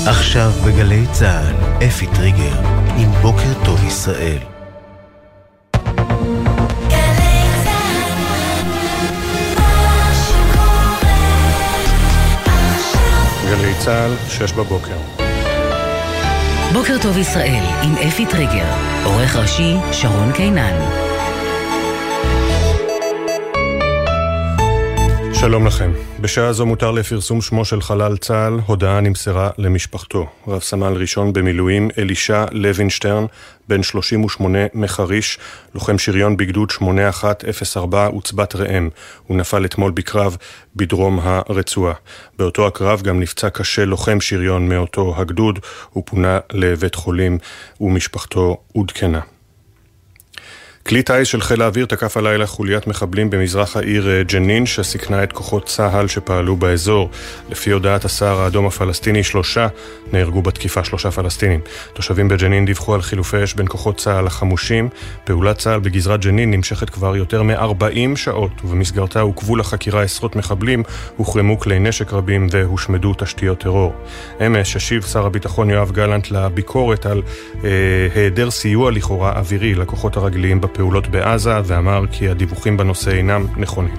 עכשיו בגלי צהל, אפי טריגר, עם בוקר טוב ישראל. גלי צהל, 6 בבוקר. בוקר טוב ישראל, עם אפי טריגר, עורך ראשי שרון קינן. שלום לכם. בשעה זו מותר לפרסום שמו של חלל צה"ל, הודעה נמסרה למשפחתו. רב סמל ראשון במילואים אלישע לוינשטרן, בן 38 מחריש, לוחם שריון בגדוד 8104 עוצבת ראם. הוא נפל אתמול בקרב בדרום הרצועה. באותו הקרב גם נפצע קשה לוחם שריון מאותו הגדוד, הוא פונה לבית חולים ומשפחתו עודכנה. כלי טיס של חיל האוויר תקף הלילה חוליית מחבלים במזרח העיר ג'נין שסיכנה את כוחות צה"ל שפעלו באזור. לפי הודעת הסהר האדום הפלסטיני, 3 נהרגו בתקיפה, 3 פלסטינים. תושבים בג'נין דיווחו על חילופי אש בין כוחות צה"ל החמושים. פעולת צה"ל בגזרת ג'נין נמשכת כבר יותר מ-40 שעות, ובמסגרתה עוכבו לחקירה עשרות מחבלים, הוחרמו כלי נשק רבים והושמדו תשתיות טרור. אמש השיב שר הביטחון יואב גלנט לביקורת על היעדר סיוע לכאורה אווירי לכוחות הרגליים בפעולות בעזה, ואמר כי הדיווחים בנושא אינם נכונים.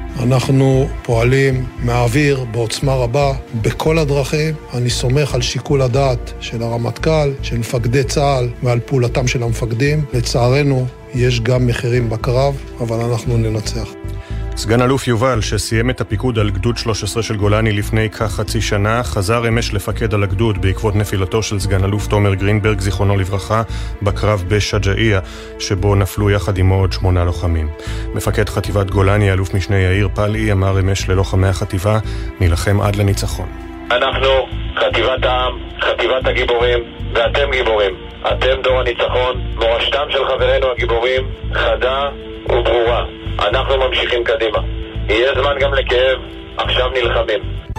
אנחנו פועלים מהאוויר בעוצמה רבה בכל הדרכים. אני סומך על שיקול הדעת של הרמטכ"ל, של מפקדי צה"ל ועל פעולתם של המפקדים. לצערנו יש גם מחירים בקרב, אבל אנחנו ננצח. סגן אלוף יובל, שסיים את הפיקוד על גדוד 13 של גולני לפני כחצי שנה, חזר אמש לפקד על הגדוד בעקבות נפילתו של סגן אלוף תומר גרינברג, זיכרונו לברכה, בקרב בשג'אעיה, שבו נפלו יחד עמו עוד 8 לוחמים. מפקד חטיבת גולני, אלוף משנה יאיר פלאי, אמר אמש ללוחמי החטיבה, נילחם עד לניצחון. אנחנו חטיבת העם, חטיבת הגיבורים, ואתם גיבורים. אתם דור הניצחון, מורשתם של חברינו הגיבורים, חדה וברורה. אנחנו ממשיכים קדימה. יהיה זמן גם לכאב, עכשיו נלחמים.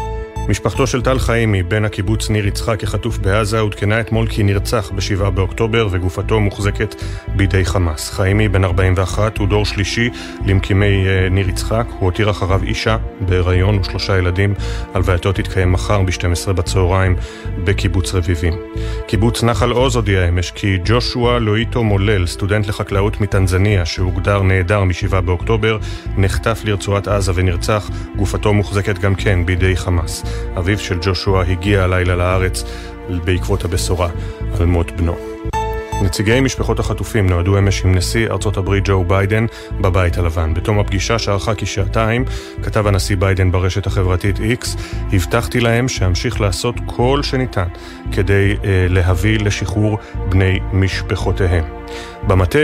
משפחתו של טל חיימי, בן הקיבוץ ניר יצחק החטוף בעזה, עודכנה אתמול כי נרצח ב7 באוקטובר וגופתו מוחזקת בידי חמאס. חיימי, בן 41, הוא דור שלישי למקימי ניר יצחק. הוא הותיר אחריו אישה בהיריון ו3 ילדים. הלווייתו תתקיים מחר ב12 בצהריים בקיבוץ רביבים. קיבוץ נחל עוז הודיע אמש כי ג'ושוע לואיטו מולל, סטודנט לחקלאות מטנזניה שהוגדר נעדר מ7 באוקטובר, נחטף לרצועת עזה ונרצח. גופתו מוחזקת גם כן בידי חמאס. אביו של ג'ושוע הגיע הלילה לארץ בעקבות הבשורה על מות בנו. נציגי משפחות החטופים נועדו אמש עם נשיא ארצות הברית ג'ו ביידן בבית הלבן. בתום הפגישה שארכה כשעתיים, כתב הנשיא ביידן ברשת החברתית X, הבטחתי להם שאמשיך לעשות כל שניתן כדי להביא לשחרור בני משפחותיהם. במטה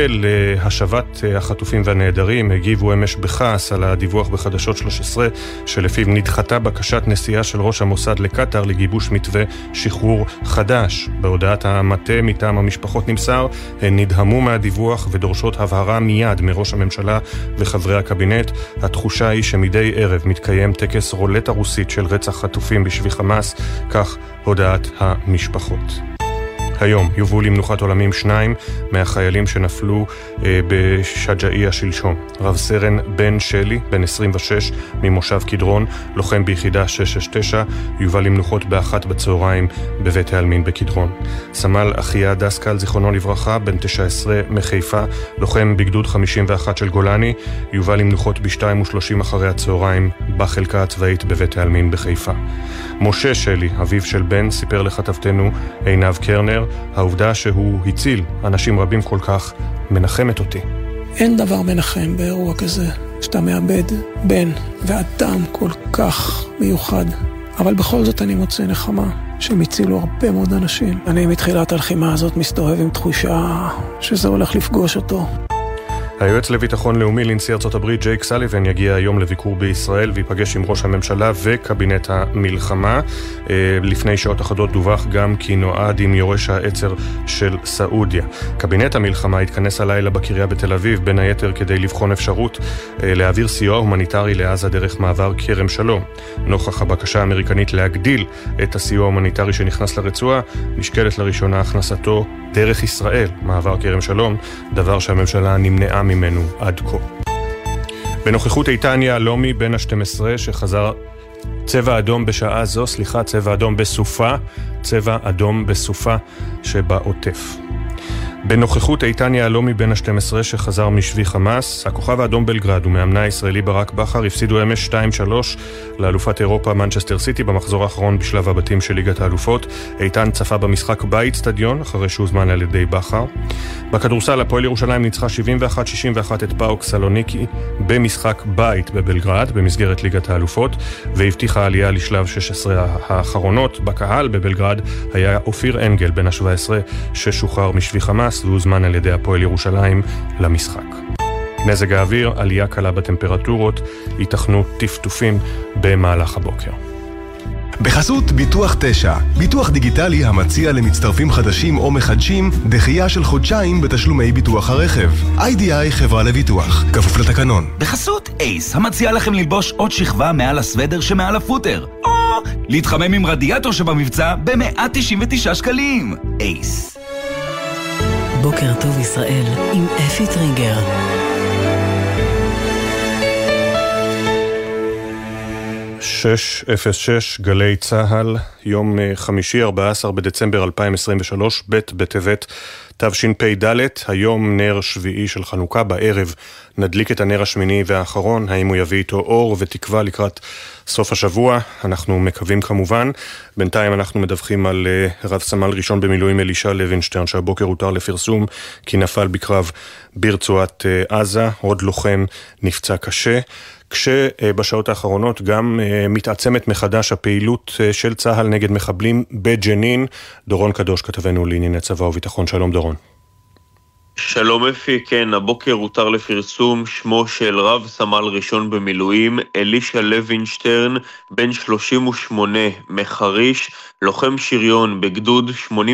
להשבת החטופים והנעדרים הגיבו אמש בכעס על הדיווח בחדשות 13 שלפיו נדחתה בקשת נסיעה של ראש המוסד לקטר לגיבוש מתווה שחרור חדש. בהודעת המטה מטעם המשפחות נמסר, הן נדהמו מהדיווח ודורשות הבהרה מיד מראש הממשלה וחברי הקבינט. התחושה היא שמדי ערב מתקיים טקס רולטה רוסית של רצח חטופים בשבי חמאס, כך הודעת המשפחות. היום יובאו למנוחת עולמים 2 מהחיילים שנפלו בשג'אעיה שלשום. רב סרן בן שלי, בן 26, ממושב קדרון, לוחם ביחידה 669, יובא למנוחות ב1 בצהריים בבית העלמין בקדרון. סמל אחיה דסקל, זיכרונו לברכה, בן 19 מחיפה, לוחם בגדוד 51 של גולני, יובא למנוחות ב2:30 אחרי הצהריים בחלקה הצבאית בבית העלמין בחיפה. משה שלי, אביו של בן, סיפר לכתבתנו עינב קרנר, העובדה שהוא הציל אנשים רבים כל כך מנחמת אותי. אין דבר מנחם באירוע כזה, שאתה מאבד בן ואדם כל כך מיוחד. אבל בכל זאת אני מוצא נחמה שהם הצילו הרבה מאוד אנשים. אני מתחילת הלחימה הזאת מסתובב עם תחושה שזה הולך לפגוש אותו. היועץ לביטחון לאומי לנשיא ארצות הברית ג'ייק סליבן יגיע היום לביקור בישראל ויפגש עם ראש הממשלה וקבינט המלחמה. לפני שעות אחדות דווח גם כי נועד עם יורש העצר של סעודיה. קבינט המלחמה התכנס הלילה בקריה בתל אביב, בין היתר כדי לבחון אפשרות להעביר סיוע הומניטרי לעזה דרך מעבר כרם שלום. נוכח הבקשה האמריקנית להגדיל את הסיוע ההומניטרי שנכנס לרצועה, נשקלת לראשונה הכנסתו דרך ישראל, מעבר כרם שלום, דבר שהממשלה נמנעה ממנו עד כה. בנוכחות איתן יהלומי, בן ה-12, שחזר צבע אדום בשעה זו, צבע אדום בסופה, צבע אדום בסופה שבעוטף. בנוכחות איתן יהלומי בן ה-12 שחזר משבי חמאס, הכוכב האדום בלגרד ומאמנה הישראלי ברק בכר הפסידו אמש 2-3 לאלופת אירופה מנצ'סטר סיטי במחזור האחרון בשלב הבתים של ליגת האלופות. איתן צפה במשחק באצטדיון אחרי שהוזמן על ידי בכר. בכדורסל הפועל ירושלים ניצחה 71-61 את פאוק סלוניקי במשחק בית בבלגרד במסגרת ליגת האלופות והבטיחה עלייה לשלב 16 האחרונות. בקהל בבלגרד היה אופיר אנגל בן ה-17 ששוחרר משבי חמאס והוזמן על ידי הפועל ירושלים למשחק. מזג האוויר, עלייה קלה בטמפרטורות, ייתכנו טפטופים במהלך הבוקר. בחסות ביטוח 9, ביטוח דיגיטלי המציע למצטרפים חדשים או מחדשים דחייה של חודשיים בתשלומי ביטוח הרכב. IDI חברה לביטוח, כפוף לתקנון. בחסות אייס, המציע לכם ללבוש עוד שכבה מעל הסוודר שמעל הפוטר, או להתחמם עם רדיאטור שבמבצע ב-199 שקלים. אייס. בוקר טוב ישראל עם אפי טריגר. .06 גלי צהל, יום חמישי 14 בדצמבר 2023, ב' בטבת תשפ"ד. היום נר שביעי של חנוכה. בערב נדליק את הנר השמיני והאחרון. האם הוא יביא איתו אור ותקווה לקראת סוף השבוע? אנחנו מקווים כמובן. בינתיים אנחנו מדווחים על רב סמל ראשון במילואים אלישע לוינשטרן שהבוקר הותר לפרסום כי נפל בקרב ברצועת עזה. עוד לוחם נפצע קשה, כשבשעות האחרונות גם מתעצמת מחדש הפעילות של צהל נגד מחבלים בג'נין. דורון קדוש כתבנו לענייני צבא וביטחון. שלום דורון. שלום אפי, כן, הבוקר הותר לפרסום שמו של רב סמל ראשון במילואים אלישע לוינשטרן, בן 38 מחריש, לוחם שריון בגדוד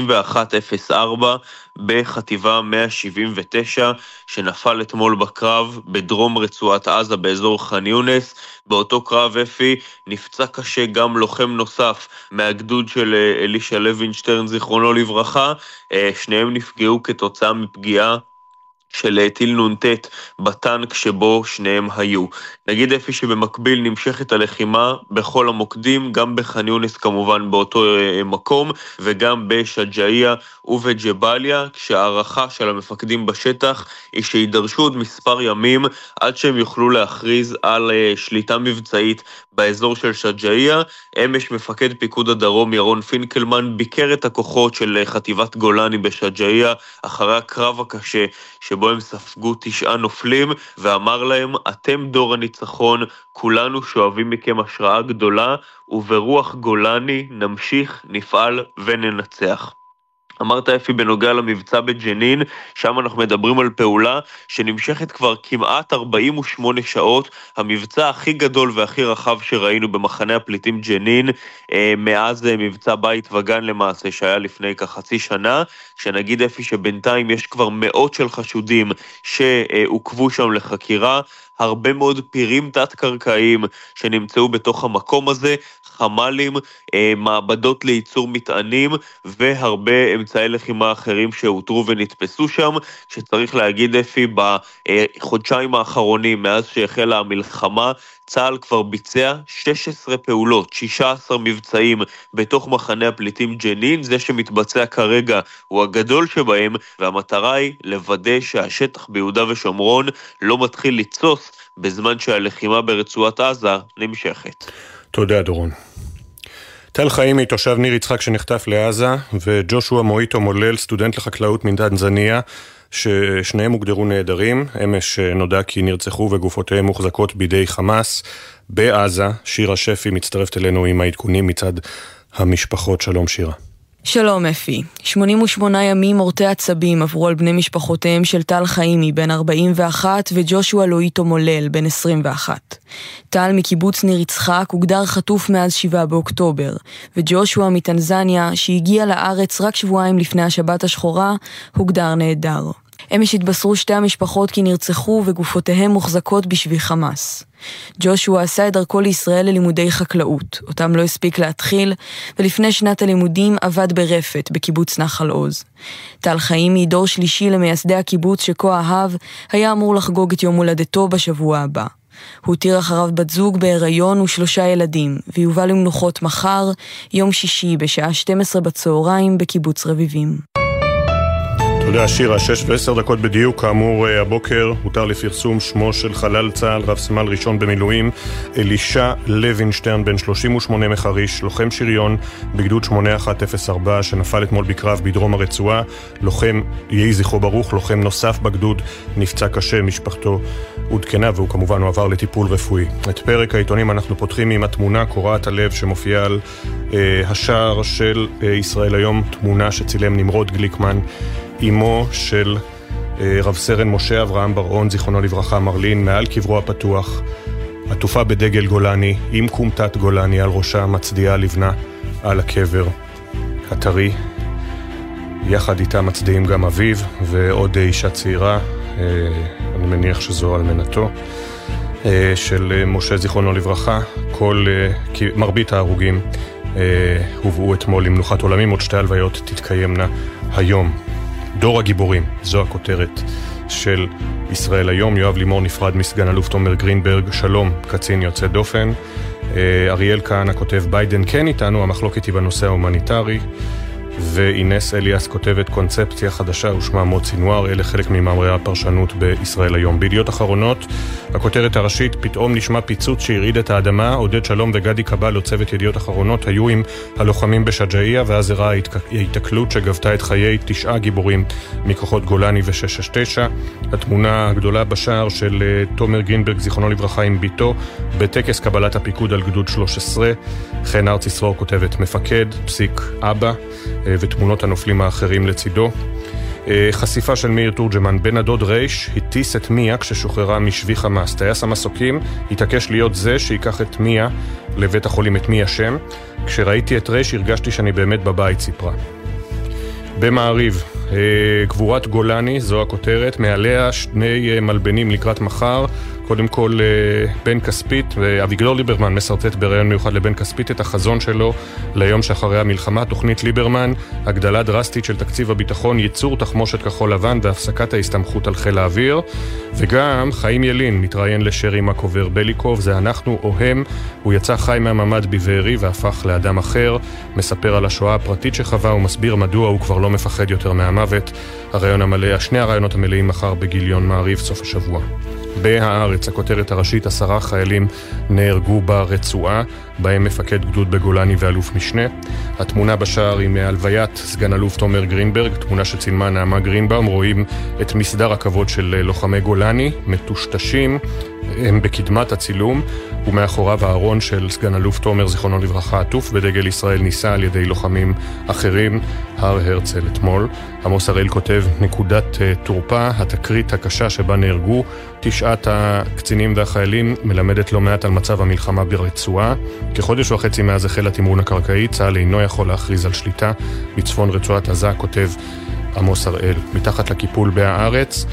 8104 בחטיבה 179, שנפל אתמול בקרב בדרום רצועת עזה באזור ח'אן יונס. באותו קרב אפי נפצע קשה גם לוחם נוסף מהגדוד של אלישע לוינשטרן זיכרונו לברכה. שניהם נפגעו כתוצאה מפגיעה של טיל נ"ט בטנק שבו שניהם היו. נגיד אפי שבמקביל נמשכת הלחימה בכל המוקדים, גם בח'אן יונס כמובן באותו מקום, וגם בשג'אעיה ובג'באליה, כשהערכה של המפקדים בשטח היא שידרשו עוד מספר ימים עד שהם יוכלו להכריז על שליטה מבצעית באזור של שג'אעיה. אמש מפקד פיקוד הדרום ירון פינקלמן ביקר את הכוחות של חטיבת גולני בשג'אעיה אחרי הקרב הקשה שבו הם ספגו 9 נופלים, ואמר להם, אתם דור הניצחון, כולנו שואבים מכם השראה גדולה, וברוח גולני נמשיך, נפעל וננצח. אמרת אפי בנוגע למבצע בג'נין, שם אנחנו מדברים על פעולה שנמשכת כבר כמעט 48 שעות, המבצע הכי גדול והכי רחב שראינו במחנה הפליטים ג'נין, מאז מבצע בית וגן למעשה שהיה לפני כחצי שנה, שנגיד אפי שבינתיים יש כבר מאות של חשודים שעוקבו שם לחקירה, הרבה מאוד פירים תת-קרקעיים שנמצאו בתוך המקום הזה, חמלים, מעבדות לייצור מטענים, והרבה אמצעי לחימה אחרים שהותרו ונתפסו שם, שצריך להגיד אפי, בחודשיים האחרונים, מאז שהחלה המלחמה, צה"ל כבר ביצע 16 פעולות, 16 מבצעים בתוך מחנה הפליטים ג'נין. זה שמתבצע כרגע הוא הגדול שבהם, והמטרה היא לוודא שהשטח ביהודה ושומרון לא מתחיל לצוס בזמן שהלחימה ברצועת עזה נמשכת. תודה דורון. טל חיימי, תושב ניר יצחק שנחטף לעזה, וג'ושוע מויטו מולל, סטודנט לחקלאות מטנזניה, ששניהם הוגדרו נהדרים. אמש נודע כי נרצחו וגופותיהם מוחזקות בידי חמאס בעזה. שירה שפי מצטרפת אלינו עם העדכונים מצד המשפחות. שלום שירה. שלום אפי. 88 ימים מורטי עצבים עברו על בני משפחותיהם של טל חיימי בן 41 וג'ושוע לואיטו מולל בן 21. טל מקיבוץ ניר יצחק הוגדר חטוף מאז 7 באוקטובר, וג'ושוע מטנזניה שהגיע לארץ רק שבועיים לפני השבת השחורה הוגדר נהדר. אמש התבשרו שתי המשפחות כי נרצחו וגופותיהם מוחזקות בשבי חמאס. ג'ושוע עשה את דרכו לישראל ללימודי חקלאות, אותם לא הספיק להתחיל, ולפני שנת הלימודים עבד ברפת בקיבוץ נחל עוז. טל חיימי, דור שלישי למייסדי הקיבוץ שכה אהב, היה אמור לחגוג את יום הולדתו בשבוע הבא. הוא הותיר אחריו בת זוג בהיריון ו3 ילדים, ויובא למנוחות מחר, יום שישי בשעה 12 בצהריים בקיבוץ רביבים. תודה שירה, 6:10 בדיוק. כאמור הבוקר הותר לפרסום שמו של חלל צה"ל, רב סמל ראשון במילואים אלישע לוינשטרן, בן 38 מחריש, לוחם שריון בגדוד 8104 שנפל אתמול בקרב בדרום הרצועה. לוחם, יהי זכרו ברוך, לוחם נוסף בגדוד נפצע קשה, משפחתו עודכנה והוא כמובן עבר לטיפול רפואי. את פרק העיתונים אנחנו פותחים עם התמונה קורעת הלב שמופיעה על השער של ישראל היום, תמונה שצילם נמרוד גליקמן, אמו של רב סרן משה אברהם בר-און, זיכרונו לברכה, מרלין, מעל קברו הפתוח, עטופה בדגל גולני, עם קומטת גולני על ראשה, מצדיעה לבנה על הקבר הטרי. יחד איתה מצדיעים גם אביו ועוד אישה צעירה, אני מניח שזו אלמנתו של משה זיכרונו לברכה. מרבית ההרוגים הובאו אתמול למנוחת עולמים, עוד 2 הלוויות תתקיימנה היום. דור הגיבורים, זו הכותרת של ישראל היום. יואב לימור נפרד מסגן אלוף תומר גרינברג, שלום, קצין יוצא דופן. אריאל כהנא כותב, ביידן כן איתנו, המחלוקת היא בנושא ההומניטרי. ואינס אליאס כותבת, קונספציה חדשה ושמה מוד סינואר. אלה חלק ממאמרי הפרשנות בישראל היום. בידיעות אחרונות, הכותרת הראשית, פתאום נשמע פיצוץ שהרעיד את האדמה. עודד שלום וגדי קבל, צוות ידיעות אחרונות, היו עם הלוחמים בשג'אעיה, ואז הראה ההתקלות שגבתה את חיי 9 גיבורים מכוחות גולני ו-669. התמונה הגדולה בשער של תומר גרינברג, זיכרונו לברכה, עם ביתו בטקס קבלת הפיקוד על גדוד 13. חן ארצי סרור כותבת, מפקד, פסיק, אבא, ותמונות הנופלים האחרים לצידו. חשיפה של מאיר תורג'מן, בן הדוד רייש הטיס את מיה כששוחררה משבי חמאס. טייס המסוקים התעקש להיות זה שיקח את מיה לבית החולים, את מיה שם. כשראיתי את רייש הרגשתי שאני באמת בבית, סיפרה. במעריב, גבורת גולני, זו הכותרת, מעליה 2 מלבנים לקראת מחר. קודם כל בן כספית, ואביגדור ליברמן מסרטט בראיון מיוחד לבן כספית את החזון שלו ליום שאחרי המלחמה. תוכנית ליברמן, הגדלה דרסטית של תקציב הביטחון, ייצור תחמושת כחול לבן והפסקת ההסתמכות על חיל האוויר. וגם חיים ילין מתראיין לשרי מקובר בליקוב, זה אנחנו או הם. הוא יצא חי מהממד בבארי והפך לאדם אחר, מספר על השואה הפרטית שחווה ומסביר מדוע הוא כבר לא מפחד יותר מהמוות. הרעיון המלא, 2 הרעיונות המלאים מחר בגיליון מעריב סוף השבוע. בהארץ, הכותרת הראשית, 10 חיילים נהרגו ברצועה, בהם מפקד גדוד בגולני ואלוף משנה. התמונה בשער היא מהלוויית סגן אלוף תומר גרינברג, תמונה שצילמה נעמה גרינבאום. רואים את מסדר הכבוד של לוחמי גולני, מטושטשים, הם בקדמת הצילום, ומאחוריו הארון של סגן אלוף תומר זיכרונו לברכה, עטוף בדגל ישראל, ניסה על ידי לוחמים אחרים, הר הרצל אתמול. עמוס הראל כותב, נקודת תורפה, התקרית הקשה שבה נהרגו 9 הקצינים והחיילים מלמדת לא מעט על מצב המלחמה ברצועה. כחודש וחצי מאז החל התמרון הקרקעי, צה"ל אינו יכול להכריז על שליטה בצפון רצועת עזה, כותב עמוס הראל. מתחת לקיפול בהארץ,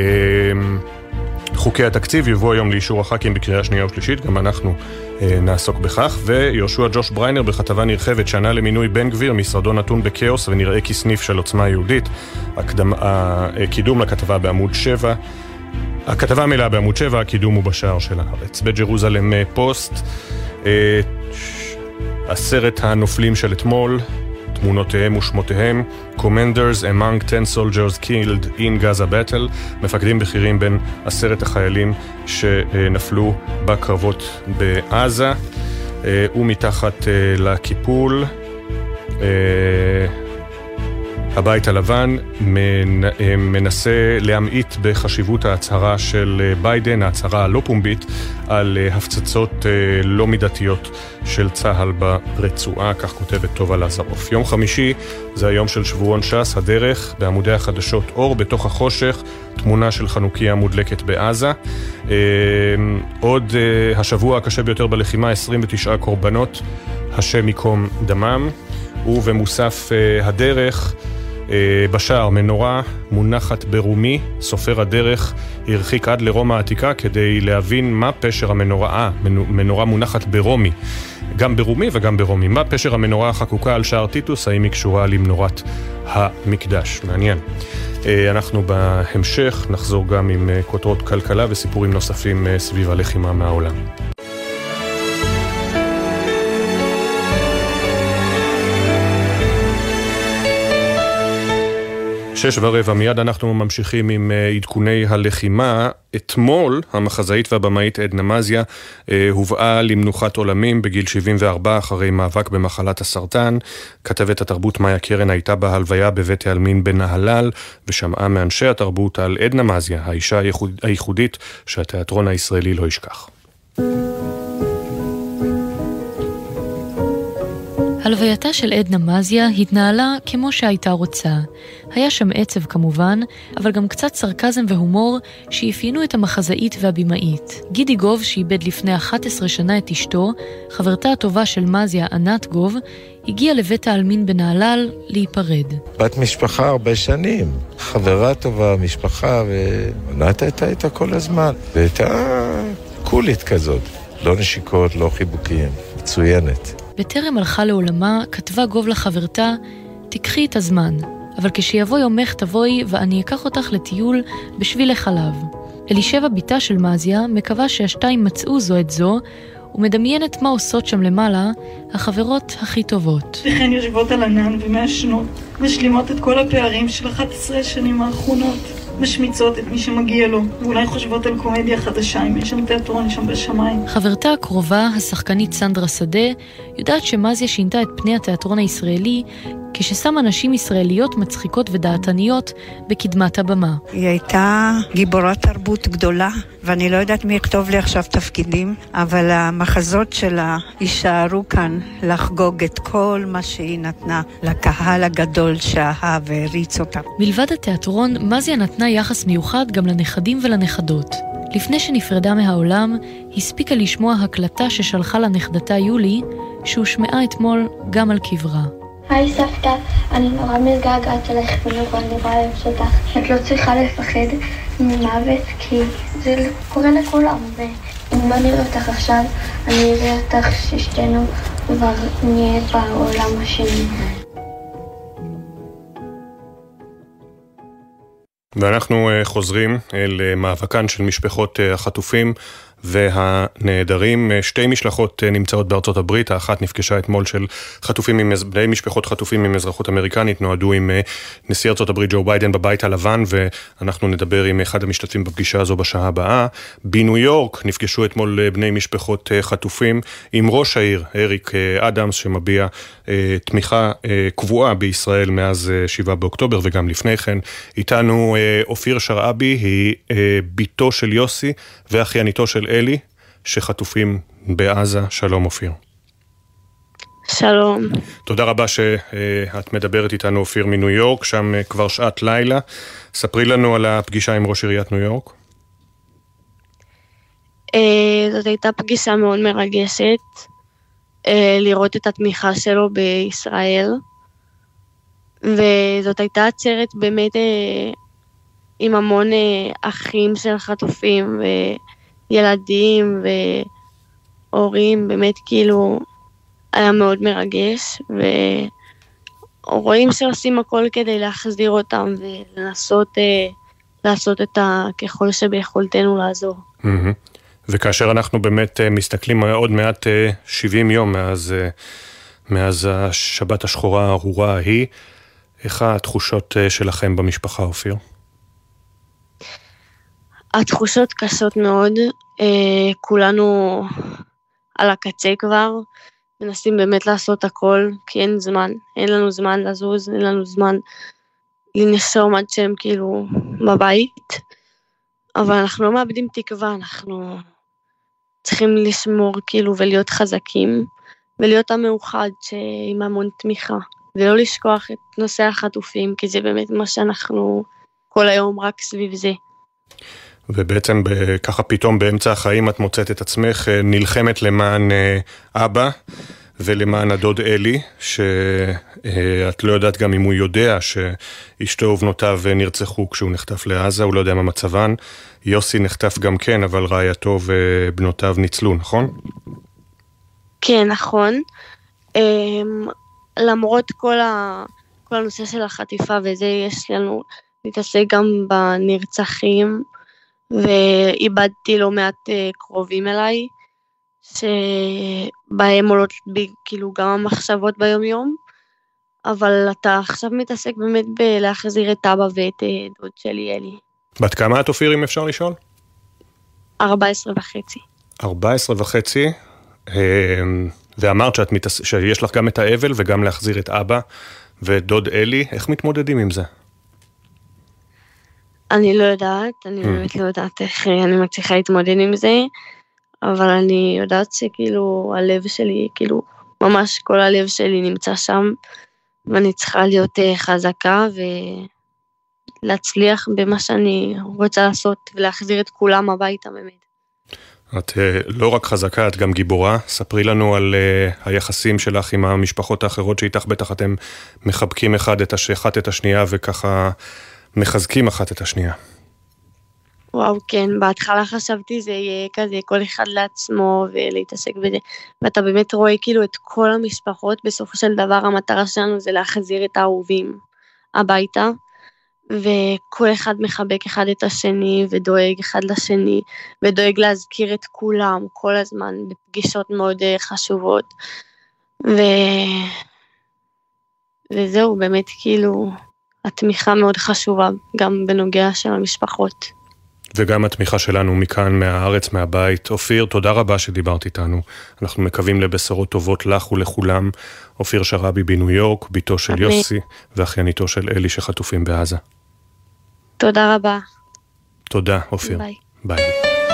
חוקי התקציב יובאו היום לאישור הח"כים בקריאה שנייה ושלישית, גם אנחנו נעסוק בכך. ויהושע ג'וש בריינר בכתבה נרחבת, שנה למינוי בן גביר, משרדו נתון בקאוס ונראה כסניף של עוצמה יהודית. הקידום לכתבה בעמוד 7, הכתבה מלאה בעמוד 7, הקידום הוא בשער של הארץ. בג'רוזלם פוסט, 10 הנופלים של אתמול, תמונותיהם ושמותיהם, Commanders among 10 soldiers killed in Gaza battle, מפקדים בכירים בין 10 החיילים שנפלו בקרבות בעזה. ומתחת לקיפול, הבית הלבן מנסה להמעיט בחשיבות ההצהרה של ביידן, ההצהרה הלא פומבית, על הפצצות לא מידתיות של צה"ל ברצועה, כך כותבת טובה לזרוף. יום חמישי זה היום של שבועון ש"ס, הדרך, בעמודי החדשות אור בתוך החושך, תמונה של חנוכיה מודלקת בעזה. עוד השבוע הקשה ביותר בלחימה, 29 קורבנות, השם יקום דמם. ובמוסף הדרך, בשער מנורה מונחת ברומי, סופר הדרך הרחיק עד לרומא העתיקה כדי להבין מה פשר המנורה. מנורה מונחת ברומי, גם ברומי וגם ברומי. מה פשר המנורה החקוקה על שער טיטוס, האם היא קשורה למנורת המקדש? מעניין. אנחנו בהמשך נחזור גם עם כותרות כלכלה וסיפורים נוספים סביב הלחימה מהעולם. 6:15, מיד אנחנו ממשיכים עם עדכוני הלחימה. אתמול המחזאית והבמאית עדנה מזיה הובאה למנוחת עולמים בגיל 74 אחרי מאבק במחלת הסרטן. כתבת התרבות מאיה קרן הייתה בהלוויה בבית העלמין בנהלל ושמעה מאנשי התרבות על עדנה מזיה, האישה הייחודית שהתיאטרון הישראלי לא ישכח. הלווייתה של עדנה מזיה התנהלה כמו שהייתה רוצה. היה שם עצב כמובן, אבל גם קצת סרקזם והומור שאפיינו את המחזאית והבימאית. גידי גוב, שאיבד לפני 11 שנה את אשתו, חברתה הטובה של מזיה, ענת גוב, הגיעה לבית העלמין בנהלל להיפרד. בת משפחה הרבה שנים, חברה טובה, משפחה, וענת הייתה איתה כל הזמן. והייתה קולית כזאת, לא נשיקות, לא חיבוקים, מצוינת. בטרם הלכה לעולמה, כתבה גוב לחברתה, תקחי את הזמן, אבל כשיבוא יומך תבואי ואני אקח אותך לטיול בשביל החלב. אלישבע ביתה של מזיה מקווה שהשתיים מצאו זו את זו, ומדמיינת מה עושות שם למעלה החברות הכי טובות. וכן יושבות על ענן ומעשנות, משלימות את כל הפערים של 11 השנים האחרונות. משמיצות את מי שמגיע לו, ואולי חושבות על קומדיה חדשה, אם יש שם תיאטרון שם בשמיים. חברתה הקרובה, השחקנית סנדרה שדה, יודעת שמזיה שינתה את פני התיאטרון הישראלי, כששמה נשים ישראליות מצחיקות ודעתניות בקדמת הבמה. היא הייתה גיבורת תרבות גדולה, ואני לא יודעת מי יכתוב לי עכשיו תפקידים, אבל המחזות שלה יישארו כאן לחגוג את כל מה שהיא נתנה לקהל הגדול שאהב והריץ אותה. מלבד התיאטרון, מזיה נתנה יחס מיוחד גם לנכדים ולנכדות. לפני שנפרדה מהעולם, הספיקה לשמוע הקלטה ששלחה לנכדתה יולי, שהושמעה אתמול גם על קברה. היי סבתא, אני נורא מתגעגעת אלייך ונורא אוהבת אותך. את לא צריכה לפחד ממוות כי זה קורה לכולם, ואם לא נראה אותך עכשיו, אני אראה אותך ששתינו כבר נהיה בעולם השני. ואנחנו חוזרים אל מאבקן של משפחות החטופים והנעדרים. שתי משלחות נמצאות בארצות הברית, האחת נפגשה אתמול של בני משפחות חטופים עם אזרחות אמריקנית, נועדו עם נשיא ארצות הברית ג'ו ביידן בבית הלבן, ואנחנו נדבר עם אחד המשתתפים בפגישה הזו בשעה הבאה. בניו יורק נפגשו אתמול בני משפחות חטופים עם ראש העיר אריק אדמס, שמביע תמיכה קבועה בישראל מאז 7 באוקטובר וגם לפני כן. איתנו אופיר שרעבי, היא ביתו של יוסי ואחייניתו של אלי, שחטופים בעזה. שלום אופיר. שלום. תודה רבה שאת מדברת איתנו, אופיר, מניו יורק, שם כבר שעת לילה. ספרי לנו על הפגישה עם ראש עיריית ניו יורק. זאת הייתה פגישה מאוד מרגשת, לראות את התמיכה שלו בישראל, וזאת הייתה עצרת באמת עם המון אחים של חטופים וילדים והורים, באמת כאילו היה מאוד מרגש, ורואים שעושים הכל כדי להחזיר אותם ולנסות לעשות את ככל שביכולתנו לעזור. וכאשר אנחנו באמת מסתכלים עוד מעט 70 יום מאז השבת השחורה הארורה ההיא, איך התחושות שלכם במשפחה, אופיר? התחושות קשות מאוד, כולנו על הקצה כבר, מנסים באמת לעשות הכל, כי אין זמן, אין לנו זמן לזוז, אין לנו זמן לנסום עד שהם כאילו בבית, אבל אנחנו לא מאבדים תקווה, אנחנו צריכים לשמור כאילו ולהיות חזקים, ולהיות המאוחד עם המון תמיכה, ולא לשכוח את נושא החטופים, כי זה באמת מה שאנחנו כל היום רק סביב זה. ובעצם ככה פתאום באמצע החיים את מוצאת את עצמך נלחמת למען אבא ולמען הדוד אלי, שאת לא יודעת גם אם הוא יודע שאשתו ובנותיו נרצחו כשהוא נחטף לעזה, הוא לא יודע מה מצבן. יוסי נחטף גם כן, אבל רעייתו ובנותיו ניצלו, נכון? כן, נכון. למרות כל הנושא של החטיפה וזה, יש לנו להתעסק גם בנרצחים, ואיבדתי לא מעט קרובים אליי, שבהם עולות בי כאילו גם המחשבות ביום יום, אבל אתה עכשיו מתעסק באמת בלהחזיר את אבא ואת דוד שלי אלי. בת כמה את אופיר אם אפשר לשאול? 14.5. 14.5, ואמרת שיש לך גם את האבל וגם להחזיר את אבא ואת דוד אלי, איך מתמודדים עם זה? אני לא יודעת, אני באמת לא יודעת איך אני מצליחה להתמודד עם זה, אבל אני יודעת שכאילו הלב שלי, כאילו ממש כל הלב שלי נמצא שם, ואני צריכה להיות חזקה ולהצליח במה שאני רוצה לעשות, ולהחזיר את כולם הביתה באמת. את לא רק חזקה, את גם גיבורה. ספרי לנו על היחסים שלך עם המשפחות האחרות שאיתך, בטח אתם מחבקים אחת את השנייה וככה מחזקים אחת את השנייה. וואו, כן, בהתחלה חשבתי זה יהיה כזה כל אחד לעצמו ולהתעסק בזה, ואתה באמת רואה כאילו את כל המשפחות, בסופו של דבר המטרה שלנו זה להחזיר את האהובים הביתה, וכל אחד מחבק אחד את השני ודואג אחד לשני, ודואג להזכיר את כולם כל הזמן בפגישות מאוד חשובות, וזהו, באמת כאילו התמיכה מאוד חשובה גם בנוגע של המשפחות. וגם התמיכה שלנו מכאן, מהארץ, מהבית. אופיר, תודה רבה שדיברת איתנו. אנחנו מקווים לבשורות טובות לך ולכולם. אופיר שרבי בניו יורק, ביתו של יוסי ואחייניתו של אלי שחטופים בעזה. תודה רבה. תודה, אופיר. ביי. ביי.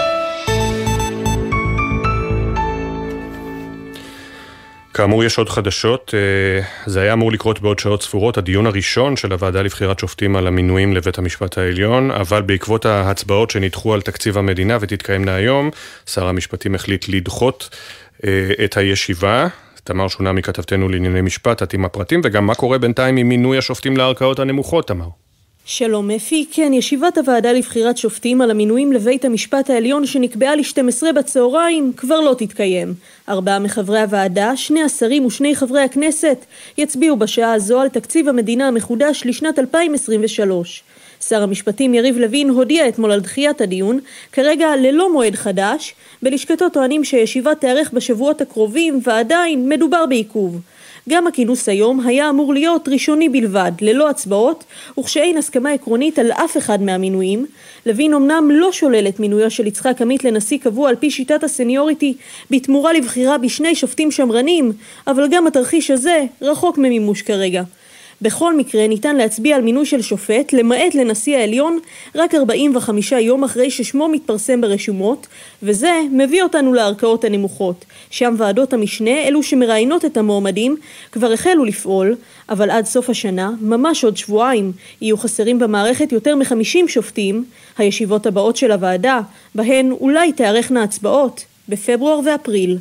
כאמור, יש עוד חדשות. זה היה אמור לקרות בעוד שעות ספורות, הדיון הראשון של הוועדה לבחירת שופטים על המינויים לבית המשפט העליון, אבל בעקבות ההצבעות שנדחו על תקציב המדינה ותתקיימנה היום, שר המשפטים החליט לדחות את הישיבה. תמר שונה מכתבתנו לענייני משפט, את עם הפרטים, וגם מה קורה בינתיים עם מינוי השופטים לערכאות הנמוכות, תמר. שלום אפי, כן, ישיבת הוועדה לבחירת שופטים על המינויים לבית המשפט העליון שנקבעה ל-12 בצהריים כבר לא תתקיים. 4 מחברי הוועדה, 2 השרים ו2 חברי הכנסת יצביעו בשעה הזו על תקציב המדינה המחודש לשנת 2023. שר המשפטים יריב לוין הודיע אתמול על דחיית הדיון, כרגע ללא מועד חדש. בלשכתו טוענים שהישיבה תארך בשבועות הקרובים ועדיין מדובר בעיכוב. גם הכינוס היום היה אמור להיות ראשוני בלבד, ללא הצבעות, וכשאין הסכמה עקרונית על אף אחד מהמינויים. לוין אמנם לא שולל את מינויו של יצחק עמית לנשיא קבוע על פי שיטת הסניוריטי, בתמורה לבחירה ב2 שופטים שמרנים, אבל גם התרחיש הזה רחוק ממימוש כרגע. בכל מקרה ניתן להצביע על מינוי של שופט, למעט לנשיא העליון, רק 45 יום אחרי ששמו מתפרסם ברשומות, וזה מביא אותנו לערכאות הנמוכות. שם ועדות המשנה, אלו שמראיינות את המועמדים, כבר החלו לפעול, אבל עד סוף השנה, ממש עוד שבועיים, יהיו חסרים במערכת יותר מ50 שופטים. הישיבות הבאות של הוועדה, בהן אולי תארכנה הצבעות, בפברואר ואפריל.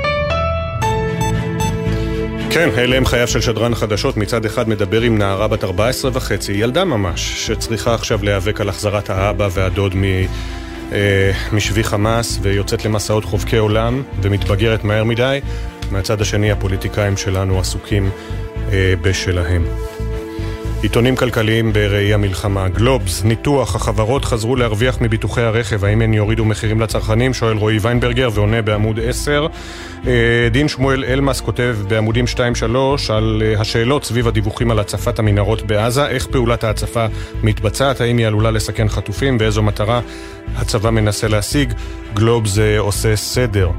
כן, אלה הם חייו של שדרן חדשות. מצד אחד מדבר עם נערה בת 14.5, ילדה ממש, שצריכה עכשיו להיאבק על החזרת האבא והדוד משבי חמאס, ויוצאת למסעות חובקי עולם ומתבגרת מהר מדי. מהצד השני הפוליטיקאים שלנו עסוקים בשלהם. עיתונים כלכליים בראי המלחמה. גלובס, ניתוח, החברות חזרו להרוויח מביטוחי הרכב, האם הן יורידו מחירים לצרכנים? שואל רועי ויינברגר ועונה בעמוד 10. דין שמואל אלמס כותב בעמודים 2-3 על השאלות סביב הדיווחים על הצפת המנהרות בעזה, איך פעולת ההצפה מתבצעת, האם היא עלולה לסכן חטופים ואיזו מטרה הצבא מנסה להשיג. גלובס עושה סדר.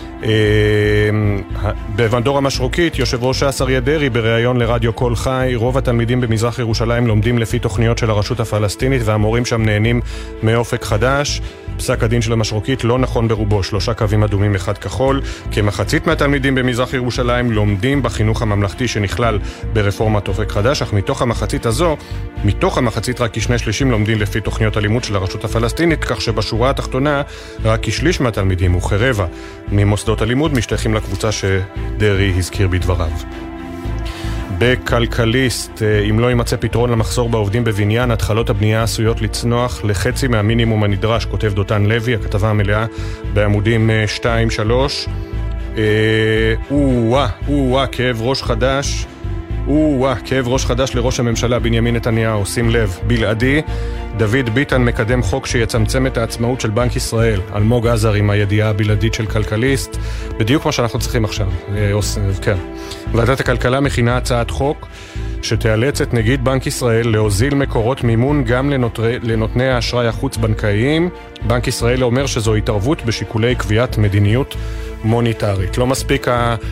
בבנדור המשרוקית, יושב ראש ש"ס אריה דרעי בריאיון לרדיו קול חי, רוב התלמידים במזרח ירושלים לומדים לפי תוכניות של הרשות הפלסטינית והמורים שם נהנים מאופק חדש. פסק הדין של המשרוקית לא נכון ברובו, 3 קווים אדומים 1 כחול. כמחצית מהתלמידים במזרח ירושלים לומדים בחינוך הממלכתי שנכלל ברפורמת אופק חדש, אך מתוך המחצית רק כ2/3 לומדים לפי תוכניות הלימוד של הרשות הפלסטינית, כך שבשורה התחתונה רק כ1/3 מהתלמידים וכרבע ממוסדות הלימוד משתייכים לקבוצה שדרעי הזכיר בדבריו. בכלכליסט, אם לא יימצא פתרון למחסור בעובדים בבניין, התחלות הבנייה עשויות לצנוח לחצי מהמינימום הנדרש, כותב דותן לוי, הכתבה המלאה בעמודים 2-3. כאב ראש חדש כאב ראש חדש לראש הממשלה בנימין נתניהו, שים לב, בלעדי. דוד ביטן מקדם חוק שיצמצם את העצמאות של בנק ישראל. אלמוג עזר עם הידיעה הבלעדית של כלכליסט, בדיוק מה שאנחנו צריכים עכשיו. כן. ועדת הכלכלה מכינה הצעת חוק שתיאלץ את נגיד בנק ישראל להוזיל מקורות מימון גם לנותני האשראי החוץ-בנקאיים. בנק ישראל אומר שזו התערבות בשיקולי קביעת מדיניות מוניטרית. לא מספיק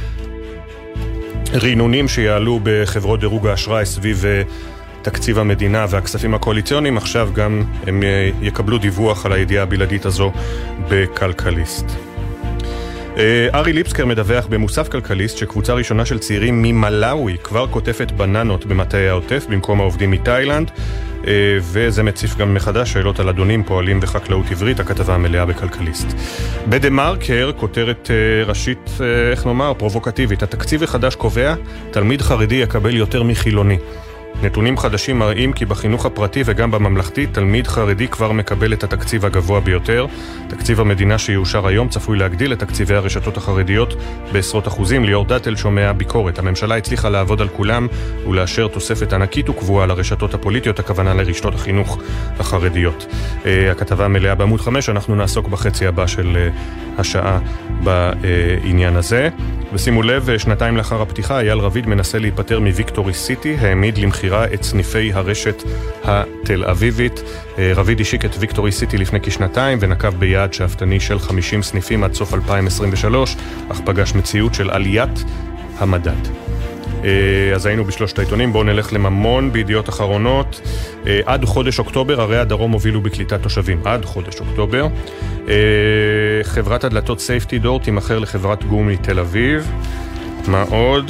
הרענונים שיעלו בחברות דירוג האשראי סביב תקציב המדינה והכספים הקואליציוניים, עכשיו גם הם יקבלו דיווח על הידיעה הבלעדית הזו בכלכליסט. ארי ליפסקר מדווח במוסף כלכליסט שקבוצה ראשונה של צעירים ממלאווי כבר כותפת בננות במטעי העוטף במקום העובדים מתאילנד, וזה מציף גם מחדש שאלות על אדונים פועלים וחקלאות עברית, הכתבה המלאה בכלכליסט. בדה מרקר, כותרת ראשית, איך נאמר, פרובוקטיבית. התקציב החדש קובע, תלמיד חרדי יקבל יותר מחילוני. נתונים חדשים מראים כי בחינוך הפרטי וגם בממלכתי תלמיד חרדי כבר מקבל את התקציב הגבוה ביותר. תקציב המדינה שיאושר היום צפוי להגדיל את תקציבי הרשתות החרדיות בעשרות אחוזים. ליאור דאטל שומע ביקורת. הממשלה הצליחה לעבוד על כולם ולאשר תוספת ענקית וקבועה לרשתות הפוליטיות, הכוונה לרשתות החינוך החרדיות. הכתבה מלאה בעמוד 5, אנחנו נעסוק בחצי הבא של השעה בעניין הזה. ושימו לב, שנתיים לאחר הפתיחה, אייל רביד מנסה להיפטר מוויקטורי סיטי, העמיד למחירה את סניפי הרשת התל אביבית. רביד השיק את ויקטורי סיטי לפני כשנתיים ונקב ביעד שאפתני של 50 סניפים עד סוף 2023, אך פגש מציאות של עליית המדד. אז היינו בשלושת העיתונים. בואו נלך לממון בידיעות אחרונות. עד חודש אוקטובר ערי הדרום הובילו בקליטת תושבים, עד חודש אוקטובר. חברת הדלתות סייפטי דור תימכר לחברת גומי תל אביב. מה עוד?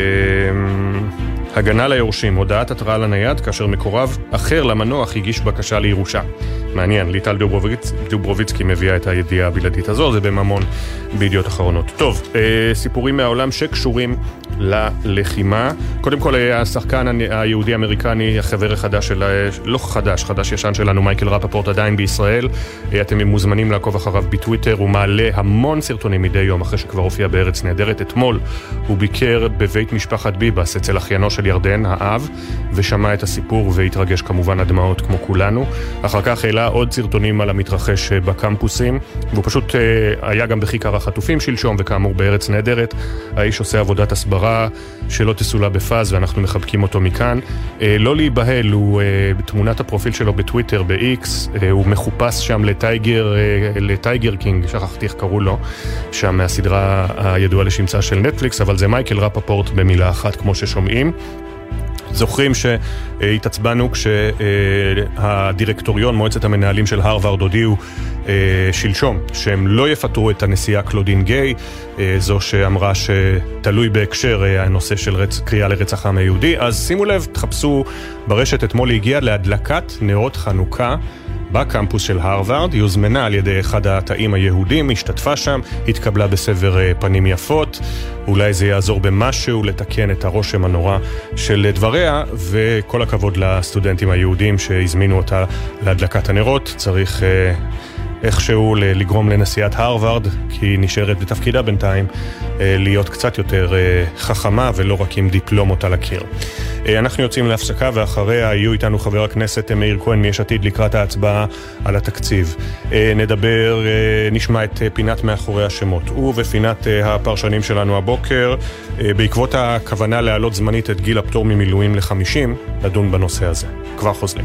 הגנה ליורשים, הודעת התראה לנייד כאשר מקורב אחר למנוח הגיש בקשה לירושה. מעניין, ליטל דוברוביצקי מביאה את הידיעה הבלעדית הזו, זה בממון בידיעות אחרונות. טוב, סיפורים מהעולם שקשורים ללחימה. קודם כל, השחקן היהודי-אמריקני, החבר החדש לא חדש, חדש ישן שלנו, מייקל רפפורט עדיין בישראל. אתם מוזמנים לעקוב אחריו בטוויטר, הוא מעלה המון סרטונים מדי יום אחרי שכבר הופיע בארץ נהדרת. אתמול הוא ביקר בבית משפחת ביבס אצל אחיינו של ירדן, האב, ושמע את הסיפור והתרגש כמובן הדמעות כמו כולנו. אחר כך העלה עוד סרטונים על המתרחש בקמפוסים, והוא פשוט היה גם בכיכר החטופים שלשום, וכאמור בארץ נהדרת. האיש עושה עבודת הסברה שלא תסולה בפאז, ואנחנו מחבקים אותו מכאן. לא להיבהל, הוא בתמונת הפרופיל שלו בטוויטר, ב-X, הוא מחופש שם לטייגר קינג, שכחתי איך קראו לו, שם מהסדרה הידועה לשמצה של נטפליקס, אבל זה מייקל רפפורט במילה אחת כמו ששומעים. זוכרים שהתעצבנו כשהדירקטוריון, מועצת המנהלים של הרווארד, הודיעו שלשום שהם לא יפטרו את הנשיאה קלודין גיי, זו שאמרה שתלוי בהקשר הנושא של קריאה לרצח העם היהודי. אז שימו לב, תחפשו ברשת, אתמול הגיע להדלקת נרות חנוכה בקמפוס של הרווארד. היא הוזמנה על ידי אחד התאים היהודים, השתתפה שם, התקבלה בסבר פנים יפות. אולי זה יעזור במשהו לתקן את הרושם הנורא של דבריה, וכל הכבוד לסטודנטים היהודים שהזמינו אותה להדלקת הנרות. צריך איכשהו לגרום לנשיאת הרווארד, כי היא נשארת בתפקידה בינתיים, להיות קצת יותר חכמה ולא רק עם דיפלומות על הקיר. אנחנו יוצאים להפסקה, ואחריה יהיו איתנו חבר הכנסת מאיר כהן מיש עתיד לקראת ההצבעה על התקציב. נדבר, נשמע את פינת מאחורי השמות, ובפינת הפרשנים שלנו הבוקר, בעקבות הכוונה להעלות זמנית את גיל הפטור ממילואים ל-50, לדון בנושא הזה. כבר חוזרים.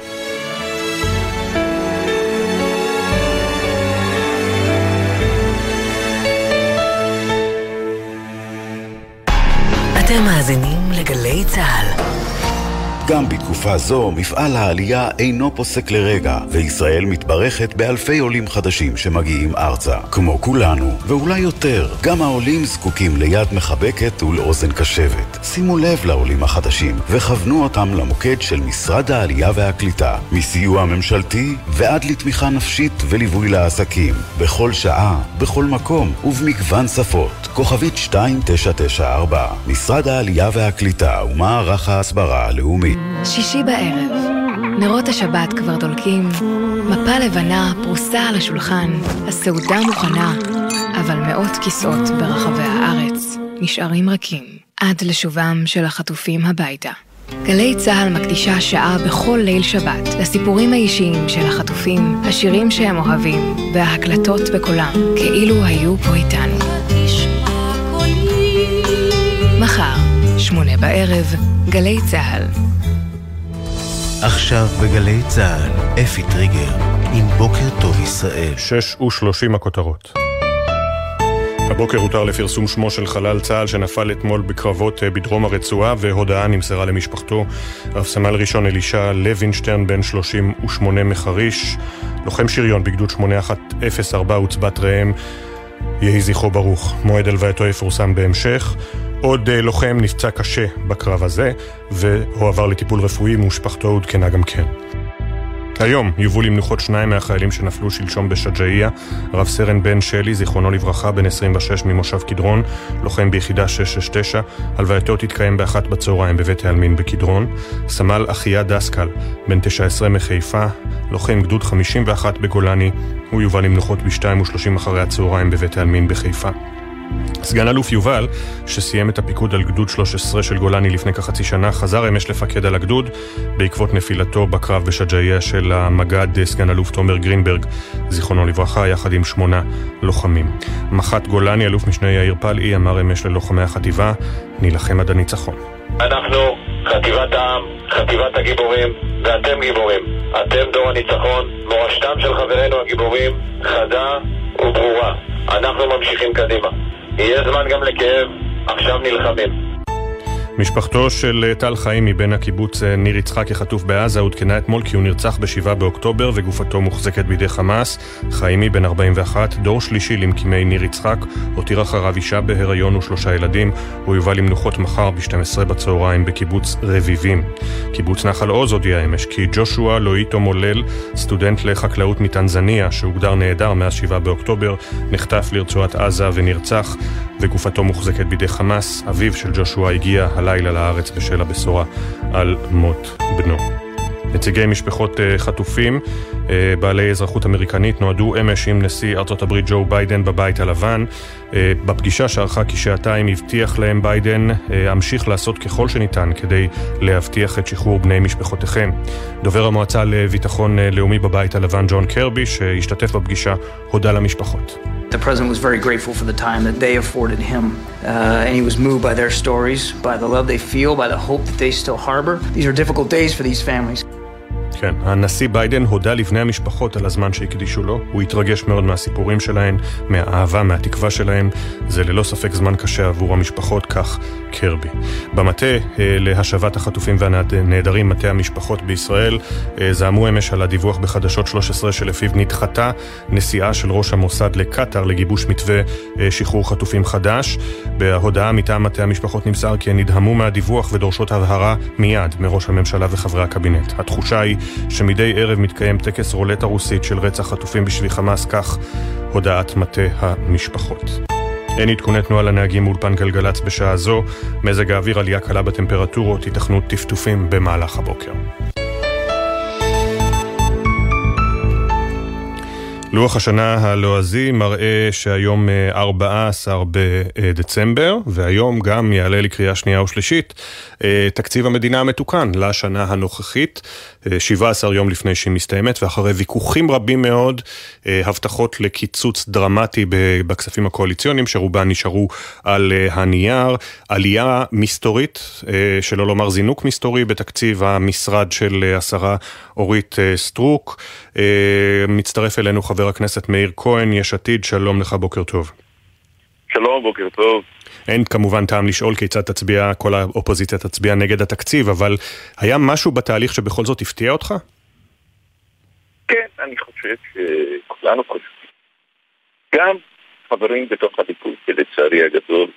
אתם מאזינים לגלי צהל. גם בתקופה זו מפעל העלייה אינו פוסק לרגע, וישראל מתברכת באלפי עולים חדשים שמגיעים ארצה. כמו כולנו, ואולי יותר, גם העולים זקוקים ליד מחבקת ולאוזן קשבת. שימו לב לעולים החדשים, וכוונו אותם למוקד של משרד העלייה והקליטה, מסיוע ממשלתי ועד לתמיכה נפשית וליווי לעסקים, בכל שעה, בכל מקום ובמגוון שפות. כוכבית 2994, משרד העלייה והקליטה ומערך ההסברה הלאומי. שישי בערב, נרות השבת כבר דולקים, מפה לבנה פרוסה על השולחן, הסעודה מוכנה, אבל מאות כיסאות ברחבי הארץ נשארים רכים. עד לשובם של החטופים הביתה. גלי צהל מקדישה שעה בכל ליל שבת לסיפורים האישיים של החטופים, השירים שהם אוהבים וההקלטות בקולם, כאילו היו פה איתנו. מחר, 8 בערב, גלי צהל. עכשיו בגלי צהל, אפי טריגר, עם בוקר טוב ישראל. 6:30 הכותרות. הבוקר הותר לפרסום שמו של חלל צה"ל שנפל אתמול בקרבות בדרום הרצועה, והודעה נמסרה למשפחתו. רב סמל ראשון אלישע לוינשטרן, בן 38 מחריש, לוחם שריון בגדוד 8104 עוצבת ראם, יהי זכרו ברוך. מועד הלווייתו יפורסם בהמשך. עוד לוחם נפצע קשה בקרב הזה והועבר לטיפול רפואי, ומשפחתו עודכנה גם כן. היום יובאו למנוחות 2 מהחיילים שנפלו שלשום בשג'אעיה. רב סרן בן שלי, זיכרונו לברכה, בן 26 ממושב קדרון, לוחם ביחידה 669, הלווייתו תתקיים ב13:00 בבית העלמין בקדרון. סמל אחיה דסקל, בן 19 מחיפה, לוחם גדוד 51 בגולני, הוא יובא למנוחות ב14:30 אחרי הצהריים בבית העלמין בחיפה. סגן אלוף יובל, שסיים את הפיקוד על גדוד 13 של גולני לפני כחצי שנה, חזר אמש לפקד על הגדוד בעקבות נפילתו בקרב בשג'אעיה של המג"ד סגן אלוף תומר גרינברג, זיכרונו לברכה, יחד עם 8 לוחמים. מח"ט גולני, אלוף משנה יאיר פלאי, אמר אמש ללוחמי החטיבה, נילחם עד הניצחון. אנחנו חטיבת העם, חטיבת הגיבורים, ואתם גיבורים. אתם דור הניצחון, מורשתם של חברינו הגיבורים חדה וברורה. אנחנו ממשיכים קדימה. יהיה זמן גם לכאב, עכשיו נלחמים. משפחתו של טל חיימי בן הקיבוץ ניר יצחק החטוף בעזה עודכנה אתמול כי הוא נרצח ב7 באוקטובר וגופתו מוחזקת בידי חמאס. חיימי בן 41, דור שלישי למקימי ניר יצחק, הותיר אחריו אישה בהיריון ו3 ילדים. הוא יובא למנוחות מחר ב12:00 בקיבוץ רביבים. קיבוץ נחל עוז הודיע אמש כי ג'ושוע לואיטו מולל, סטודנט לחקלאות מטנזניה שהוגדר נעדר מאז 7 באוקטובר, נחטף לרצועת עזה ונרצח וגופתו מוחזקת בידי חמאס. אביו של ג'ושוע הגיע הלילה לארץ בשל הבשורה על מות בנו. נציגי משפחות חטופים בעלי אזרחות אמריקנית נועדו אמש עם נשיא ארצות הברית ג'ו ביידן בבית הלבן. בפגישה שערכה כשעתיים הבטיח להם ביידן, אמשיך לעשות ככל שניתן כדי להבטיח את שחרור בני משפחותיכם. דובר המועצה לביטחון לאומי בבית הלבן ג'ון קרבי, שהשתתף בפגישה, הודה למשפחות. The president was very grateful for the time that they afforded him, and he was moved by their stories, by the love they feel, by the hope that they still harbor. These are difficult days for these families. כן, הנשיא ביידן הודה לבני המשפחות על הזמן שהקדישו לו. הוא התרגש מאוד מהסיפורים שלהן, מהאהבה, מהתקווה שלהן. זה ללא ספק זמן קשה עבור המשפחות, כך קרבי. במטה להשבת החטופים והנעדרים, מטה המשפחות בישראל, זעמו אמש על הדיווח בחדשות 13 שלפיו נדחתה נסיעה של ראש המוסד לקטר לגיבוש מתווה שחרור חטופים חדש. בהודעה מטעם מטה המשפחות נמסר כי הן נדהמו מהדיווח ודורשות הבהרה מיד מראש הממשלה וחברי הקבינט. התחושה היא שמדי ערב מתקיים טקס רולטה רוסית של רצח חטופים בשבי חמאס, כך הודעת מטה המשפחות. אין עדכוני תנועה לנהגים מאולפן גלגלץ בשעה זו. מזג האוויר, עלייה קלה בטמפרטורות, התכנות טפטופים במהלך הבוקר. לוח השנה הלועזי מראה שהיום 14 בדצמבר, והיום גם יעלה לקריאה שנייה ושלישית תקציב המדינה המתוקן לשנה הנוכחית, 17 יום לפני שהיא מסתיימת, ואחרי ויכוחים רבים מאוד, הבטחות לקיצוץ דרמטי בכספים הקואליציוניים, שרובן נשארו על הנייר, עלייה מסתורית, שלא לומר זינוק מסתורי, בתקציב המשרד של השרה אורית סטרוק. מצטרף אלינו חבר הכנסת מאיר כהן, יש עתיד, שלום לך, בוקר טוב. שלום, בוקר טוב. אין כמובן טעם לשאול כיצד תצביע, כל האופוזיציה תצביע נגד התקציב, אבל היה משהו בתהליך שבכל זאת הפתיע אותך? כן, אני חושב שכולנו חושבים. גם חברים בתוך הליכוד, שלצערי הגדול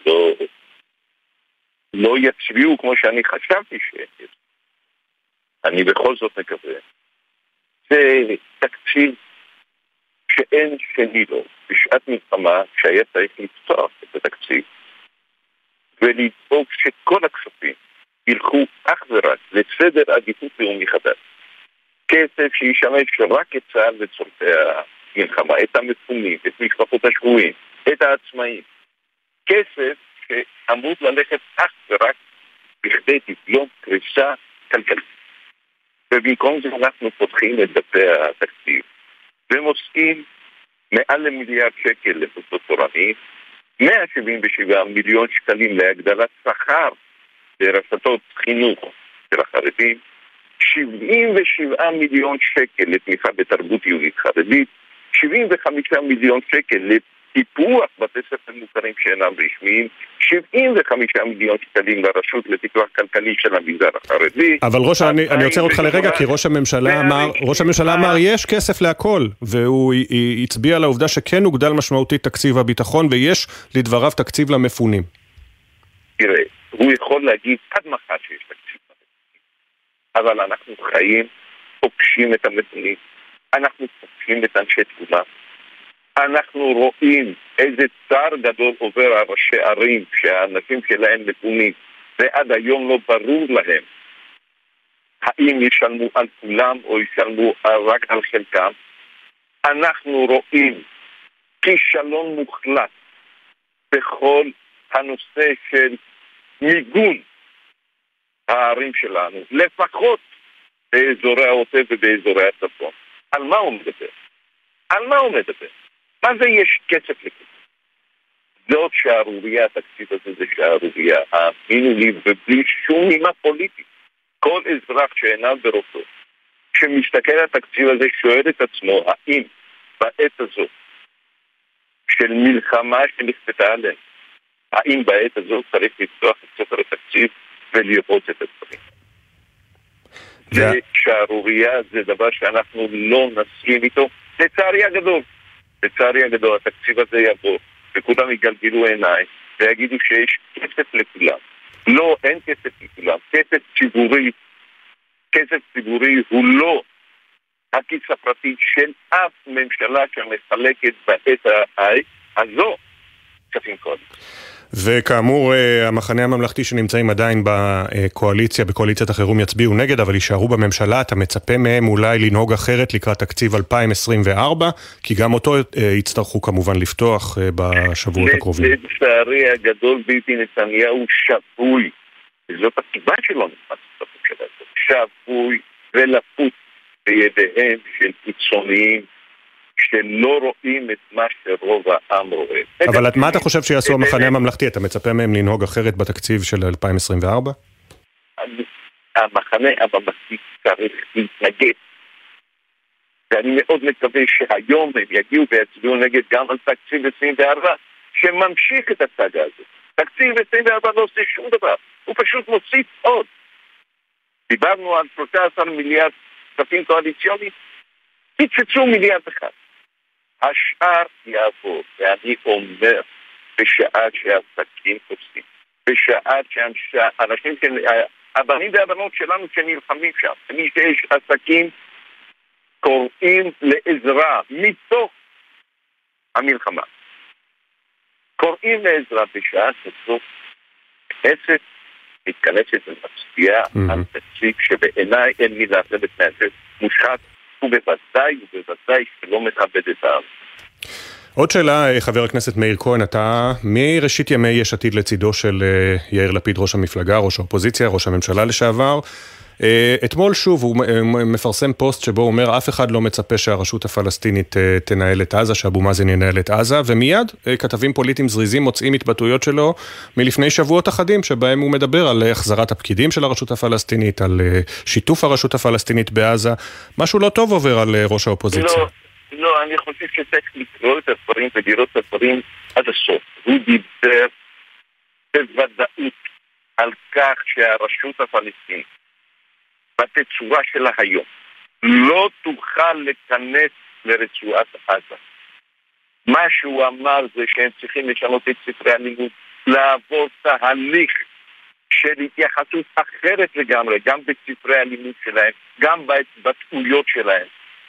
לא יצביעו כמו שאני חשבתי שיצביעו. אני בכל זאת מקווה. זה תקציב שאין שני לו בשעת מלחמה, שהיה צריך לפתוח את התקציב ולדאוג שכל הכספים ילכו אך ורק לסדר עדיפות לאומי חדש. כסף שישמש רק את צה"ל וצורכי המלחמה, את המפונים, את משפחות השבויים, את העצמאים. כסף שאמור ללכת אך ורק בכדי לבלום קריסה כלכלית. ובמקום זה אנחנו פותחים את דפי התקציב ומוסעים מעל למיליארד שקל למוסדות תורניים, 177 מיליון שקלים להגדלת שכר ברשתות חינוך של החרדים, 77 מיליון שקל לתמיכה בתרבות יהודית חרדית, 75 מיליון שקל לטיפוח בתי ספר מוכרים שאינם רשמיים, 75 מיליון שקלים לרשות לפיתוח כלכלי של המגזר החרדי. אבל אני עוצר אותך לרגע, כי ראש הממשלה אמר יש כסף להכל, והוא הצביע על העובדה שכן הוגדל משמעותית תקציב הביטחון, ויש לדבריו תקציב למפונים. תראה, הוא יכול להגיד עד מחר שיש תקציב למפונים, אבל אנחנו חיים, פוגשים את המפונים, אנחנו פוגשים את אנשי תקומה, אנחנו רואים איזה צער גדול עובר על ראשי ערים שהאנשים שלהם מפונים, ועד היום לא ברור להם האם ישלמו על כולם או ישלמו רק על חלקם. אנחנו רואים כישלון מוחלט בכל הנושא של מיגון הערים שלנו, לפחות באזורי העוטף ובאזורי הצפון. על מה הוא מדבר? על מה הוא מדבר? מה זה יש כסף לכסף? זאת שערוריה, התקציב הזה זה שערוריה, האמינו לי, ובלי שום נימה פוליטית. כל אזרח שעיניו בראשו, שמסתכל על התקציב הזה, שואל את עצמו, האם בעת הזו של מלחמה שנכפתה עליהם, האם בעת הזו צריך לפתוח את ספר התקציב ולראות את הדברים? זה שערוריה, זה דבר שאנחנו לא נסכים איתו, לצערי הגדול, התקציב הזה יבוא, וכולם יגלגלו עיניים, ויגידו שיש כסף לכולם. לא, אין כסף לכולם. כסף ציבורי הוא לא הכיס הפרטי של אף ממשלה שמחלקת בעת הזו כספים קודם. וכאמור, המחנה הממלכתי שנמצאים עדיין בקואליציית החירום יצביעו נגד, אבל יישארו בממשלה. אתה מצפה מהם אולי לנהוג אחרת לקראת תקציב 2024, כי גם אותו יצטרכו כמובן לפתוח בשבועות הקרובים. לצערי הגדול ביבי נתניהו שבוי, וזאת הסיבה שלו נכנס לממשלה הזאת, שבוי ולפות בידיהם של קיצוניים, שלא רואים את מה שרוב העם רואה. אבל מה אתה חושב שיעשו המחנה הממלכתי? אתה מצפה מהם לנהוג אחרת בתקציב של 2024? המחנה הממלכתי צריך להתנגד. ואני מאוד מקווה שהיום הם יגיעו ויצביעו נגד גם על תקציב 24, שממשיך את הסאגה הזאת. תקציב 24 לא עושה שום דבר. הוא פשוט מוסיף עוד. דיברנו על 13 מיליארד כספים קואליציוניים, קיצצו מיליארד אחד. השאר יעבור, ואני אומר, בשעה שהעסקים עושים, בשעה שאנשים, הבנים והבנות שלנו שנלחמים שם, מי שיש עסקים קוראים לעזרה מתוך המלחמה. קוראים לעזרה בשעה שזאת כנסת מתכנסת ומצביעה על תקציב שבעיניי אין מילה אחרת מהזה מושחת, ובוודאי שלא מכבד את העם. עוד שאלה, חבר הכנסת מאיר כהן, אתה מראשית ימי יש עתיד לצידו של יאיר לפיד, ראש המפלגה, ראש האופוזיציה, ראש הממשלה לשעבר. אתמול שוב הוא מפרסם פוסט שבו הוא אומר, אף אחד לא מצפה שהרשות הפלסטינית תנהל את עזה, שאבו מאזן ינהל את עזה, ומיד כתבים פוליטיים זריזים מוצאים התבטאויות שלו מלפני שבועות אחדים, שבהם הוא מדבר על החזרת הפקידים של הרשות הפלסטינית, על שיתוף הרשות הפלסטינית בעזה. משהו לא טוב עובר על ראש האופוזיציה. לא, אני חושב שצריך לקרוא את הדברים ולראות את הדברים עד הסוף. הוא דיבר בוודאות על כך שהרשות הפלסטינית בתצורה שלה היום לא תוכל לכנס לרצועת עזה. מה שהוא אמר זה שהם צריכים לשנות את ספרי הלימוד, לעבור תהליך של התייחסות אחרת לגמרי, גם בספרי הלימוד שלהם, גם בהתבטאויות שלהם.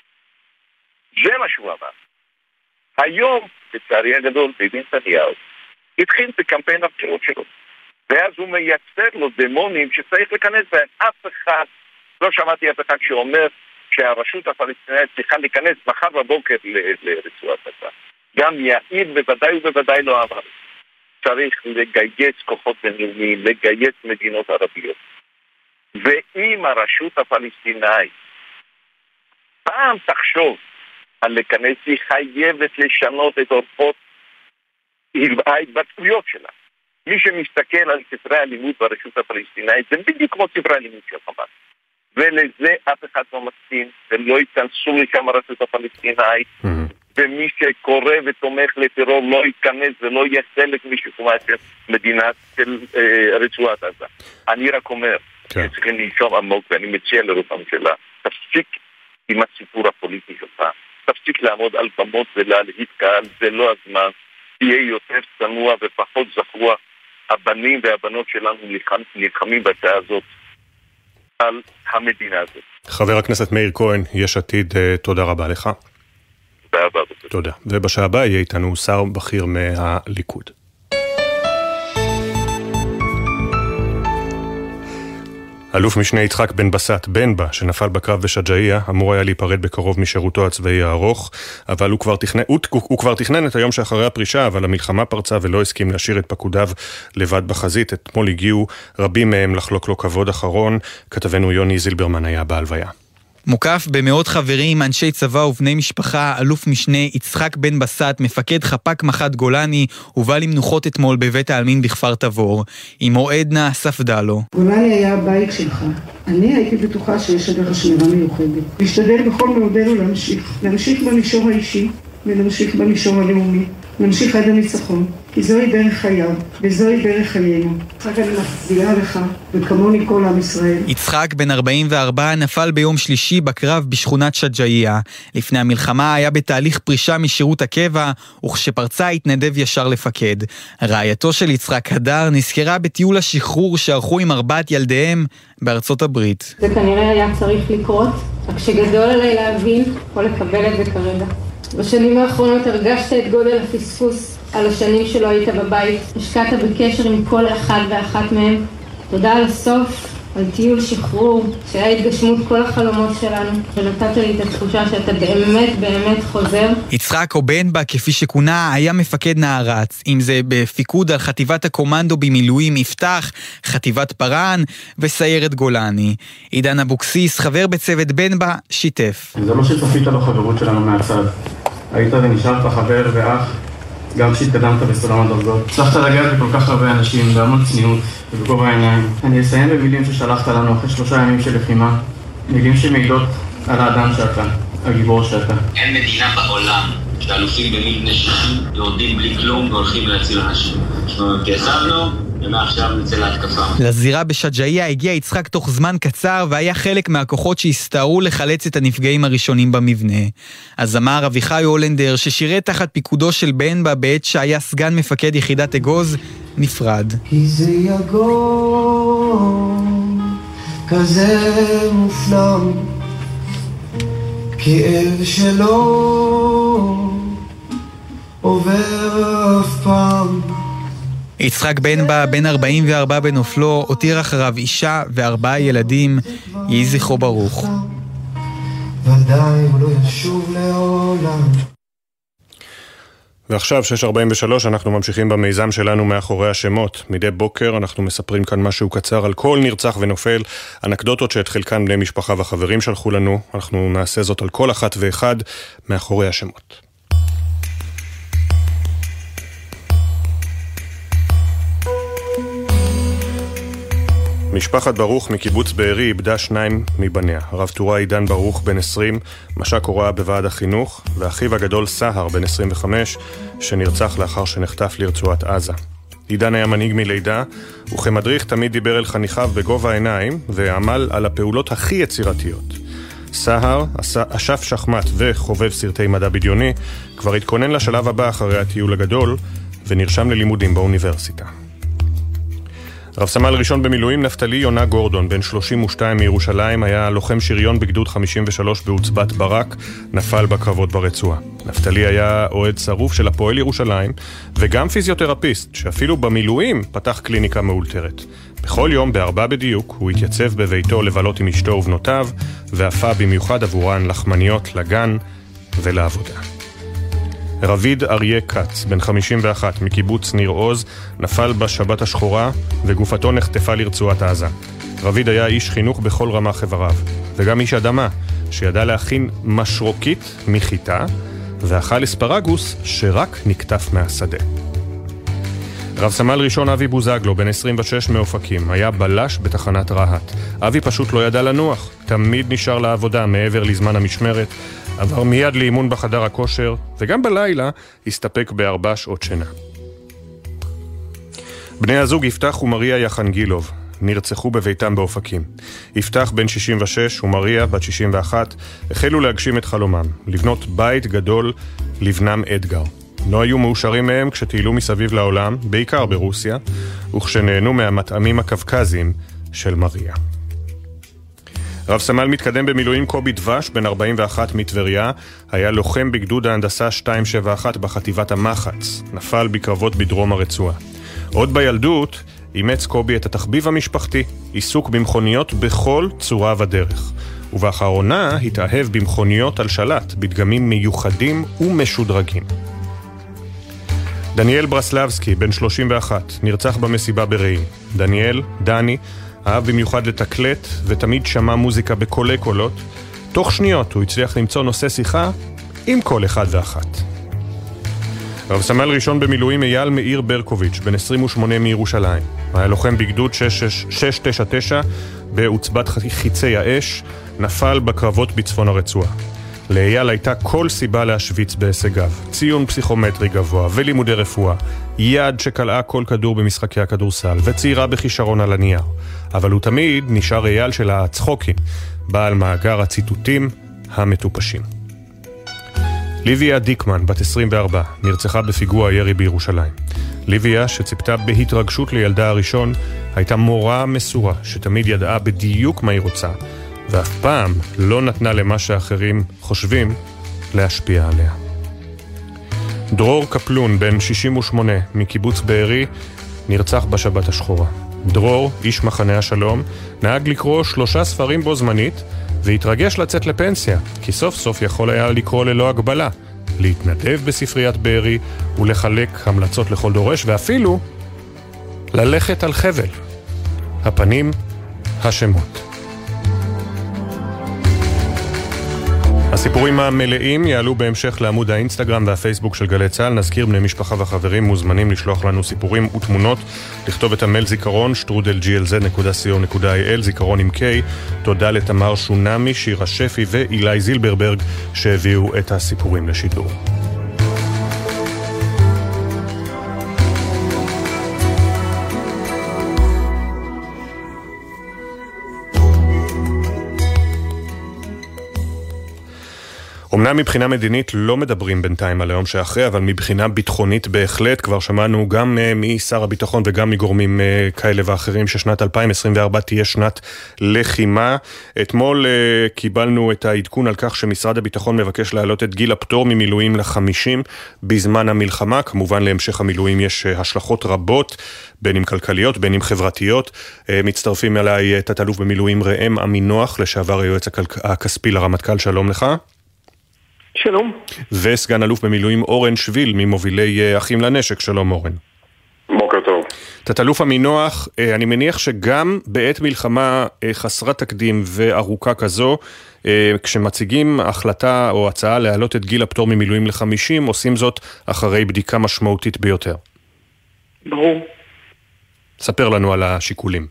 זה מה שהוא אמר. היום, לצערי הגדול, ביבי נתניהו התחיל בקמפיין הבחירות שלו, ואז הוא מייצר לו דמונים שצריך לכנס בהם. אף אחד, לא שמעתי אף אחד שאומר שהרשות הפלסטינית צריכה להיכנס מחר בבוקר לרצועת עזה. גם יאיר בוודאי ובוודאי לא אמר. צריך לגייס כוחות בינלאומיים, לגייס מדינות ערביות. ואם הרשות הפלסטינאית פעם תחשוב על להיכנס, היא חייבת לשנות את אורחות ההתבטאויות שלה. מי שמסתכל על ספרי הלימוד ברשות הפלסטינאית, זה בדיוק כמו ספרי הלימוד של חמאס. ולזה אף אחד לא מסכים, ולא ייכנסו לשם הרשות הפלסטינאית, ומי שקורא ותומך לטרור לא ייכנס ולא יהיה חלק משיקומה של מדינת של רצועת עזה. אני רק אומר, צריכים לישון עמוק, ואני מציע לראש הממשלה, תפסיק עם הסיפור הפוליטי שלך, תפסיק לעמוד על במות ולהלהיט קהל, זה לא הזמן, תהיה יותר צנוע ופחות זכוע. הבנים והבנות שלנו נלחמים בשעה הזאת על המדינה הזאת. חבר הכנסת מאיר כהן, יש עתיד, תודה רבה לך. תודה רבה. תודה. ובשעה הבאה יהיה איתנו שר בכיר מהליכוד. אלוף משנה יצחק בן בסט בנבה, שנפל בקרב בשג'אעיה, אמור היה להיפרד בקרוב משירותו הצבאי הארוך, אבל הוא כבר תכנן את היום שאחרי הפרישה, אבל המלחמה פרצה ולא הסכים להשאיר את פקודיו לבד בחזית. אתמול הגיעו רבים מהם לחלוק לו כבוד אחרון. כתבנו יוני זילברמן היה בהלוויה. מוקף במאות חברים, אנשי צבא ובני משפחה, אלוף משנה יצחק בן בסט, מפקד חפ"ק מח"ט גולני, הובא למנוחות אתמול בבית העלמין בכפר תבור. אמו עדנה ספדה לו. גולני היה הבית שלך. אני הייתי בטוחה שיש עליך שמירה מיוחדת. להשתדל בכל מאודנו להמשיך במישור האישי ולהמשיך במישור הלאומי. נמשיך עד הניצחון, כי זוהי דרך חייו, וזוהי דרך חיינו. יצחק, אני מחזירה לך, וכמוני כל עם ישראל. יצחק, בן 44, נפל ביום שלישי בקרב בשכונת שג'אעיה. לפני המלחמה היה בתהליך פרישה משירות הקבע, וכשפרצה התנדב ישר לפקד. רעייתו של יצחק, הדר, נזכרה בטיול השחרור שערכו עם 4 ילדיהם בארצות הברית. זה כנראה היה צריך לקרות, רק שגדול עליי להבין או לקבל את זה כרגע. בשנים האחרונות הרגשת את גודל הפספוס על השנים שלא היית בבית. השקעת בקשר עם כל אחד ואחת מהם. תודה על הסוף, על טיול שחרור, שהיה התגשמות כל החלומות שלנו, ונתת לי את התחושה שאתה באמת באמת חוזר. יצחק או בנבה, כפי שכונה, היה מפקד נערץ, אם זה בפיקוד על חטיבת הקומנדו במילואים יפתח, חטיבת פרן וסיירת גולני. עידן אבוקסיס, חבר בצוות בנבה, שיתף. זה לא שצפית לו חברות שלנו מהצד. היית ונשארת חבר ואח, גם כשהתקדמת בסולם הדרגות. הצלחת לגעת בכל כך הרבה אנשים, בהמון צניעות ובגובה העיניים. אני אסיים במילים ששלחת לנו אחרי 3 ימים של לחימה. מילים שמעידות על האדם שאתה, הגיבור שאתה. אין מדינה בעולם שאלופים במיל בני 60 יורדים בלי כלום והולכים להציל אנשים. התייסבנו ומעכשיו נצא להתקפה. לזירה בשג'אעיה הגיע יצחק תוך זמן קצר והיה חלק מהכוחות שהסתערו לחלץ את הנפגעים הראשונים במבנה. הזמר אביחי הולנדר, ששירת תחת פיקודו של בנבה בעת שהיה סגן מפקד יחידת אגוז, נפרד. כי זה יגון כזה מופלם, כאב שלא עובר אף פעם. יצחק בנבה, בן 44 בנופלו, הותיר אחריו אישה ו4 ילדים. יהי זכרו ברוך. ודאי הוא לא ישוב לעולם. ועכשיו 6:43 אנחנו ממשיכים במיזם שלנו מאחורי השמות. מדי בוקר אנחנו מספרים כאן משהו קצר על כל נרצח ונופל, אנקדוטות שאת חלקן בני משפחה וחברים שלחו לנו. אנחנו נעשה זאת על כל אחת ואחד מאחורי השמות. משפחת ברוך מקיבוץ בארי איבדה 2 מבניה. הרב תורה עידן ברוך בן 20, מש"ק הוראה בוועד החינוך, ואחיו הגדול סהר בן 25, שנרצח לאחר שנחטף לרצועת עזה. עידן היה מנהיג מלידה, וכמדריך תמיד דיבר אל חניכיו בגובה העיניים, ועמל על הפעולות הכי יצירתיות. סהר, אשף שחמט וחובב סרטי מדע בדיוני, כבר התכונן לשלב הבא אחרי הטיול הגדול, ונרשם ללימודים באוניברסיטה. רב סמל ראשון במילואים נפתלי יונה גורדון, בן 32 מירושלים, היה לוחם שריון בגדוד 53 בעוצבת ברק, נפל בקרבות ברצועה. נפתלי היה אוהד שרוף של הפועל ירושלים, וגם פיזיותרפיסט, שאפילו במילואים פתח קליניקה מאולתרת. בכל יום ב4 בדיוק הוא התייצב בביתו לבלות עם אשתו ובנותיו, ואפה במיוחד עבורן לחמניות לגן ולעבודה. רביד אריה קץ, בן 51, מקיבוץ ניר עוז, נפל בשבת השחורה וגופתו נחטפה לרצועת עזה. רביד היה איש חינוך בכל רמה חבריו, וגם איש אדמה, שידע להכין משרוקית מחיטה, ואכל אספרגוס שרק נקטף מהשדה. רב סמל ראשון אבי בוזגלו, בן 26 מאופקים, היה בלש בתחנת רהט. אבי פשוט לא ידע לנוח, תמיד נשאר לעבודה מעבר לזמן המשמרת, עבר מיד לאימון בחדר הכושר, וגם בלילה הסתפק ב4 שעות שינה. בני הזוג יפתח ומריה יחנגילוב נרצחו בביתם באופקים. יפתח בן 66 ומריה בת 61 החלו להגשים את חלומם, לבנות בית גדול לבנם אדגר. לא היו מאושרים מהם כשטיילו מסביב לעולם, בעיקר ברוסיה, וכשנהנו מהמטעמים הקווקזיים של מריה. רב סמל מתקדם במילואים קובי דבש, בן 41 מטבריה, היה לוחם בגדוד ההנדסה 271 בחטיבת המחץ, נפל בקרבות בדרום הרצועה. עוד בילדות אימץ קובי את התחביב המשפחתי, עיסוק במכוניות בכל צורה ודרך, ובאחרונה התאהב במכוניות על שלט, בדגמים מיוחדים ומשודרגים. דניאל ברסלבסקי, בן 31, נרצח במסיבה ברעים. דניאל, דני, אהב במיוחד לתקלט ותמיד שמע מוזיקה בקולי קולות. תוך שניות הוא הצליח למצוא נושא שיחה עם כל אחד ואחת. רב סמל ראשון במילואים אייל מאיר ברקוביץ', בן 28 מירושלים. היה לוחם בגדוד 699 בעוצבת חיצי האש, נפל בקרבות בצפון הרצועה. לאייל הייתה כל סיבה להשוויץ בהישגיו, ציון פסיכומטרי גבוה ולימודי רפואה, יד שקלעה כל כדור במשחקי הכדורסל וצעירה בכישרון על הנייר. אבל הוא תמיד נשאר אייל של הצחוקים, בעל מאגר הציטוטים המטופשים. ליביה דיקמן, בת 24, נרצחה בפיגוע ירי בירושלים. ליביה, שציפתה בהתרגשות לילדה הראשון, הייתה מורה מסורה שתמיד ידעה בדיוק מה היא רוצה, ואף פעם לא נתנה למה שאחרים חושבים להשפיע עליה. דרור קפלון, בן 68, מקיבוץ בארי, נרצח בשבת השחורה. דרור, איש מחנה השלום, נהג לקרוא 3 ספרים בו זמנית, והתרגש לצאת לפנסיה, כי סוף סוף יכול היה לקרוא ללא הגבלה, להתנדב בספריית בארי ולחלק המלצות לכל דורש, ואפילו ללכת על חבל. הפנים, השמות. הסיפורים המלאים יעלו בהמשך לעמוד האינסטגרם והפייסבוק של גלי צהל. נזכיר, בני משפחה וחברים מוזמנים לשלוח לנו סיפורים ותמונות, לכתוב את המייל זיכרון @glz.co.il, זיכרון עם K. תודה לתמר שונמי, שירה שפי ואילי זילברברג שהביאו את הסיפורים לשידור. אמנם מבחינה מדינית לא מדברים בינתיים על היום שאחרי, אבל מבחינה ביטחונית בהחלט כבר שמענו גם משר הביטחון וגם מגורמים כאלה ואחרים ששנת 2024 תהיה שנת לחימה. אתמול קיבלנו את העדכון על כך שמשרד הביטחון מבקש להעלות את גיל הפטור ממילואים ל50 בזמן המלחמה. כמובן להמשך המילואים יש השלכות רבות, בין אם כלכליות, בין אם חברתיות. מצטרפים אליי תת-אלוף במילואים ראם עמינוח, לשעבר היועץ הכספי לרמטכ"ל. שלום לך. שלום. וסגן אלוף במילואים אורן שביל, ממובילי אחים לנשק. שלום אורן. בוקר טוב. תת-אלוף עמינוח, אני מניח שגם בעת מלחמה חסרת תקדים וארוכה כזו, כשמציגים החלטה או הצעה להעלות את גיל הפטור ממילואים ל50, עושים זאת אחרי בדיקה משמעותית ביותר. ברור. ספר לנו על השיקולים.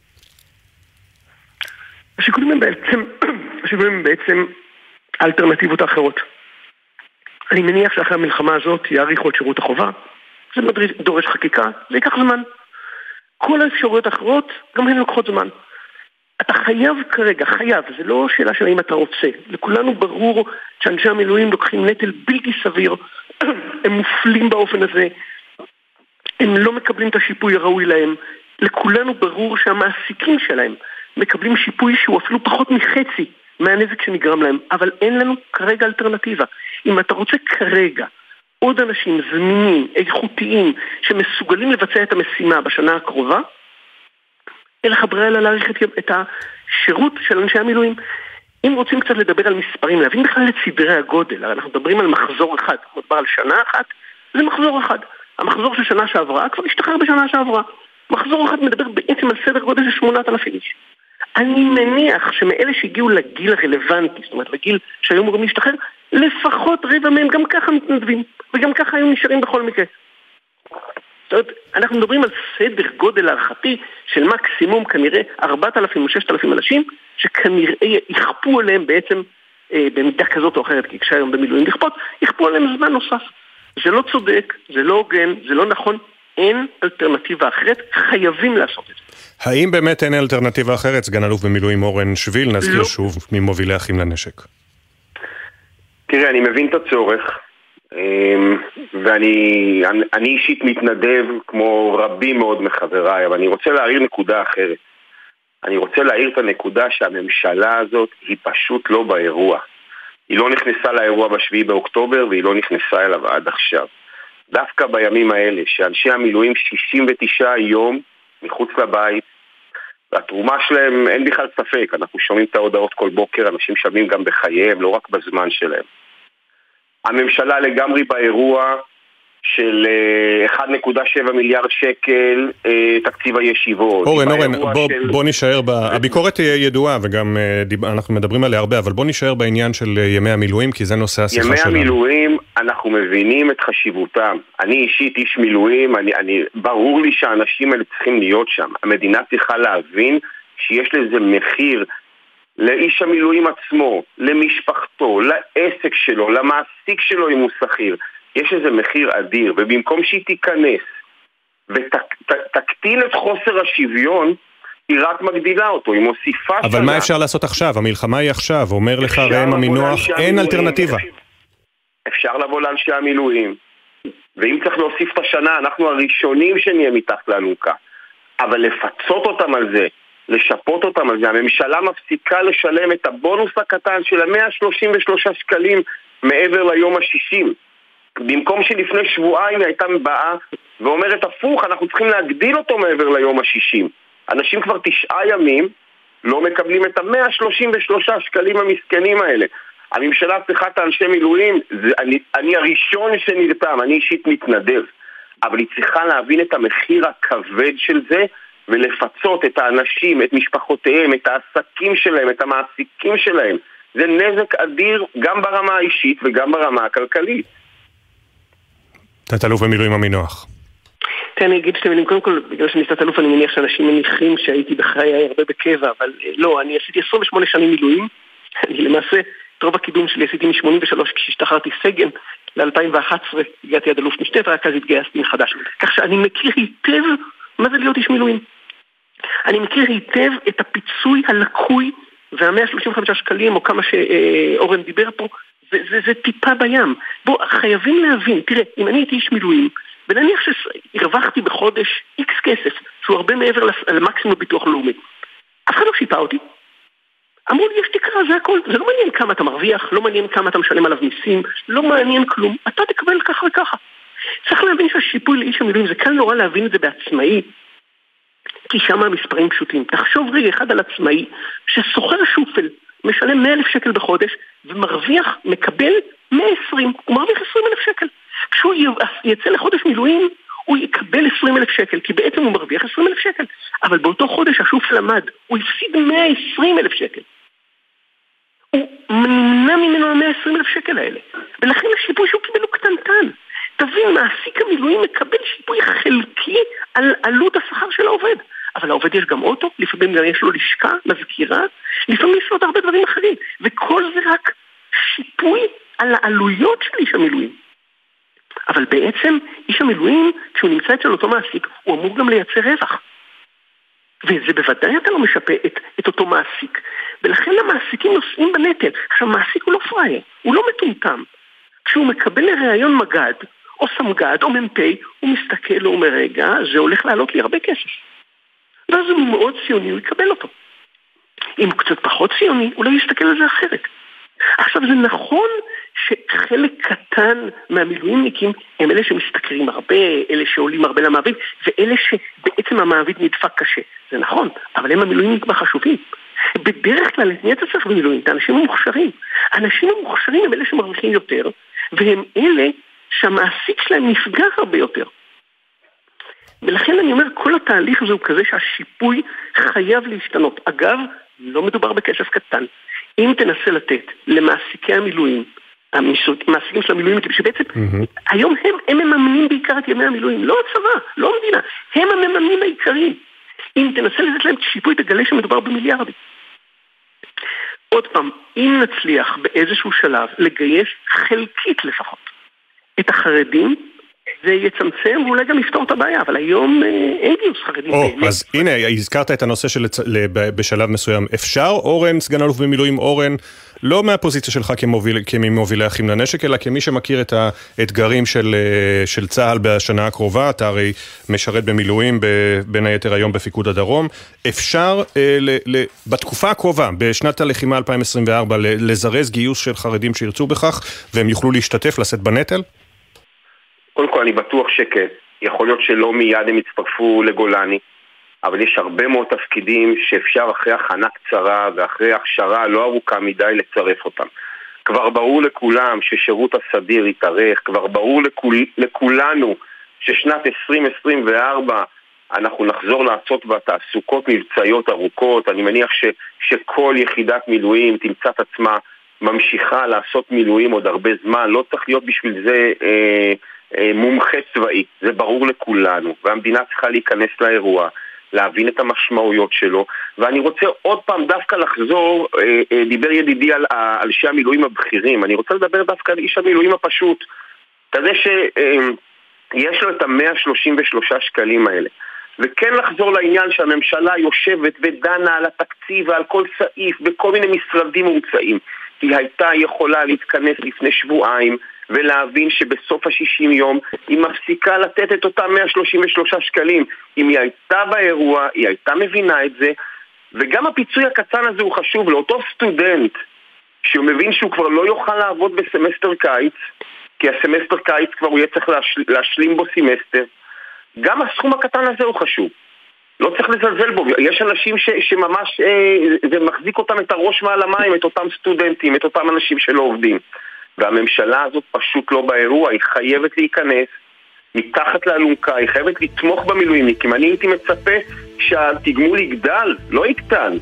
השיקולים הם בעצם האלטרנטיבות האחרות. אני מניח שאחרי המלחמה הזאת יאריכו את שירות החובה, זה דורש חקיקה, זה ייקח זמן. כל האפשרויות האחרות, גם הן לוקחות זמן. אתה חייב כרגע, זה לא שאלה של האם אתה רוצה. לכולנו ברור שאנשי המילואים לוקחים נטל בלתי סביר, הם מופלים באופן הזה, הם לא מקבלים את השיפוי הראוי להם. לכולנו ברור שהמעסיקים שלהם מקבלים שיפוי שהוא אפילו פחות מחצי מהנזק שנגרם להם, אבל אין לנו כרגע אלטרנטיבה. אם אתה רוצה כרגע עוד אנשים זמינים, איכותיים, שמסוגלים לבצע את המשימה בשנה הקרובה, אין לך ברירה אלא להאריך את השירות של אנשי המילואים. אם רוצים קצת לדבר על מספרים, להבין בכלל את סדרי הגודל, אנחנו מדברים על מחזור אחד, מדבר על שנה אחת, זה מחזור אחד. המחזור של שנה שעברה כבר השתחרר בשנה שעברה. מחזור אחד מדבר בעצם על סדר גודל של 8,000 איש. אני מניח שמאלה שהגיעו לגיל הרלוונטי, זאת אומרת לגיל שהיו אמורים להשתחרר, לפחות רבע מהם גם ככה מתנדבים, וגם ככה היו נשארים בכל מקרה. זאת אומרת, אנחנו מדברים על סדר גודל הערכתי של מקסימום כנראה 4,000 או 6,000 אנשים, שכנראה יכפו עליהם בעצם במידה כזאת או אחרת, כי כשהיום במילואים לכפות, יכפו עליהם זמן נוסף. זה לא צודק, זה לא הוגן, זה לא נכון, אין אלטרנטיבה אחרת, חייבים לעשות את זה. האם באמת אין אלטרנטיבה אחרת? סגן אלוף במילואים אורן שביל, נזכיר שוב ממובילי אחים לנשק. תראה, אני מבין את הצורך, ואני אישית מתנדב כמו רבים מאוד מחבריי, אבל אני רוצה להעיר נקודה אחרת. אני רוצה להעיר את הנקודה שהממשלה הזאת היא פשוט לא באירוע. היא לא נכנסה לאירוע ב7 באוקטובר והיא לא נכנסה אליו עד עכשיו. דווקא בימים האלה שאנשי המילואים 69 יום מחוץ לבית, והתרומה שלהם אין בכלל ספק, אנחנו שומעים את ההודעות כל בוקר, אנשים שווים גם בחייהם, לא רק בזמן שלהם. הממשלה לגמרי באירוע של 1.7 מיליארד שקל תקציב הישיבות. אורן, בוא נשאר, הביקורת היא ידועה וגם אנחנו מדברים עליה הרבה, אבל בוא נשאר בעניין של ימי המילואים, כי זה נושא השיחה שלנו. ימי המילואים, אנחנו מבינים את חשיבותם. אני אישית איש מילואים, ברור לי שהאנשים האלה צריכים להיות שם. המדינה צריכה להבין שיש לזה מחיר לאיש המילואים עצמו, למשפחתו, לעסק שלו, למעסיק שלו אם הוא שכיר. יש איזה מחיר אדיר, ובמקום שהיא תיכנס ותקטין את חוסר השוויון, היא רק מגדילה אותו, היא מוסיפה שנה. אבל מה אפשר לעשות עכשיו? המלחמה היא עכשיו, אומר לך ראם המינוח, אין אלטרנטיבה. אפשר לבוא לאנשי המילואים, ואם צריך להוסיף את השנה, אנחנו הראשונים שנהיה מתחת לאלונקה. אבל לפצות אותם על זה, לשפות אותם על זה, הממשלה מפסיקה לשלם את הבונוס הקטן של 133 שקלים מעבר ליום ה-60. במקום שלפני שבועיים היא הייתה באה ואומרת הפוך, אנחנו צריכים להגדיל אותו מעבר ליום ה-60. אנשים כבר 9 ימים לא מקבלים את 133 שקלים המסכנים האלה. הממשלה צריכה את האנשי מילואים, אני הראשון שנרתם, אני אישית מתנדב, אבל היא צריכה להבין את המחיר הכבד של זה ולפצות את האנשים, את משפחותיהם, את העסקים שלהם, את המעסיקים שלהם. זה נזק אדיר גם ברמה האישית וגם ברמה הכלכלית. תת-אלוף במילואים המינוח. אני אגיד שתי מילים, קודם כל, בגלל שאני תת-אלוף אני מניח שאנשים מניחים שהייתי בחיי הרבה בקבע, אבל לא, אני עשיתי 28 שנים מילואים, אני למעשה, את רוב הקידום שלי עשיתי מ-83 כשהשתחררתי סגן, ל-2011 הגעתי עד אלוף משנה, ורק אז התגייסתי מחדש. כך שאני מכיר היטב מה זה להיות איש מילואים. אני מכיר היטב את הפיצוי הלקוי, וה-135 שקלים, או כמה שאורן דיבר פה, זה טיפה בים. בוא, חייבים להבין, תראה, אם אני הייתי איש מילואים, ונניח שהרווחתי בחודש X כסף, שהוא הרבה מעבר למקסימום ביטוח לאומי, אף אחד לא שיפה אותי. אמרו לי, יש תקרה, זה הכל. זה לא מעניין כמה אתה מרוויח, לא מעניין כמה אתה משלם עליו מיסים, לא מעניין כלום. אתה תקבל ככה וככה. צריך להבין שהשיפוי לאיש המילואים, זה קל נורא להבין את זה בעצמאי, כי שם המספרים פשוטים. תחשוב רגע אחד על עצמאי, שסוחר שופל, משלם 100,000 שקל בחודש, ומרוויח, מקבל 120, הוא מרוויח 20,000 שקל. כשהוא יצא לחודש מילואים, הוא יקבל 20,000 שקל, כי בעצם הוא מרוויח 20,000 שקל. אבל באותו חודש השופל למד, הוא הפסיד 120,000 שקל. הוא נמנע ממנו 120,000 שקל האלה. ולכן השיפוי שהוא קיבל הוא קטנטן. תבין, מעסיק המילואים מקבל שיפוי חלקי על עלות השכר של העובד. אבל לעובד יש גם אוטו, לפעמים גם יש לו לשכה, מזכירה, לפעמים יש לו עוד הרבה דברים אחרים. וכל זה רק שיפוי על העלויות של איש המילואים. אבל בעצם איש המילואים, כשהוא נמצא אצל אותו מעסיק, הוא אמור גם לייצר רווח. וזה בוודאי אתה לא משפה את אותו מעסיק. ולכן המעסיקים נושאים בנטל. עכשיו, מעסיק הוא לא פראייר, הוא לא מטומטם. כשהוא מקבל לראיון מגד, או סמגד, או ממפי, הוא מסתכל ואומר, רגע, זה הולך לעלות לי הרבה כסף. ואז הוא מאוד ציוני, הוא יקבל אותו. אם הוא קצת פחות ציוני, הוא לא יסתכל על זה אחרת. עכשיו, זה נכון שחלק קטן מהמילואימניקים הם אלה שמשתכרים הרבה, אלה שעולים הרבה למעביד, ואלה שבעצם המעביד נדפק קשה. זה נכון, אבל הם המילואימניקים החשובים. בדרך כלל את מי אתה צריך במילואים? את האנשים המוכשרים. האנשים המוכשרים הם אלה שמרוויחים יותר, והם אלה שהמעסיק שלהם נפגע הרבה יותר. ולכן אני אומר, כל התהליך הזה הוא כזה שהשיפוי חייב להשתנות. אגב, לא מדובר בכסף קטן. אם תנסה לתת למעסיקי המילואים, המעסיקים של המילואים, שבעצם היום הם מממנים בעיקר את ימי המילואים, לא הצבא, לא המדינה, הם המממנים העיקריים. אם תנסה לתת להם שיפוי, תגלה שמדובר במיליארדים. עוד פעם, אם נצליח באיזשהו שלב לגייס חלקית לפחות את החרדים, זה יצמצם ואולי גם יפתור את הבעיה, אבל היום אין גיוס חרדים. אז הנה, הזכרת את הנושא בשלב מסוים. אפשר, אורן, סגן אלוף במילואים אורן, לא מהפוזיציה שלך כמובילי אחים לנשק, אלא כמי שמכיר את האתגרים של צה"ל בשנה הקרובה, אתה הרי משרת במילואים בין היתר היום בפיקוד הדרום, אפשר בתקופה הקרובה, בשנת הלחימה 2024, לזרז גיוס של חרדים שירצו בכך, והם יוכלו להשתתף, לשאת בנטל? קודם כל אני בטוח שכן, יכול להיות שלא מיד הם יצטרפו לגולני, אבל יש הרבה מאוד תפקידים שאפשר אחרי הכנה קצרה ואחרי הכשרה לא ארוכה מדי לצרף אותם. כבר ברור לכולם ששירות הסדיר יתארך, כבר ברור לכולנו ששנת 2024 אנחנו נחזור לעשות בתעסוקות מבצעיות ארוכות. אני מניח שכל יחידת מילואים תמצא את עצמה ממשיכה לעשות מילואים עוד הרבה זמן, לא צריך להיות בשביל זה מומחה צבאי, זה ברור לכולנו, והמדינה צריכה להיכנס לאירוע, להבין את המשמעויות שלו, ואני רוצה עוד פעם דווקא לחזור, דיבר ידידי על אישי המילואים הבכירים, אני רוצה לדבר דווקא על איש המילואים הפשוט, כזה שיש לו את ה-133 שקלים האלה, וכן לחזור לעניין שהממשלה יושבת ודנה על התקציב ועל כל סעיף בכל מיני משרדים מומצאים, היא הייתה יכולה להתכנס לפני שבועיים ולהבין שבסוף ה-60 יום היא מפסיקה לתת את אותם 133 שקלים. אם היא הייתה באירוע, היא הייתה מבינה את זה, וגם הפיצוי הקטן הזה הוא חשוב לאותו סטודנט שהוא מבין שהוא כבר לא יוכל לעבוד בסמסטר קיץ, כי הסמסטר קיץ כבר הוא יהיה צריך להשלים בו סמסטר. גם הסכום הקטן הזה הוא חשוב, לא צריך לזלזל בו. יש אנשים שממש זה מחזיק אותם את הראש מעל המים, את אותם סטודנטים, את אותם אנשים שלא עובדים, והממשלה הזאת פשוט לא באירוע. היא חייבת להיכנס מתחת לאלונקה, היא חייבת לתמוך במילואימניקים. אני הייתי מצפה שהתגמול יגדל, לא יקטן.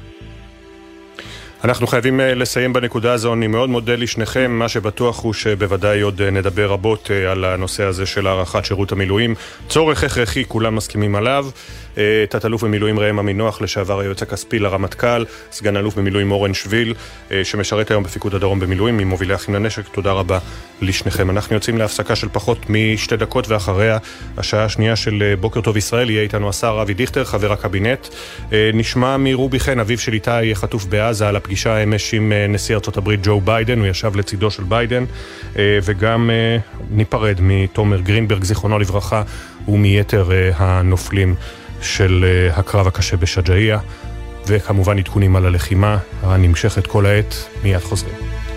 אנחנו חייבים לסיים בנקודה הזו. אני מאוד מודה לשניכם. מה שבטוח הוא שבוודאי עוד נדבר רבות על הנושא הזה של הארכת שירות המילואים. צורך הכרחי, כולם מסכימים עליו. תת-אלוף במילואים ראם עמינוח, לשעבר היועץ הכספי לרמטכ"ל, סגן אלוף במילואים אורן שביל, שמשרת היום בפיקוד הדרום במילואים, ממובילי אחים לנשק. תודה רבה לשניכם. אנחנו יוצאים להפסקה של פחות משתי דקות, ואחריה השעה השנייה של בוקר טוב ישראל. יהיה איתנו השר אבי דיכטר, חבר הקבינט. נשמע מרובי חן, אביו של איתי, חטוף בעזה, על הפגישה אמש עם נשיא ארצות הברית ג'ו ביידן. הוא ישב לצידו של ביידן, וגם ניפרד מתומר גרינברג, זיכרונו לברכה, ומיתר הנופלים של הקרב הקשה בשג'אעיה, וכמובן עדכונים על הלחימה הנמשכת כל העת. מיד חוזרים.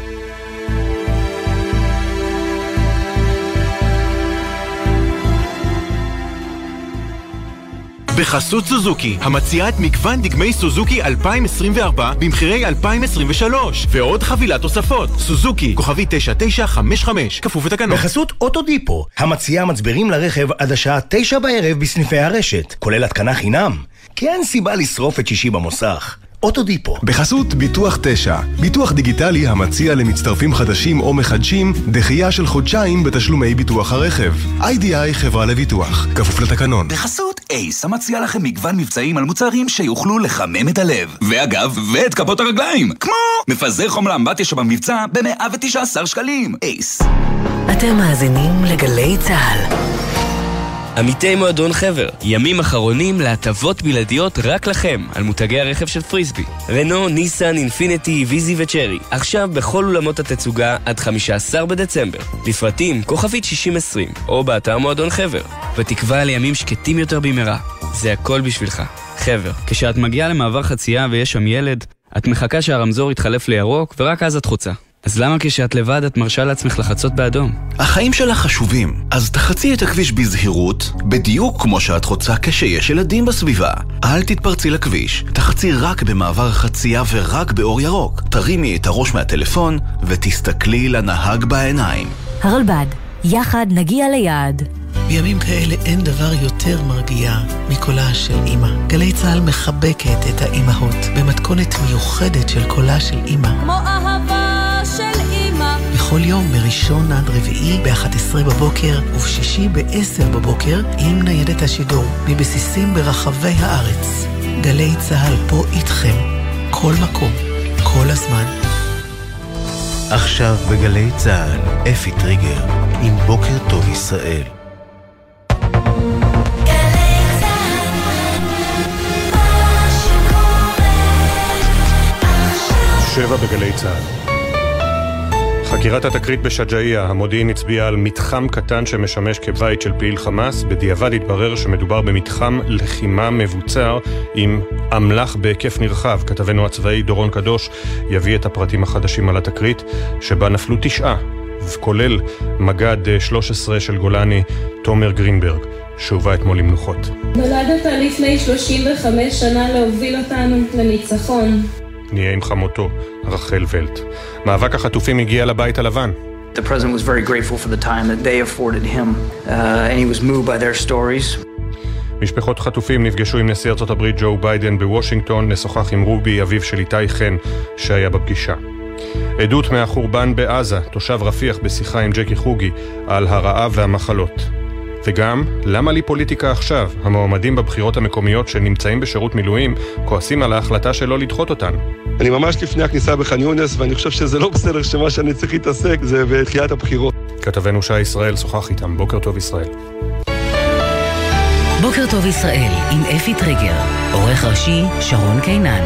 בחסות סוזוקי, המציעה את מגוון דגמי סוזוקי 2024 במחירי 2023 ועוד חבילת תוספות. סוזוקי, כוכבי 9955, כפוף לתקנון. בחסות אוטודיפו, המציעה מצברים לרכב עד השעה 9 בערב בסניפי הרשת, כולל התקנה חינם, כי אין סיבה לשרוף את שישי במוסך. אוטודיפו. בחסות ביטוח 9, ביטוח דיגיטלי המציע למצטרפים חדשים או מחדשים דחייה של חודשיים בתשלומי ביטוח הרכב. איי-די-איי חברה לביטוח, כפוף לתקנון. בחסות אייס, המציע לכם מגוון מבצעים על מוצרים שיוכלו לחמם את הלב. ואגב, ואת כפות הרגליים, כמו מפזר חומר אמבטיה שבמבצע ב-119 שקלים. אייס. אתם מאזינים לגלי צהל. עמיתי מועדון חבר, ימים אחרונים להטבות בלעדיות רק לכם על מותגי הרכב של פריסבי. רנו, ניסן, אינפיניטי, ויזי וצ'רי. עכשיו בכל אולמות התצוגה עד 15 בדצמבר. לפרטים כוכבית 6020 או באתר מועדון חבר. ותקווה לימים שקטים יותר במהרה. זה הכל בשבילך. חבר. כשאת מגיעה למעבר חצייה ויש שם ילד, את מחכה שהרמזור יתחלף לירוק ורק אז את חוצה. אז למה כשאת לבד את מרשה לעצמך לחצות באדום? החיים שלך חשובים, אז תחצי את הכביש בזהירות, בדיוק כמו שאת חוצה כשיש ילדים בסביבה. אל תתפרצי לכביש, תחצי רק במעבר חצייה ורק באור ירוק. תרימי את הראש מהטלפון ותסתכלי לנהג בעיניים. הרלב"ד, יחד נגיע ליעד. בימים כאלה אין דבר יותר מרגיע מקולה של אמא. גלי צהל מחבקת את האמהות במתכונת מיוחדת של קולה של אמא. כמו אהבה של אמא. בכל יום מראשון עד רביעי ב-11 בבוקר ובשישי ב-10 בבוקר עם ניידת השידור מבסיסים ברחבי הארץ. גלי צהל פה איתכם, כל מקום, כל הזמן. עכשיו בגלי צהל, אפי טריגר עם בוקר טוב ישראל. 7 בגלי צהל. חקירת התקרית בשג'אעיה, המודיעין הצביע על מתחם קטן שמשמש כבית של פעיל חמאס. בדיעבד התברר שמדובר במתחם לחימה מבוצר עם אמל"ח בהיקף נרחב. כתבנו הצבאי דורון קדוש יביא את הפרטים החדשים על התקרית, שבה נפלו 9, וכולל מג"ד 13 של גולני תומר גרינברג, שהובא אתמול למנוחות. נולדת לפני 35 שנה להוביל אותנו לניצחון. נהיה עם חמותו, רחל ולט. מאבק החטופים הגיע לבית הלבן. The president was very grateful for the time that they afforded him, and he was moved by their stories. משפחות חטופים נפגשו עם נשיא ארצות הברית ג'ו ביידן בוושינגטון, לשוחח עם רובי, אביו של איתי חן, שהיה בפגישה. עדות מהחורבן בעזה, תושב רפיח בשיחה עם ג'קי חוגי, על הרעב והמחלות. וגם, למה לי פוליטיקה עכשיו? המועמדים בבחירות המקומיות שנמצאים בשירות מילואים כועסים על ההחלטה שלא לדחות אותן. אני ממש לפני הכניסה בח'אן יונס, ואני חושב שזה לא בסדר שמה שאני צריך להתעסק זה בתחילת הבחירות. כתבנו שי ישראל שוחח איתם. בוקר טוב ישראל. בוקר טוב ישראל עם אפי טריגר, עורך ראשי שרון קינן.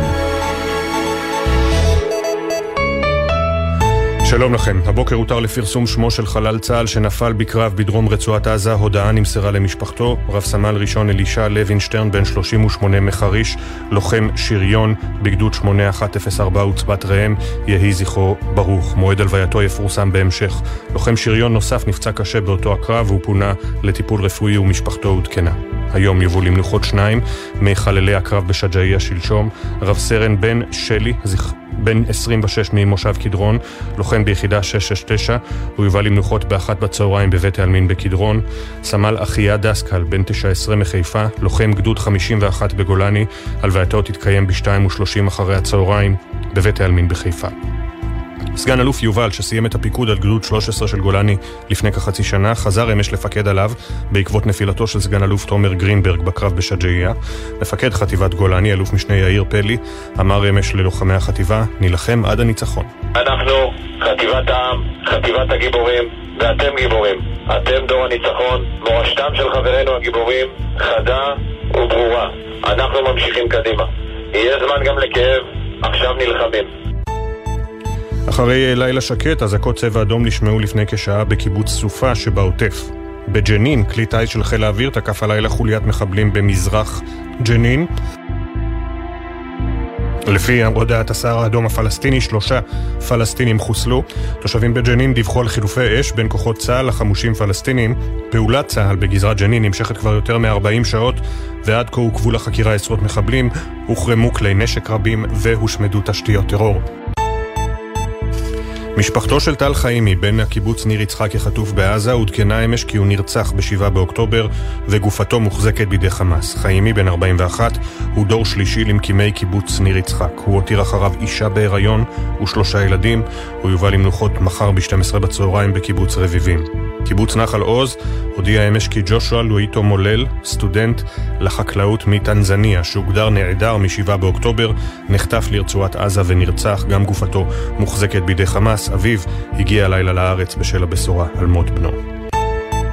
שלום לכם. הבוקר הותר לפרסום שמו של חלל צה"ל שנפל בקרב בדרום רצועת עזה. הודעה נמסרה למשפחתו. רב סמל ראשון אלישע לוינשטרן, בן 38 מחריש, לוחם שריון בגדוד 8104 עוצבת ראם, יהי זכרו ברוך. מועד הלווייתו יפורסם בהמשך. לוחם שריון נוסף נפצע קשה באותו הקרב והוא פונה לטיפול רפואי ומשפחתו עודכנה. היום יובאו למנוחות 2 מחללי הקרב בשג'אעיה שלשום. רב סרן בן שלי, בן 26 ממושב קדרון, לוחם ביחידה 669, הוא יובא למנוחות ב1 בצהריים בבית העלמין בקדרון. סמל אחיה דסקל, בן 19 מחיפה, לוחם גדוד 51 בגולני, הלווייתו תתקיים ב2:30 אחרי הצהריים בבית העלמין בחיפה. סגן אלוף יובל, שסיים את הפיקוד על גדוד 13 של גולני לפני כחצי שנה, חזר אמש לפקד עליו בעקבות נפילתו של סגן אלוף תומר גרינברג בקרב בשג'אעיה. מפקד חטיבת גולני, אלוף משנה יאיר פלי, אמר אמש ללוחמי החטיבה, נילחם עד הניצחון. אנחנו חטיבת העם, חטיבת הגיבורים, ואתם גיבורים. אתם דור הניצחון, מורשתם של חברינו הגיבורים חדה וברורה. אנחנו ממשיכים קדימה. יהיה זמן גם לכאב, עכשיו נלחמים. אחרי לילה שקט, אזעקות צבע אדום נשמעו לפני כשעה בקיבוץ סופה שבעוטף. בג'נין, כלי טיס של חיל האוויר תקף הלילה חוליית מחבלים במזרח ג'נין. לפי הודעת הסהר האדום הפלסטיני, 3 פלסטינים חוסלו. תושבים בג'נין דיווחו על חילופי אש בין כוחות צה"ל לחמושים פלסטינים. פעולת צה"ל בגזרת ג'נין נמשכת כבר יותר מ-40 שעות, ועד כה עוכבו לחקירה עשרות מחבלים, הוחרמו כלי נשק רבים והושמדו תשתיות טרור. משפחתו של טל חיימי, בן הקיבוץ ניר יצחק החטוף בעזה, עודכנה אמש כי הוא נרצח ב7 באוקטובר וגופתו מוחזקת בידי חמאס. חיימי, בן 41, הוא דור שלישי למקימי קיבוץ ניר יצחק. הוא הותיר אחריו אישה בהיריון ו3 ילדים. הוא יובא למנוחות מחר ב12 בצהריים בקיבוץ רביבים. קיבוץ נחל עוז הודיע אמש כי ג'ושוע לואיטו מולל, סטודנט לחקלאות מטנזניה שהוגדר נעדר מ7 באוקטובר, נחטף לרצועת עזה ונרצח. גם גופתו מוחזקת בידי חמאס. אביו הגיע לילה לארץ בשל הבשורה על מות בנו.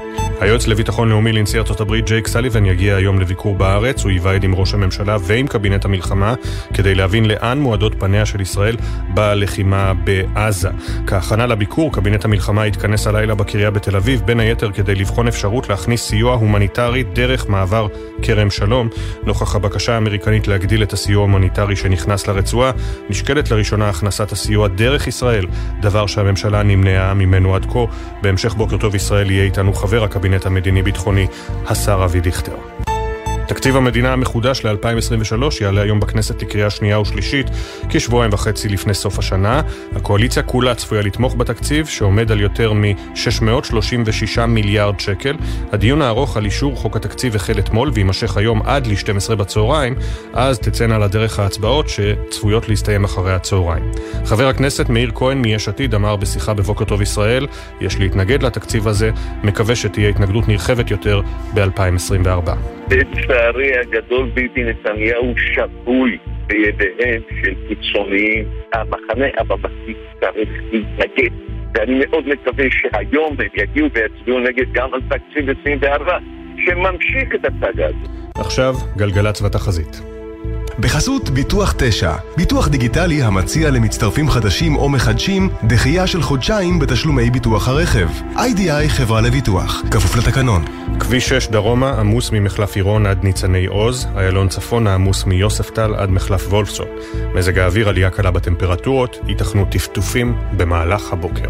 היועץ לביטחון לאומי לנשיא ארצות הברית ג'ייק סליבן יגיע היום לביקור בארץ. הוא ייוועד עם ראש הממשלה ועם קבינט המלחמה כדי להבין לאן מועדות פניה של ישראל בלחימה בעזה. כהכנה לביקור, קבינט המלחמה התכנס הלילה בקריה בתל אביב, בין היתר כדי לבחון אפשרות להכניס סיוע הומניטרי דרך מעבר כרם שלום. נוכח הבקשה האמריקנית להגדיל את הסיוע ההומניטרי שנכנס לרצועה, נשקלת לראשונה הכנסת הסיוע דרך ישראל, דבר שהממשלה נמנעה ממנו עד כה. בהמשך בוקר טוב ישראל יהיה איתנו חבר הקבינט המדיני-ביטחוני, השר אבי דיכטר. תקציב המדינה המחודש ל-2023 יעלה היום בכנסת לקריאה שנייה ושלישית, כשבועיים וחצי לפני סוף השנה. הקואליציה כולה צפויה לתמוך בתקציב, שעומד על יותר מ-636 מיליארד שקל. הדיון הארוך על אישור חוק התקציב החל אתמול וימשך היום עד ל-12 בצהריים, אז תצאנה לדרך ההצבעות שצפויות להסתיים אחרי הצהריים. חבר הכנסת מאיר כהן מיש עתיד אמר בשיחה בבוקר טוב ישראל, יש להתנגד לתקציב הזה, מקווה שתהיה התנגדות נרחבת יותר ב-2024. לצערי הגדול ביבי נתניהו שבוי בידיהם של קיצוניים. המחנה הבבתי צריך להתנגד, ואני מאוד מקווה שהיום הם יגיעו ויצביעו נגד גם על תקציב 24 שממשיך את הצגה הזאת. עכשיו גלגלצ ותחזית. בחסות ביטוח 9, ביטוח דיגיטלי המציע למצטרפים חדשים או מחדשים דחייה של חודשיים בתשלומי ביטוח הרכב. IDI חברה לביטוח, כפוף לתקנון. כביש 6 דרומה עמוס ממחלף עירון עד ניצני עוז, איילון צפון עמוס מיוספטל עד מחלף וולפסון. מזג האוויר עלייה קלה בטמפרטורות, ייתכנו טפטופים במהלך הבוקר.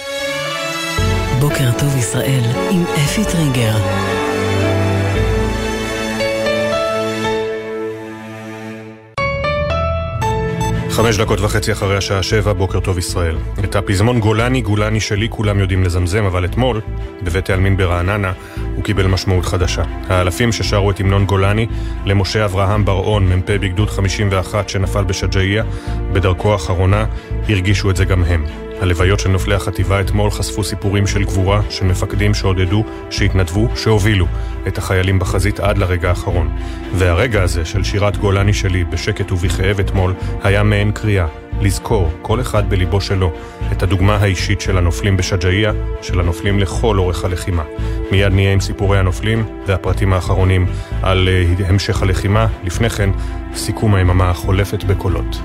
בוקר טוב ישראל עם אפי טריגר. 5:30 אחרי השעה 7, בוקר טוב ישראל. את הפזמון גולני, גולני שלי, כולם יודעים לזמזם, אבל אתמול, בבית העלמין ברעננה, הוא קיבל משמעות חדשה. האלפים ששרו את המנון גולני למשה אברהם בר-און, מ"פ בגדוד 51 שנפל בשג'אעיה, בדרכו האחרונה, הרגישו את זה גם הם. הלוויות של נופלי החטיבה אתמול חשפו סיפורים של גבורה, של מפקדים שעודדו, שהתנדבו, שהובילו את החיילים בחזית עד לרגע האחרון. והרגע הזה של שירת גולני שלי בשקט ובכאב אתמול היה מעין קריאה, לזכור כל אחד בליבו שלו את הדוגמה האישית של הנופלים בשג'אעיה, של הנופלים לכל אורך הלחימה. מיד נהיה עם סיפורי הנופלים והפרטים האחרונים על המשך הלחימה. לפני כן, סיכום היממה החולפת בקולות.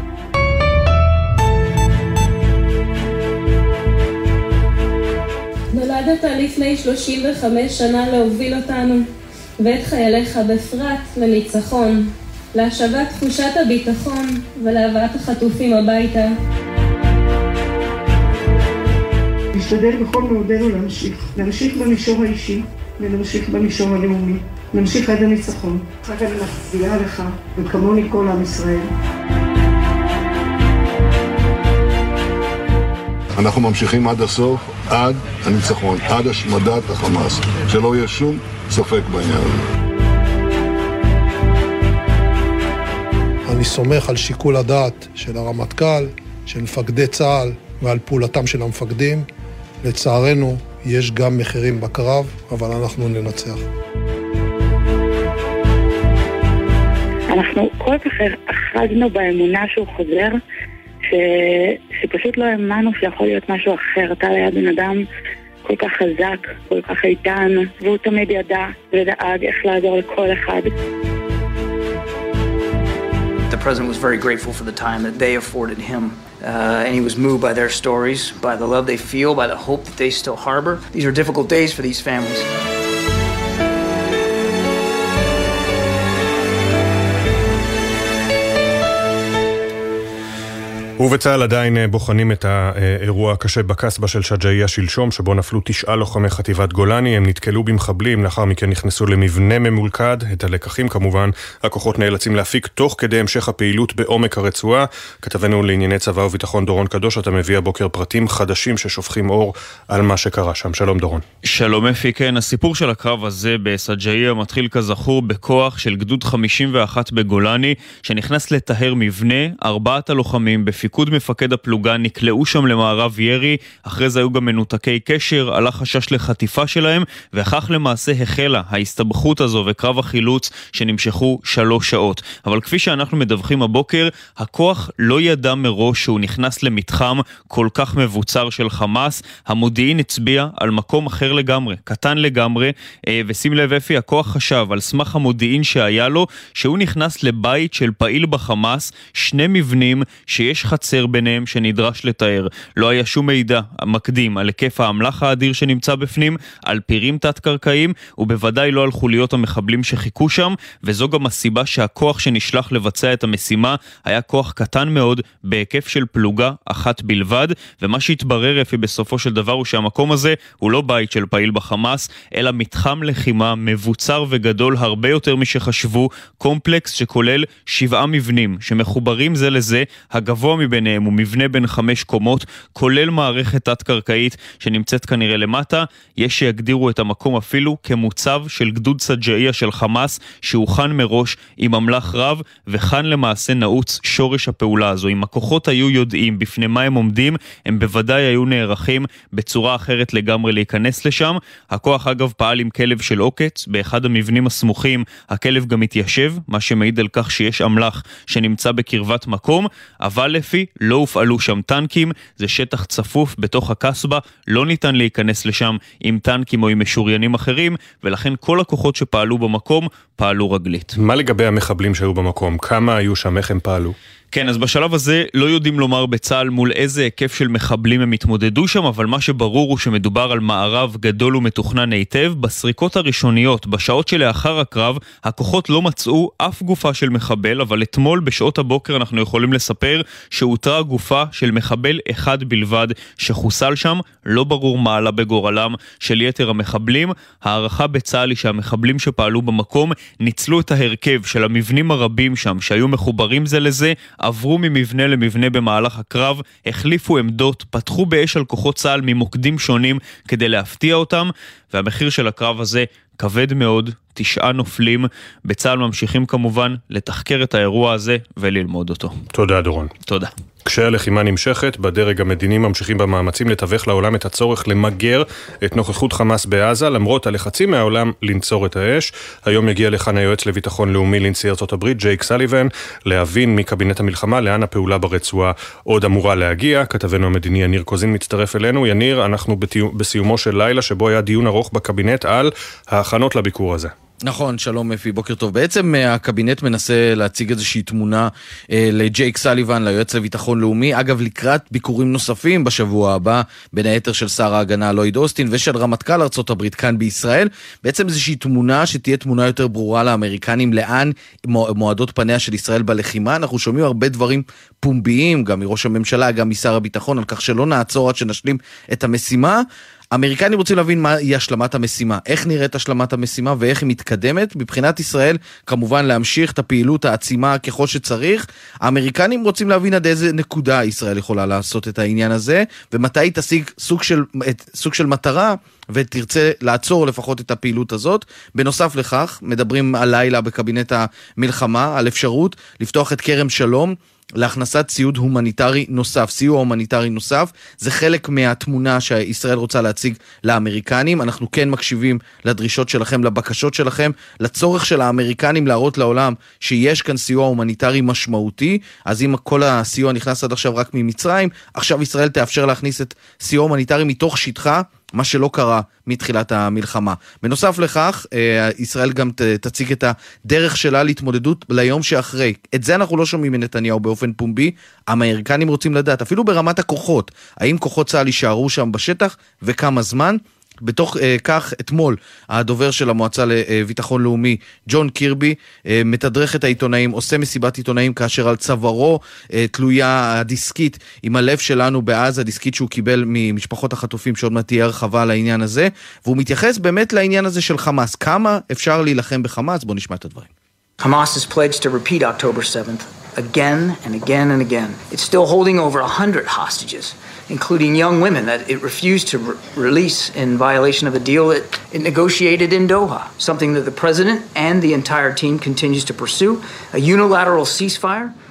נולדת לפני 35 שנה להוביל אותנו ואת חייליך בפרט לניצחון, להשבת תחושת הביטחון ולהבאת החטופים הביתה. נשתדל בכל מאודנו להמשיך במישור האישי ולהמשיך במישור הלאומי, להמשיך עד הניצחון. רק אני מצדיעה לך וכמוני כל עם ישראל. אנחנו ממשיכים עד הסוף, עד הניצחון, עד השמדת החמאס. שלא יהיה שום ספק בעניין הזה. אני סומך על שיקול הדעת של הרמטכ"ל, של מפקדי צה"ל ועל פעולתם של המפקדים. לצערנו, יש גם מחירים בקרב, אבל אנחנו ננצח. אנחנו כל כך אחזנו באמונה שהוא חוזר, שפשוט לא האמנו שיכול להיות משהו אחר. אתה ליד בן אדם כל כך חזק, כל כך איתן, והוא תמיד ידע ודאג איך לעזור לכל אחד. The president was very grateful for the time that they afforded him. And he was moved by their stories, by the love they feel, by the hope that they still harbor. These are difficult days for these families. ובצה"ל עדיין בוחנים את האירוע הקשה בקסבה של שג'אעיה שלשום, שבו נפלו 9 לוחמי חטיבת גולני. הם נתקלו במחבלים, לאחר מכן נכנסו למבנה ממולכד. את הלקחים כמובן הכוחות נאלצים להפיק תוך כדי המשך הפעילות בעומק הרצועה. כתבנו לענייני צבא וביטחון דורון קדוש, אתה מביא הבוקר פרטים חדשים ששופכים אור על מה שקרה שם. שלום דורון. שלום אפי, כן, הסיפור של הקרב הזה בשג'אעיה מתחיל כזכור בכוח של גדוד 51 בגולני, שנכנס לטהר מבנה. 4 הלוחמים בפיקוד בפיקוד מפקד הפלוגה נקלעו שם למערב ירי, אחרי זה היו גם מנותקי קשר, עלה חשש לחטיפה שלהם, וכך למעשה החלה ההסתבכות הזו וקרב החילוץ שנמשכו 3 שעות. אבל כפי שאנחנו מדווחים הבוקר, הכוח לא ידע מראש שהוא נכנס למתחם כל כך מבוצר של חמאס. המודיעין הצביע על מקום אחר לגמרי, קטן לגמרי, ושים לב אפי, הכוח חשב על סמך המודיעין שהיה לו, שהוא נכנס לבית של פעיל בחמאס, 2 מבנים שיש חצר ביניהם שנדרש לתאר. לא היה שום מידע מקדים על היקף האמל"ח האדיר שנמצא בפנים, על פירים תת-קרקעיים, ובוודאי לא על חוליות המחבלים שחיכו שם, וזו גם הסיבה שהכוח שנשלח לבצע את המשימה היה כוח קטן מאוד, בהיקף של פלוגה אחת בלבד, ומה שהתברר אפי בסופו של דבר הוא שהמקום הזה הוא לא בית של פעיל בחמאס, אלא מתחם לחימה מבוצר וגדול הרבה יותר משחשבו, קומפלקס שכולל 7 מבנים שמחוברים זה לזה, הגבוה מביניהם הוא מבנה בין 5 קומות, כולל מערכת תת-קרקעית שנמצאת כנראה למטה. יש שיגדירו את המקום אפילו כמוצב של גדוד סג'איה של חמאס שהוכן מראש עם אמל"ח רב, וכאן למעשה נעוץ שורש הפעולה הזו. אם הכוחות היו יודעים בפני מה הם עומדים, הם בוודאי היו נערכים בצורה אחרת לגמרי להיכנס לשם. הכוח אגב פעל עם כלב של עוקץ, באחד המבנים הסמוכים הכלב גם התיישב, מה שמעיד על כך שיש אמל"ח שנמצא בקרבת מקום, אבל לפי לא הופעלו שם טנקים, זה שטח צפוף בתוך הקסבה, לא ניתן להיכנס לשם עם טנקים או עם משוריינים אחרים, ולכן כל הכוחות שפעלו במקום פעלו רגלית. מה לגבי המחבלים שהיו במקום? כמה היו שם? איך הם פעלו? כן, אז בשלב הזה לא יודעים לומר בצה"ל מול איזה היקף של מחבלים הם התמודדו שם, אבל מה שברור הוא שמדובר על מערב גדול ומתוכנן היטב. בסריקות הראשוניות, בשעות שלאחר הקרב, הכוחות לא מצאו אף גופה של מחבל, אבל אתמול בשעות הבוקר אנחנו יכולים לספר שהותרה גופה של מחבל אחד בלבד שחוסל שם. לא ברור מה עלה בגורלם של יתר המחבלים. הערכה בצה"ל היא שהמחבלים שפעלו במקום ניצלו את ההרכב של המבנים הרבים שם שהיו מחוברים זה לזה, עברו ממבנה למבנה במהלך הקרב, החליפו עמדות, פתחו באש על כוחות צה"ל ממוקדים שונים כדי להפתיע אותם, והמחיר של הקרב הזה כבד מאוד, 9 נופלים. בצה"ל ממשיכים כמובן לתחקר את האירוע הזה וללמוד אותו. תודה דורון. תודה. כשהלחימה נמשכת, בדרג המדיני ממשיכים במאמצים לתווך לעולם את הצורך למגר את נוכחות חמאס בעזה, למרות הלחצים מהעולם לנצור את האש. היום יגיע לכאן היועץ לביטחון לאומי לנשיא ארצות הברית, ג'ייק סליבן, להבין מקבינט המלחמה לאן הפעולה ברצועה עוד אמורה להגיע. כתבנו המדיני יניר קוזין מצטרף אלינו. יניר, אנחנו בסיומו של לילה שבו היה דיון ארוך בקבינט על ההכנות לביקור הזה. נכון, שלום אפי, בוקר טוב. בעצם הקבינט מנסה להציג איזושהי תמונה לג'ייק סליבן, ליועץ לביטחון לאומי, אגב לקראת ביקורים נוספים בשבוע הבא, בין היתר של שר ההגנה לויד אוסטין ושל רמטכ"ל ארצות הברית כאן בישראל. בעצם איזושהי תמונה שתהיה תמונה יותר ברורה לאמריקנים, לאן מועדות פניה של ישראל בלחימה. אנחנו שומעים הרבה דברים פומביים, גם מראש הממשלה, גם משר הביטחון, על כך שלא נעצור עד שנשלים את המשימה. האמריקנים רוצים להבין מה היא השלמת המשימה, איך נראית השלמת המשימה ואיך היא מתקדמת. מבחינת ישראל, כמובן להמשיך את הפעילות העצימה ככל שצריך. האמריקנים רוצים להבין עד איזה נקודה ישראל יכולה לעשות את העניין הזה, ומתי היא תשיג סוג של מטרה ותרצה לעצור לפחות את הפעילות הזאת. בנוסף לכך, מדברים הלילה בקבינט המלחמה על אפשרות לפתוח את כרם שלום, להכנסת ציוד הומניטרי נוסף, סיוע הומניטרי נוסף. זה חלק מהתמונה שישראל רוצה להציג לאמריקנים. אנחנו כן מקשיבים לדרישות שלכם, לבקשות שלכם, לצורך של האמריקנים להראות לעולם שיש כאן סיוע הומניטרי משמעותי. אז אם כל הסיוע נכנס עד עכשיו רק ממצרים, עכשיו ישראל תאפשר להכניס את סיוע הומניטרי מתוך שטחה, מה שלא קרה מתחילת המלחמה. בנוסף לכך, ישראל גם תציג את הדרך שלה להתמודדות ליום שאחרי. את זה אנחנו לא שומעים מנתניהו באופן פומבי. האמריקנים רוצים לדעת, אפילו ברמת הכוחות, האם כוחות צה"ל יישארו שם בשטח וכמה זמן. בתוך כך, אתמול, הדובר של המועצה לביטחון לאומי, ג'ון קירבי, מתדרך את העיתונאים, עושה מסיבת עיתונאים, כאשר על צווארו תלויה הדיסקית עם הלב שלנו בעזה, הדיסקית שהוא קיבל ממשפחות החטופים, שעוד מעט תהיה הרחבה על העניין הזה, והוא מתייחס באמת לעניין הזה של חמאס. כמה אפשר להילחם בחמאס? בוא נשמע את הדברים. Hamas has pledged to repeat October 7th again and again and again. It's still holding over 100 hostages, including young women that it refused to release in violation of a deal that it negotiated in Doha, something that the president and the entire team continues to pursue, a unilateral ceasefire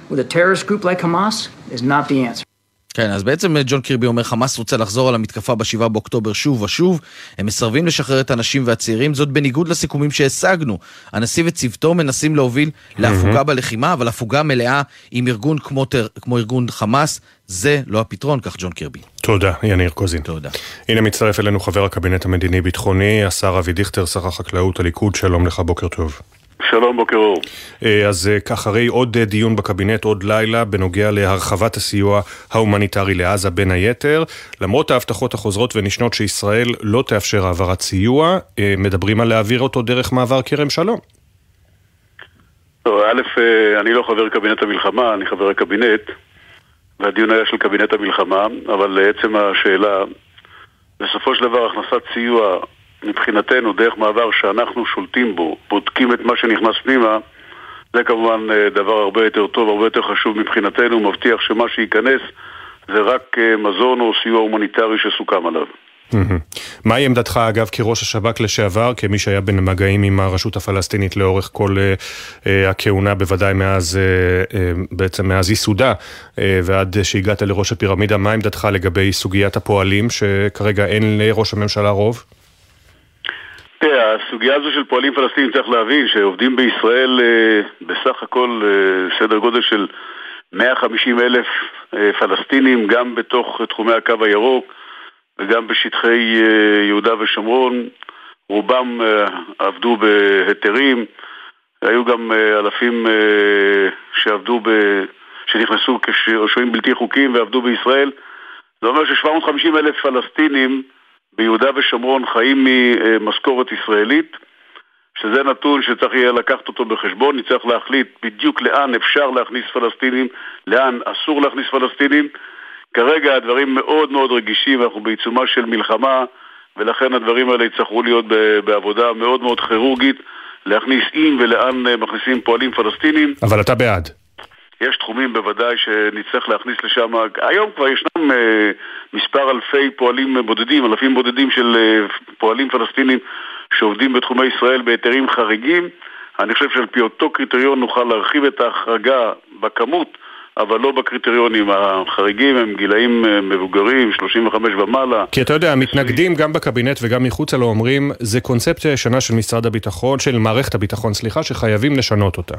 with a terrorist group like Hamas is not the answer. כן, אז בעצם ג'ון קירבי אומר, חמאס רוצה לחזור על המתקפה ב7 באוקטובר שוב ושוב, הם מסרבים לשחרר את האנשים והצעירים, זאת בניגוד לסיכומים שהשגנו. הנשיא וצוותו מנסים להוביל להפוגה בלחימה, אבל הפוגה מלאה עם ארגון כמו ארגון חמאס, זה לא הפתרון, כך ג'ון קירבי. תודה, יניר קוזין. תודה. הנה מצטרף אלינו חבר הקבינט המדיני-ביטחוני, השר אבי דיכטר, שר החקלאות הליכוד, שלום לך, בוקר טוב. שלום, בוקר אור. אז אחרי עוד דיון בקבינט, עוד לילה, בנוגע להרחבת הסיוע ההומניטרי לעזה בין היתר, למרות ההבטחות החוזרות ונשנות שישראל לא תאפשר העברת סיוע, מדברים על להעביר אותו דרך מעבר כרם שלום. א', אני לא חבר קבינט המלחמה, אני חבר הקבינט, והדיון היה של קבינט המלחמה, אבל לעצם השאלה, בסופו של דבר הכנסת סיוע מבחינתנו דרך מעבר שאנחנו שולטים בו, בודקים את מה שנכנס פנימה, זה כמובן דבר הרבה יותר טוב, הרבה יותר חשוב מבחינתנו, מבטיח שמה שייכנס זה רק מזון או סיוע הומניטרי שסוכם עליו. מהי עמדתך אגב כראש השב"כ לשעבר, כמי שהיה בין מגעים עם הרשות הפלסטינית לאורך כל הכהונה, בוודאי מאז ייסודה ועד שהגעת לראש הפירמידה, מה עמדתך לגבי סוגיית הפועלים שכרגע אין לראש הממשלה רוב? הסוגיה הזו של פועלים פלסטינים צריך להבין שעובדים בישראל בסך הכל סדר גודל של 150,000 פלסטינים, גם בתוך תחומי הקו הירוק וגם בשטחי יהודה ושומרון. רובם עבדו בהיתרים, היו גם אלפים שנכנסו כשוהים בלתי חוקיים ועבדו בישראל. זה אומר ש750,000 פלסטינים ביהודה ושומרון חיים ממשכורת ישראלית, שזה נתון שצריך יהיה לקחת אותו בחשבון. נצטרך להחליט בדיוק לאן אפשר להכניס פלסטינים, לאן אסור להכניס פלסטינים. כרגע הדברים מאוד מאוד רגישים, אנחנו בעיצומה של מלחמה, ולכן הדברים האלה יצטרכו להיות בעבודה מאוד מאוד כירורגית, להכניס אם ולאן מכניסים פועלים פלסטינים. אבל אתה בעד? יש תחומים בוודאי שנצטרך להכניס לשם. היום כבר ישנם מספר אלפי פועלים בודדים, אלפים בודדים של פועלים פלסטינים שעובדים בתחומי ישראל בהיתרים חריגים. אני חושב שעל פי אותו קריטריון נוכל להרחיב את ההחרגה בכמות, אבל לא בקריטריונים. החריגים הם גילאים מבוגרים, 35 ומעלה. כי אתה יודע, המתנגדים גם בקבינט וגם מחוץ לו אומרים, זה קונספציה ישנה של משרד הביטחון, של מערכת הביטחון, שחייבים לשנות אותה.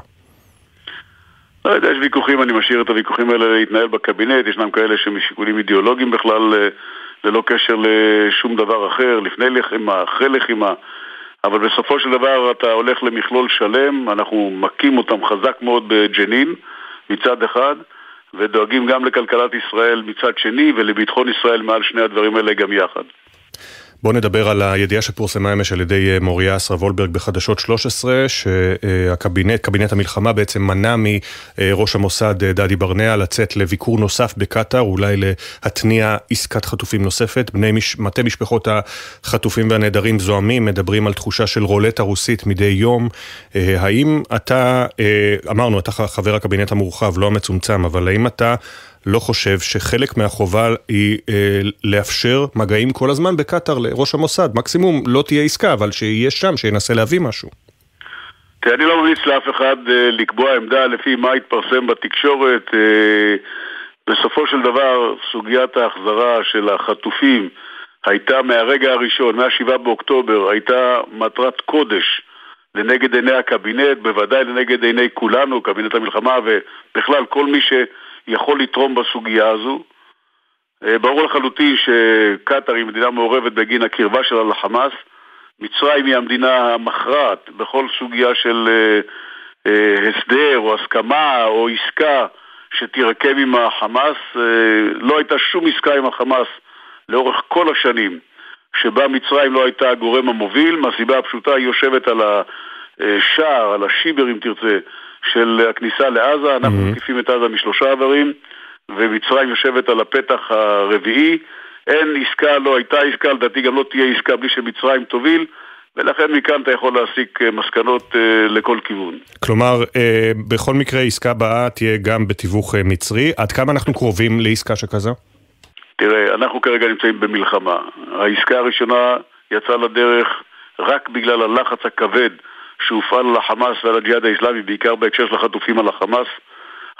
לא יודע, יש ויכוחים, אני משאיר את הוויכוחים האלה להתנהל בקבינט. ישנם כאלה שמשיקולים אידיאולוגיים בכלל, ללא קשר לשום דבר אחר, לפני לחימה, אחרי לחימה. אבל בסופו של דבר אתה הולך למכלול שלם, אנחנו מקים אותם חזק מאוד בג'נין מצד אחד, ודואגים גם לכלכלת ישראל מצד שני, ולביטחון ישראל מעל שני הדברים האלה גם יחד. בואו נדבר על הידיעה שפורסמה אמש על ידי מוריה אסרבולברג בחדשות 13, קבינט המלחמה בעצם מנע מראש המוסד דדי ברנע לצאת לביקור נוסף בקטר, אולי להתניע עסקת חטופים נוספת. מטה משפחות החטופים והנעדרים זועמים, מדברים על תחושה של רולטה רוסית מדי יום. האם אתה, אמרנו, אתה חבר הקבינט המורחב, לא המצומצם, אבל האם אתה לא חושב שחלק מהחובה היא לאפשר מגעים כל הזמן בקטר לראש המוסד? מקסימום לא תהיה עסקה, אבל שיהיה שם, שינסה להביא משהו. אני לא ממליץ לאף אחד לקבוע עמדה לפי מה התפרסם בתקשורת. בסופו של דבר, סוגיית ההחזרה של החטופים הייתה מהרגע הראשון, מה-7 באוקטובר, הייתה מטרת קודש לנגד עיני הקבינט, בוודאי לנגד עיני כולנו, קבינט המלחמה, ובכלל כל מי יכול לתרום בסוגיה הזו. ברור לחלוטין שקטר היא מדינה מעורבת בגין הקרבה שלה לחמאס. מצרים היא המדינה המכרעת בכל סוגיה של הסדר או הסכמה או עסקה שתירקב עם החמאס. לא הייתה שום עסקה עם החמאס לאורך כל השנים שבה מצרים לא הייתה הגורם המוביל, מהסיבה הפשוטה היא יושבת על השער, על השיבר אם תרצה, של הכניסה לעזה. אנחנו מקיפים את עזה משלושה עברים, ומצרים יושבת על הפתח הרביעי. אין עסקה, לא הייתה עסקה, לדעתי גם לא תהיה עסקה בלי שמצרים תוביל, ולכן מכאן אתה יכול להסיק מסקנות לכל כיוון. כלומר, בכל מקרה עסקה באה תהיה גם בתיווך מצרי. עד כמה אנחנו קרובים לעסקה שכזו? תראה, אנחנו כרגע נמצאים במלחמה. העסקה הראשונה יצאה לדרך רק בגלל הלחץ הכבד שהופעל על החמאס ועל הג'יהאד האסלאמי, בעיקר בהקשר של החטופים על החמאס.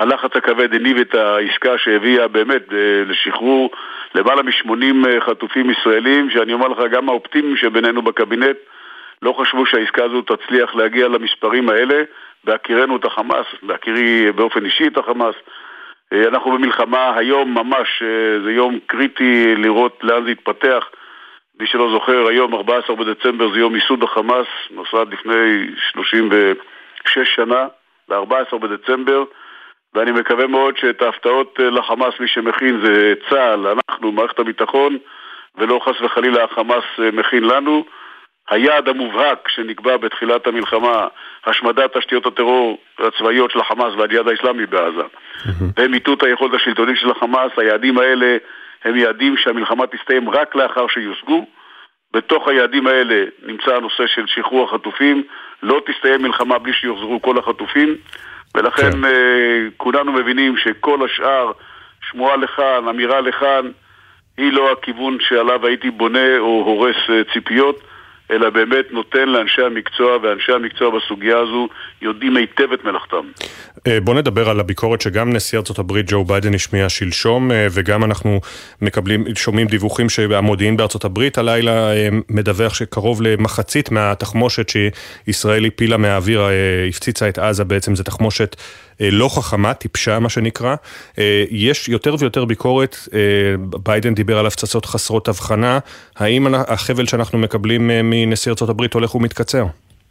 הלחץ הכבד הניב את העסקה שהביאה באמת לשחרור למעלה מ-80 חטופים ישראלים, שאני אומר לך, גם האופטימיים שבינינו בקבינט לא חשבו שהעסקה הזו תצליח להגיע למספרים האלה, בהכירנו את החמאס, בהכירי באופן אישי את החמאס. אנחנו במלחמה היום ממש, זה יום קריטי לראות לאן זה יתפתח. מי שלא זוכר, היום 14 בדצמבר זה יום ייסוד החמאס, נוסד לפני 36 שנה, ל-14 בדצמבר, ואני מקווה מאוד שאת ההפתעות לחמאס מי שמכין זה צה"ל, אנחנו, מערכת הביטחון, ולא חס וחלילה החמאס מכין לנו. היעד המובהק שנקבע בתחילת המלחמה, השמדת תשתיות הטרור הצבאיות של החמאס והג'יהאד האסלאמי בעזה, ומיטוט היכולת השלטונית של החמאס, היעדים האלה הם יעדים שהמלחמה תסתיים רק לאחר שיושגו. בתוך היעדים האלה נמצא הנושא של שחרור החטופים, לא תסתיים מלחמה בלי שיוחזרו כל החטופים, ולכן כולנו מבינים שכל השאר, שמועה לכאן, אמירה לכאן, היא לא הכיוון שעליו הייתי בונה או הורס ציפיות, אלא באמת נותן לאנשי המקצוע, ואנשי המקצוע בסוגיה הזו יודעים היטב את מלאכתם. בוא נדבר על הביקורת שגם נשיא ארצות הברית ג'ו ביידן השמיע שלשום, וגם אנחנו שומעים דיווחים שהמודיעין בארצות הברית הלילה מדווח שקרוב למחצית מהתחמושת שישראל הפילה מהאוויר, הפציצה את עזה, בעצם זה תחמושת לא חכמה, טיפשה מה שנקרא. יש יותר ויותר ביקורת, ביידן דיבר על הפצצות חסרות הבחנה, האם החבל שאנחנו מקבלים מנשיא ארצות הברית הולך ומתקצר?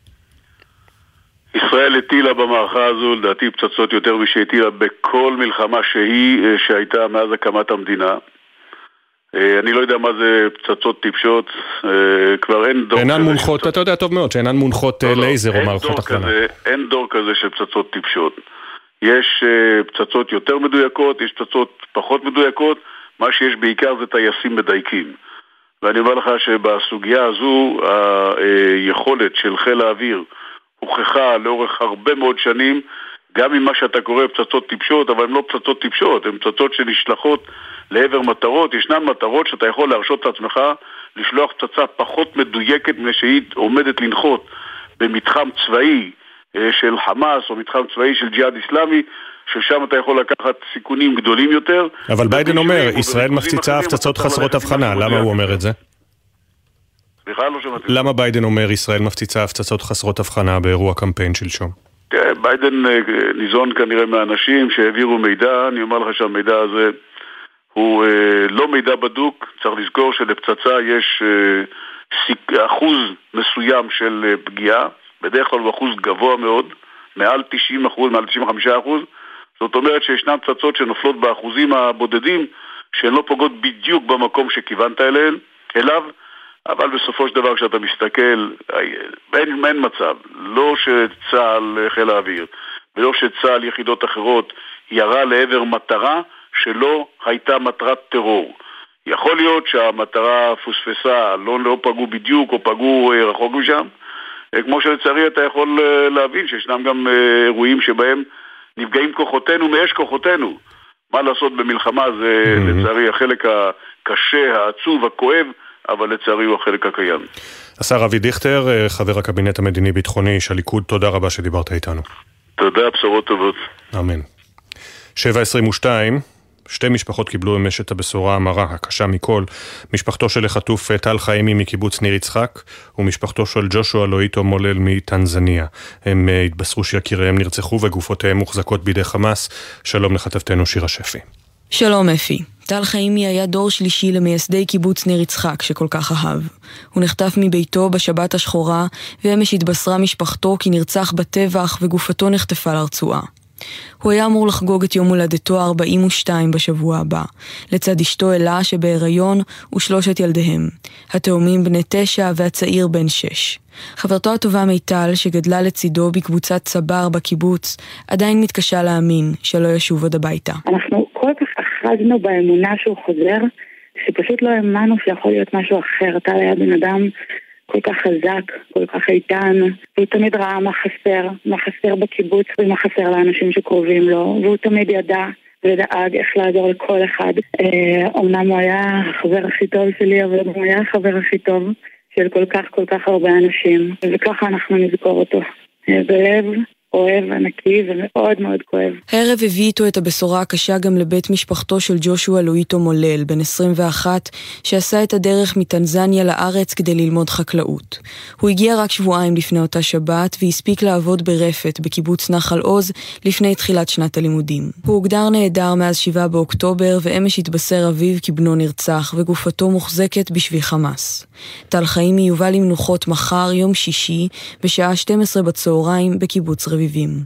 ישראל הטילה במערכה הזו לדעתי פצצות יותר משהטילה בכל מלחמה שהייתה מאז הקמת המדינה. אני לא יודע מה זה פצצות טיפשות, כבר אין דור כזה. אינן מונחות, אתה יודע טוב מאוד, שאינן מונחות לייזר או מערכות הכוונה. אין דור כזה של פצצות טיפשות. יש פצצות יותר מדויקות, יש פצצות פחות מדויקות, מה שיש בעיקר זה טייסים מדייקים. ואני אומר לך שבסוגיה הזו היכולת של חיל האוויר הוכחה לאורך הרבה מאוד שנים, גם עם מה שאתה קורא פצצות טיפשות, אבל הן לא פצצות טיפשות, הן פצצות שנשלחות לעבר מטרות. ישנן מטרות שאתה יכול להרשות לעצמך לשלוח פצצה פחות מדויקת משהיא עומדת לנחות במתחם צבאי של חמאס או מתחם צבאי של ג'יהאד אסלאמי, ששם אתה יכול לקחת סיכונים גדולים יותר. אבל ביידן אומר, ישראל מפציצה הפצצות חסרות הבחנה, למה הוא אומר את זה? למה ביידן אומר ישראל מפציצה הפצצות חסרות הבחנה באירוע קמפיין שלשום? ביידן ניזון כנראה מאנשים שהעבירו מידע, אני אומר לך שהמידע הזה הוא לא מידע בדוק, צריך לזכור שלפצצה יש אחוז מסוים של פגיעה, בדרך כלל הוא אחוז גבוה מאוד, מעל 90%, מעל 95%, זאת אומרת שישנן פצצות שנופלות באחוזים הבודדים, שהן לא פוגעות בדיוק במקום שכיוונת אליו, אבל בסופו של דבר כשאתה מסתכל, אין מצב, לא שצה"ל חיל האוויר, ולא שצה"ל יחידות אחרות ירה לעבר מטרה שלא הייתה מטרת טרור. יכול להיות שהמטרה פוספסה, לא פגעו בדיוק או פגעו רחוק משם, כמו שלצערי אתה יכול להבין שישנם גם אירועים שבהם נפגעים כוחותינו מאש כוחותינו. מה לעשות במלחמה זה לצערי החלק הקשה, העצוב, הכואב, אבל לצערי הוא החלק הקיים. השר אבי דיכטר, חבר הקבינט המדיני-ביטחוני איש הליכוד, תודה רבה שדיברת איתנו. תודה, בשורות טובות. אמן. 7:22, שתי משפחות קיבלו אמש את הבשורה המרה, הקשה מכל. משפחתו של החטוף טל חיימי מקיבוץ ניר יצחק, ומשפחתו של ג'ושוע לואיטו מולל מטנזניה. הם התבשרו שיקיריהם נרצחו וגופותיהם מוחזקות בידי חמאס. שלום לכתבתנו שירה שפי. שלום אפי. טל חיימי היה דור שלישי למייסדי קיבוץ ניר יצחק שכל כך אהב. הוא נחטף מביתו בשבת השחורה, ואמש התבשרה משפחתו כי נרצח בטבח וגופתו נחטפה לרצועה. הוא היה אמור לחגוג את יום הולדתו 42 בשבוע הבא, לצד אשתו אלה שבהיריון ושלושת ילדיהם, התאומים בני 9 והצעיר בן 6. חברתו הטובה מיטל, שגדלה לצידו בקבוצת צבר בקיבוץ, עדיין מתקשה להאמין שלא ישוב עוד הביתה. אנחנו כל כך אחזנו באמונה שהוא חוזר, שפשוט לא האמנו שיכול להיות משהו אחר. טל היה בן אדם כל כך חזק, כל כך איתן, והוא תמיד ראה מה חסר בקיבוץ ומה חסר לאנשים שקרובים לו, והוא תמיד ידע ודאג איך לעזור לכל אחד. אמנם הוא היה החבר הכי טוב שלי, אבל הוא היה החבר הכי טוב של כל כך הרבה אנשים, וככה אנחנו נזכור אותו. בלב אוהב ענקי ומאוד מאוד כואב. הערב הביא איתו את הבשורה הקשה גם לבית משפחתו של ג'ושוע לואיטו מולל, בן 21, שעשה את הדרך מטנזניה לארץ כדי ללמוד חקלאות. הוא הגיע רק שבועיים לפני אותה שבת, והספיק לעבוד ברפת בקיבוץ נחל עוז לפני תחילת שנת הלימודים. הוא הוגדר נהדר מאז 7 באוקטובר, ואמש התבשר אביו כי בנו נרצח, וגופתו מוחזקת בשבי חמאס. טל חיימי יובא למנוחות מחר, יום שישי, בשעה 12 בצהריים בקיבוץ רביבים.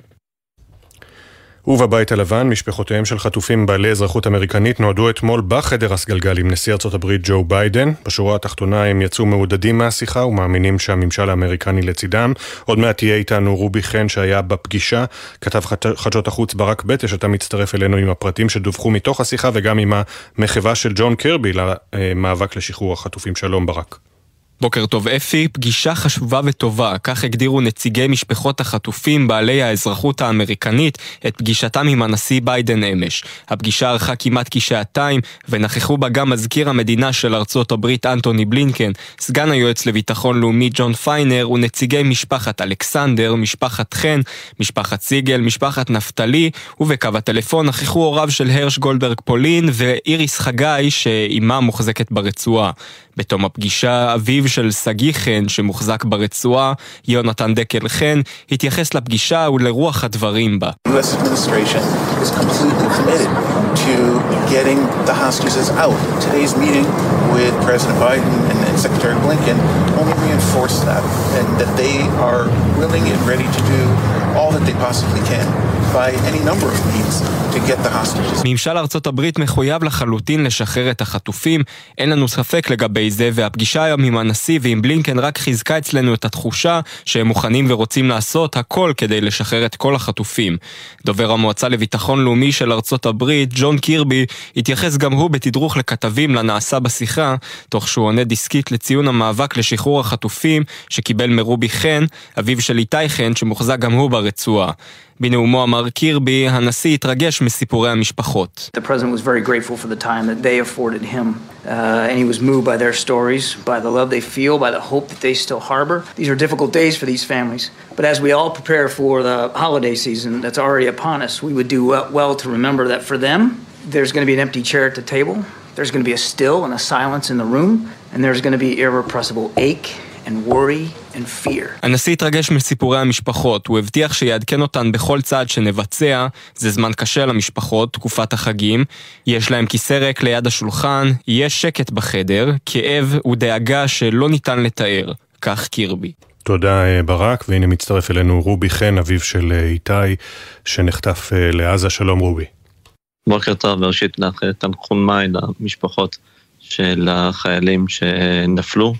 ובבית הלבן, משפחותיהם של חטופים בעלי אזרחות אמריקנית נועדו אתמול בחדר הסגלגל עם נשיא ארצות הברית ג'ו ביידן. בשורה התחתונה הם יצאו מעודדים מהשיחה ומאמינים שהממשל האמריקני לצידם. עוד מעט תהיה איתנו רובי חן שהיה בפגישה, כתב חדשות החוץ ברק בטש, אתה מצטרף אלינו עם הפרטים שדווחו מתוך השיחה וגם עם המחווה של ג'ון קירבי למאבק לשחרור החטופים. שלום ברק. בוקר טוב אפי, פגישה חשובה וטובה, כך הגדירו נציגי משפחות החטופים בעלי האזרחות האמריקנית את פגישתם עם הנשיא ביידן אמש. הפגישה ערכה כמעט כשעתיים ונכחו בה גם מזכיר המדינה של ארצות הברית אנטוני בלינקן, סגן היועץ לביטחון לאומי ג'ון פיינר ונציגי משפחת אלכסנדר, משפחת חן, משפחת סיגל, משפחת נפתלי, ובקו הטלפון נכחו הוריו של הרש גולדברג פולין ואיריס חגי שאימה מוחזקת ברצועה. בתום הפגישה, אביו של סגי חן שמוחזק ברצועה, יונתן דקל חן, התייחס לפגישה ולרוח הדברים בה. U.S. administration is completely committed to getting the hostages out. Today's meeting with President Biden and Secretary Blinken only reinforced that, and that they are willing and ready to do all that they possibly can by any number of means to get the hostages. ממשל ארצות הברית מחויב לחלוטין לשחרר את החטופים, אין לנו ספק לגבי זה, והפגישה היום עם הנשיא ועם בלינקן רק חיזקה אצלנו את התחושה שהם מוכנים ורוצים לעשות הכל כדי לשחרר את כל החטופים. דובר המועצה לביטחון לאומי של ארצות הברית, ג'ון קירבי, התייחס גם הוא בתדרוך לכתבים לנעשה בשיחה, תוך שהוא עונה דיסקית לציון המאבק לשחרור החטופים שקיבל מרובי חן, אביו של איתי חן שמוחזק גם הוא ברצועה. בנאומו אמר קירבי, הנשיא התרגש מסיפורי המשפחות. The president was very grateful for the time that they afforded him, and he was moved by their stories, by the love they feel, by the hope that they still harbor. These are difficult days for these families, but as we all prepare for the holiday season that's already upon us, we would do well to remember that for them, there's going to be an empty chair at the table, there's going to be a still and a silence in the room, and there's going to be irrepressible ache and worry and fear. הנשיא התרגש מסיפורי המשפחות, הוא הבטיח שיעדכן אותן בכל צעד שנבצע, זה זמן קשה למשפחות, תקופת החגים, יש להם כיסא ריק ליד השולחן, יש שקט בחדר, כאב ודאגה שלא ניתן לתאר, כך קירבי. תודה ברק, והנה מצטרף אלינו רובי חן, אביו של איתי, שנחטף לעזה. שלום רובי. בוקר טוב, בראשית לך תנחומיי למשפחות של החיילים שנפלו,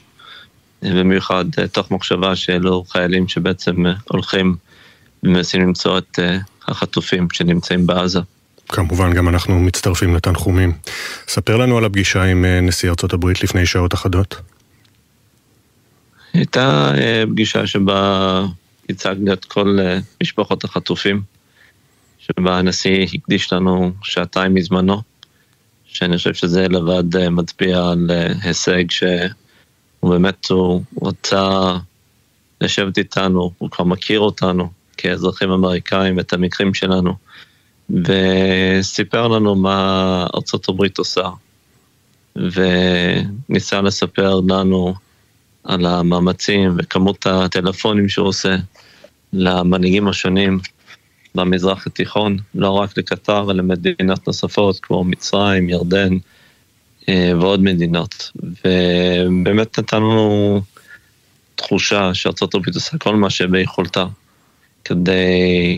במיוחד תוך מחשבה שאלו חיילים שבעצם הולכים ומנסים למצוא את החטופים שנמצאים בעזה. כמובן גם אנחנו מצטרפים לתנחומים. ספר לנו על הפגישה עם נשיא ארצות הברית לפני שעות אחדות. הייתה פגישה שבה הצגנו את כל משפחות החטופים, שבה הנשיא הקדיש לנו שעתיים מזמנו, שאני חושב שזה לבד מצביע על הישג ובאמת הוא רצה לשבת איתנו, הוא כבר מכיר אותנו כאזרחים אמריקאים את המקרים שלנו, וסיפר לנו מה ארצות הברית עושה, וניסה לספר לנו על המאמצים וכמות הטלפונים שהוא עושה למנהיגים השונים במזרח התיכון, לא רק לקטר, אלא מדינות נוספות כמו מצרים, ירדן, ועוד מדינות, ובאמת נתנו תחושה שארצות הברית עושה כל מה שביכולתה כדי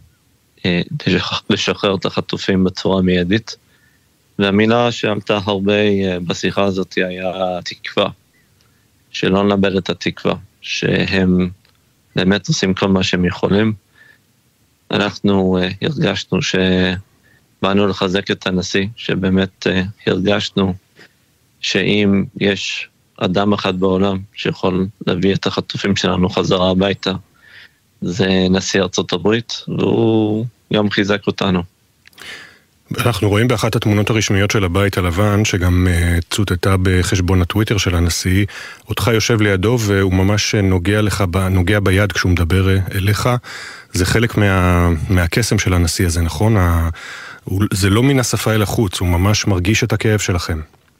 לשחרר את החטופים בצורה מיידית, והמילה שעלתה הרבה בשיחה הזאת היה תקווה, שלא נאבד את התקווה, שהם באמת עושים כל מה שהם יכולים. אנחנו הרגשנו באנו לחזק את הנשיא, שבאמת הרגשנו שאם יש אדם אחד בעולם שיכול להביא את החטופים שלנו חזרה הביתה, זה נשיא ארצות הברית, והוא גם חיזק אותנו. אנחנו רואים באחת התמונות הרשמיות של הבית הלבן, שגם צוטטה בחשבון הטוויטר של הנשיא, אותך יושב לידו והוא ממש נוגע ביד כשהוא מדבר אליך. זה חלק מהקסם של הנשיא הזה, נכון? זה לא מן השפה אל החוץ, הוא ממש מרגיש את הכאב שלכם.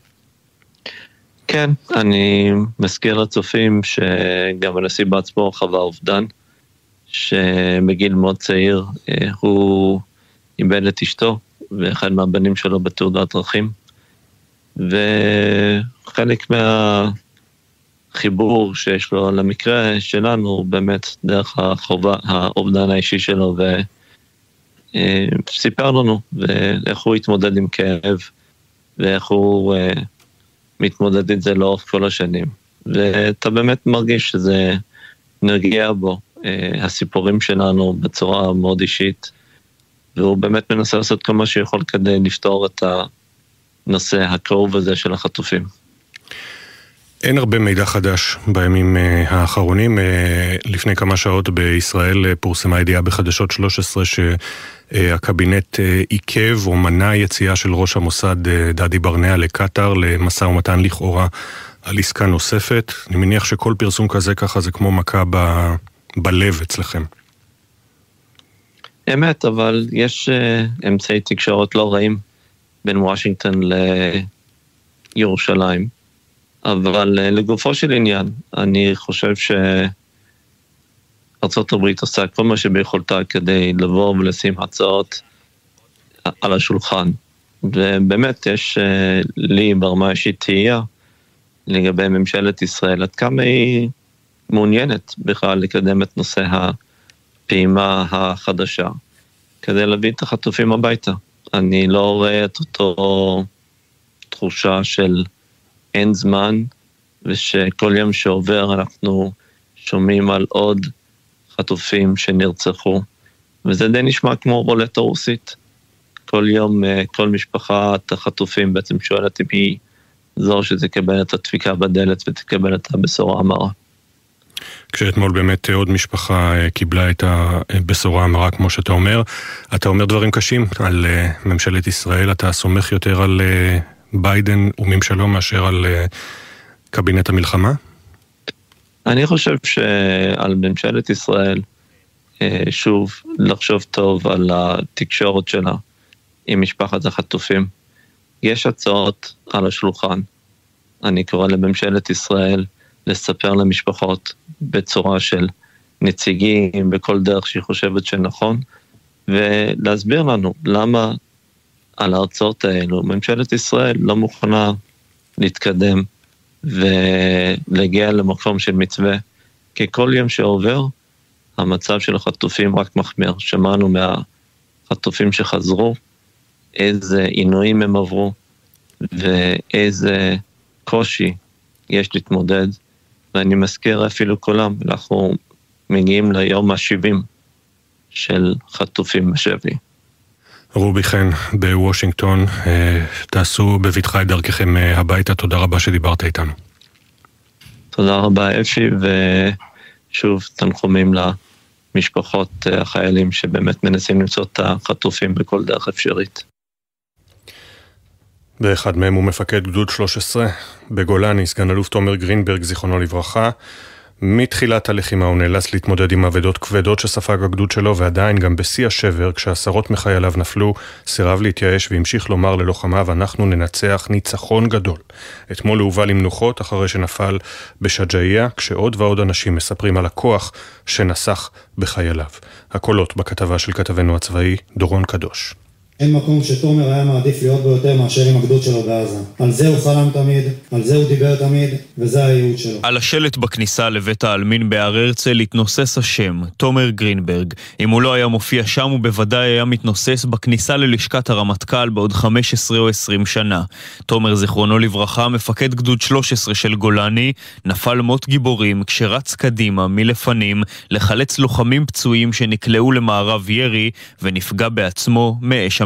כן, אני מזכיר לצופים שגם הנשיא בעצמו חווה אובדן, שבגיל מאוד צעיר הוא איבד את אשתו, ואחד מהבנים שלו בתאונת דרכים, וחלק מהחיבור שיש לו למקרה שלנו, באמת דרך האובדן האישי שלו, וסיפר לנו, ואיך הוא התמודד עם כאב, ואיך הוא מתמודד עם זה לאורך כל השנים, ואתה באמת מרגיש שזה נרגיע בו, הסיפורים שלנו בצורה מאוד אישית, והוא באמת מנסה לעשות כל מה שיכול כדי לפתור את הנושא הכאוב הזה של החטופים. אין הרבה מידע חדש בימים האחרונים. לפני כמה שעות בישראל פורסמה ידיעה בחדשות 13 שהקבינט עיכב או מנע יציאה של ראש המוסד דדי ברנע לקטר למשא ומתן לכאורה על עסקה נוספת. אני מניח שכל פרסום כזה ככה זה כמו מכה בלב אצלכם. אמת, אבל יש אמצעי תקשורת לא רעים בין וושינגטון לירושלים. אבל לגופו של עניין, אני חושב שארצות הברית עושה כל מה שביכולתה כדי לבוא ולשים הצעות על השולחן. ובאמת יש לי ברמה אישית תהייה לגבי ממשלת ישראל, עד כמה היא מעוניינת בכלל לקדם את נושא הפעימה החדשה, כדי להביא את החטופים הביתה. אני לא רואה את אותו תחושה של אין זמן, ושכל יום שעובר אנחנו שומעים על עוד חטופים שנרצחו, וזה די נשמע כמו רולטה רוסית. כל יום, כל משפחת החטופים בעצם שואלת אם היא זו שתקבל את הדפיקה בדלת ותקבל את הבשורה המרה. כשאתמול באמת עוד משפחה קיבלה את הבשורה המרה, כמו שאתה אומר. אתה אומר דברים קשים על ממשלת ישראל, אתה סומך יותר על ביידן וממשלו מאשר על קבינט המלחמה? אני חושב שעל ממשלת ישראל, שוב, לחשוב טוב על התקשורת שלה עם משפחת החטופים. יש הצעות על השולחן. אני קורא לממשלת ישראל לספר למשפחות בצורה של נציגים, בכל דרך שהיא חושבת שנכון, ולהסביר לנו למה על ההרצאות האלו ממשלת ישראל לא מוכנה להתקדם ולהגיע למקום של מצווה, כי כל יום שעובר המצב של החטופים רק מחמיר. שמענו מהחטופים שחזרו איזה עינויים הם עברו ואיזה קושי יש להתמודד, ואני מזכיר אפילו כולם, אנחנו מגיעים ליום ה-70 של חטופים בשבי. רובי חן בוושינגטון, תעשו בביטחה את דרככם הביתה, תודה רבה שדיברת איתנו. תודה רבה אפי, ושוב תנחומים למשפחות החיילים שבאמת מנסים למצוא את החטופים בכל דרך אפשרית. באחד מהם הוא מפקד גדוד 13 בגולני, סגן אלוף תומר גרינברג, זיכרונו לברכה. מתחילת הלחימה הוא נאלץ להתמודד עם עבדות כבדות שספג הגדוד שלו, ועדיין גם בשיא השבר, כשעשרות מחייליו נפלו, סירב להתייאש והמשיך לומר ללוחמיו, אנחנו ננצח ניצחון גדול. אתמול הוא הובא למנוחות אחרי שנפל בשג'אעיה, כשעוד ועוד אנשים מספרים על הכוח שנסח בחייליו. הקולות בכתבה של כתבנו הצבאי דורון קדוש. אין מקום שתומר היה מעדיף להיות ביותר מאשר עם הגדוד שלו בעזה. על זה הוא חלם תמיד, על זה הוא דיבר תמיד, וזה הייעוד שלו. על השלט בכניסה לבית העלמין בהר הרצל התנוסס השם, תומר גרינברג. אם הוא לא היה מופיע שם, הוא בוודאי היה מתנוסס בכניסה ללשכת הרמטכ"ל בעוד 15 או 20 שנה. תומר, זיכרונו לברכה, מפקד גדוד 13 של גולני, נפל מות גיבורים כשרץ קדימה מלפנים לחלץ לוחמים פצועים שנקלעו למערב ירי ונפגע בעצמו מאש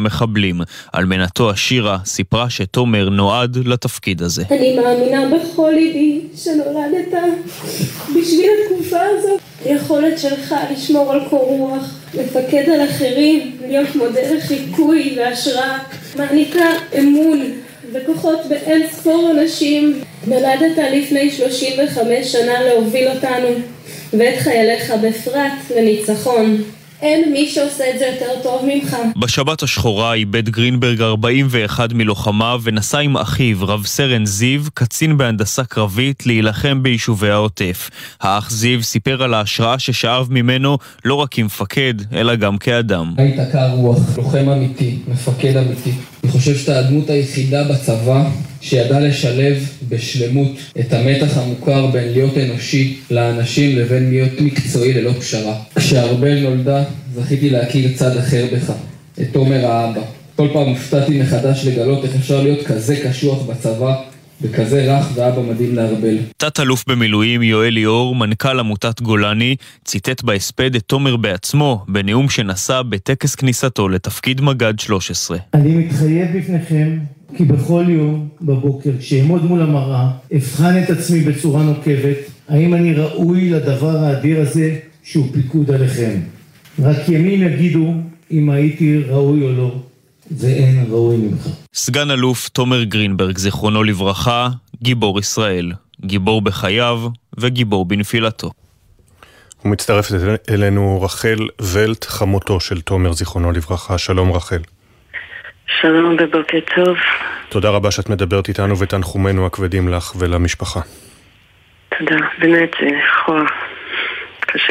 המחבלים. אלמנתו השירה סיפרה שתומר נועד לתפקיד הזה. אני מאמינה בכל ליבי שנולדת בשביל התקופה הזאת. היכולת שלך לשמור על קור רוח, לפקד על אחרים, להיות מודל לחיקוי והשראה, מעניקה אמון וכוחות באין ספור אנשים. נולדת לפני 35 שנה להוביל אותנו ואת חייליך בפרט לניצחון. אין מי שעושה את זה יותר טוב ממך. בשבת השחורה איבד גרינברג 41 מלוחמיו ונסע עם אחיו רב סרן זיו, קצין בהנדסה קרבית, להילחם ביישובי העוטף. האח זיו סיפר על ההשראה ששאב ממנו לא רק כמפקד אלא גם כאדם. היית קר רוח, לוחם אמיתי, מפקד אמיתי. אני חושב שאתה הדמות היחידה בצבא שידע לשלב בשלמות את המתח המוכר בין להיות אנושי לאנשים לבין להיות מקצועי ללא פשרה. כשארבל נולדה זכיתי להכיר צד אחר בך, את תומר האבא. כל פעם הופתעתי מחדש לגלות איך אפשר להיות כזה קשוח בצבא וכזה רך ואבא מדהים לארבל. תת אלוף במילואים יואל ליאור, מנכ"ל עמותת גולני, ציטט בהספד את תומר בעצמו בנאום שנשא בטקס כניסתו לתפקיד מג"ד 13. אני מתחייב בפניכם כי בכל יום בבוקר כשאעמוד מול המראה אבחן את עצמי בצורה נוקבת האם אני ראוי לדבר האדיר הזה שהוא פיקוד עליכם. רק ימים יגידו אם הייתי ראוי או לא, ואין ראוי ממך. סגן אלוף תומר גרינברג, זיכרונו לברכה, גיבור ישראל, גיבור בחייו וגיבור בנפילתו. ומצטרפת אלינו רחל ולט, חמותו של תומר, זיכרונו לברכה. שלום רחל. שלום ובוקר טוב. תודה רבה שאת מדברת איתנו ותנחומנו הכבדים לך ולמשפחה. תודה, באמת חור קשה.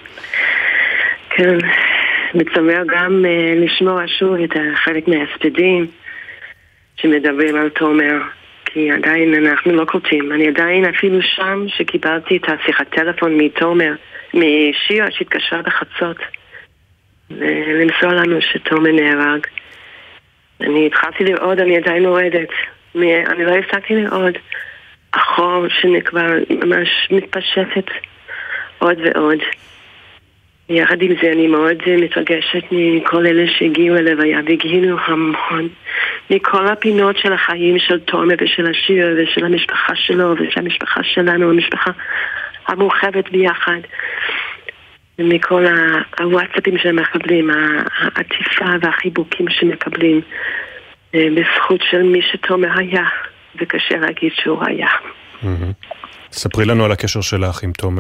כן, מצמר גם לשמוע שוב את חלק מההספדים שמדברים על תומר, כי עדיין אנחנו לא קולטים. אני עדיין אפילו שם שקיבלתי את השיחת טלפון מתומר, משיר שהתקשרה בחצות למסור לנו שתומר נהרג. אני התחלתי לראות, אני עדיין מורדת, אני לא הפסקתי לראות החור שנקבר ממש מתפשטת עוד ועוד. יחד עם זה אני מאוד מתרגשת מכל אלה שהגיעו ללוויה והגיעו המון מכל הפינות של החיים של תומר ושל השיר ושל המשפחה שלו ושל המשפחה שלנו, המשפחה המורחבת ביחד, ומכל הוואטסאפים שהם מקבלים, העטיפה והחיבוקים שמקבלים בזכות של מי שתומר היה, וקשה להגיד שהוא היה. ספרי לנו על הקשר שלך עם תומר.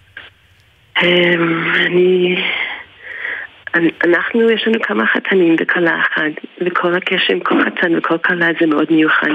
אנחנו, יש לנו כמה חתנים וכלה אחד, וכל הקשר עם כל חתן וכל כלה זה מאוד מיוחד.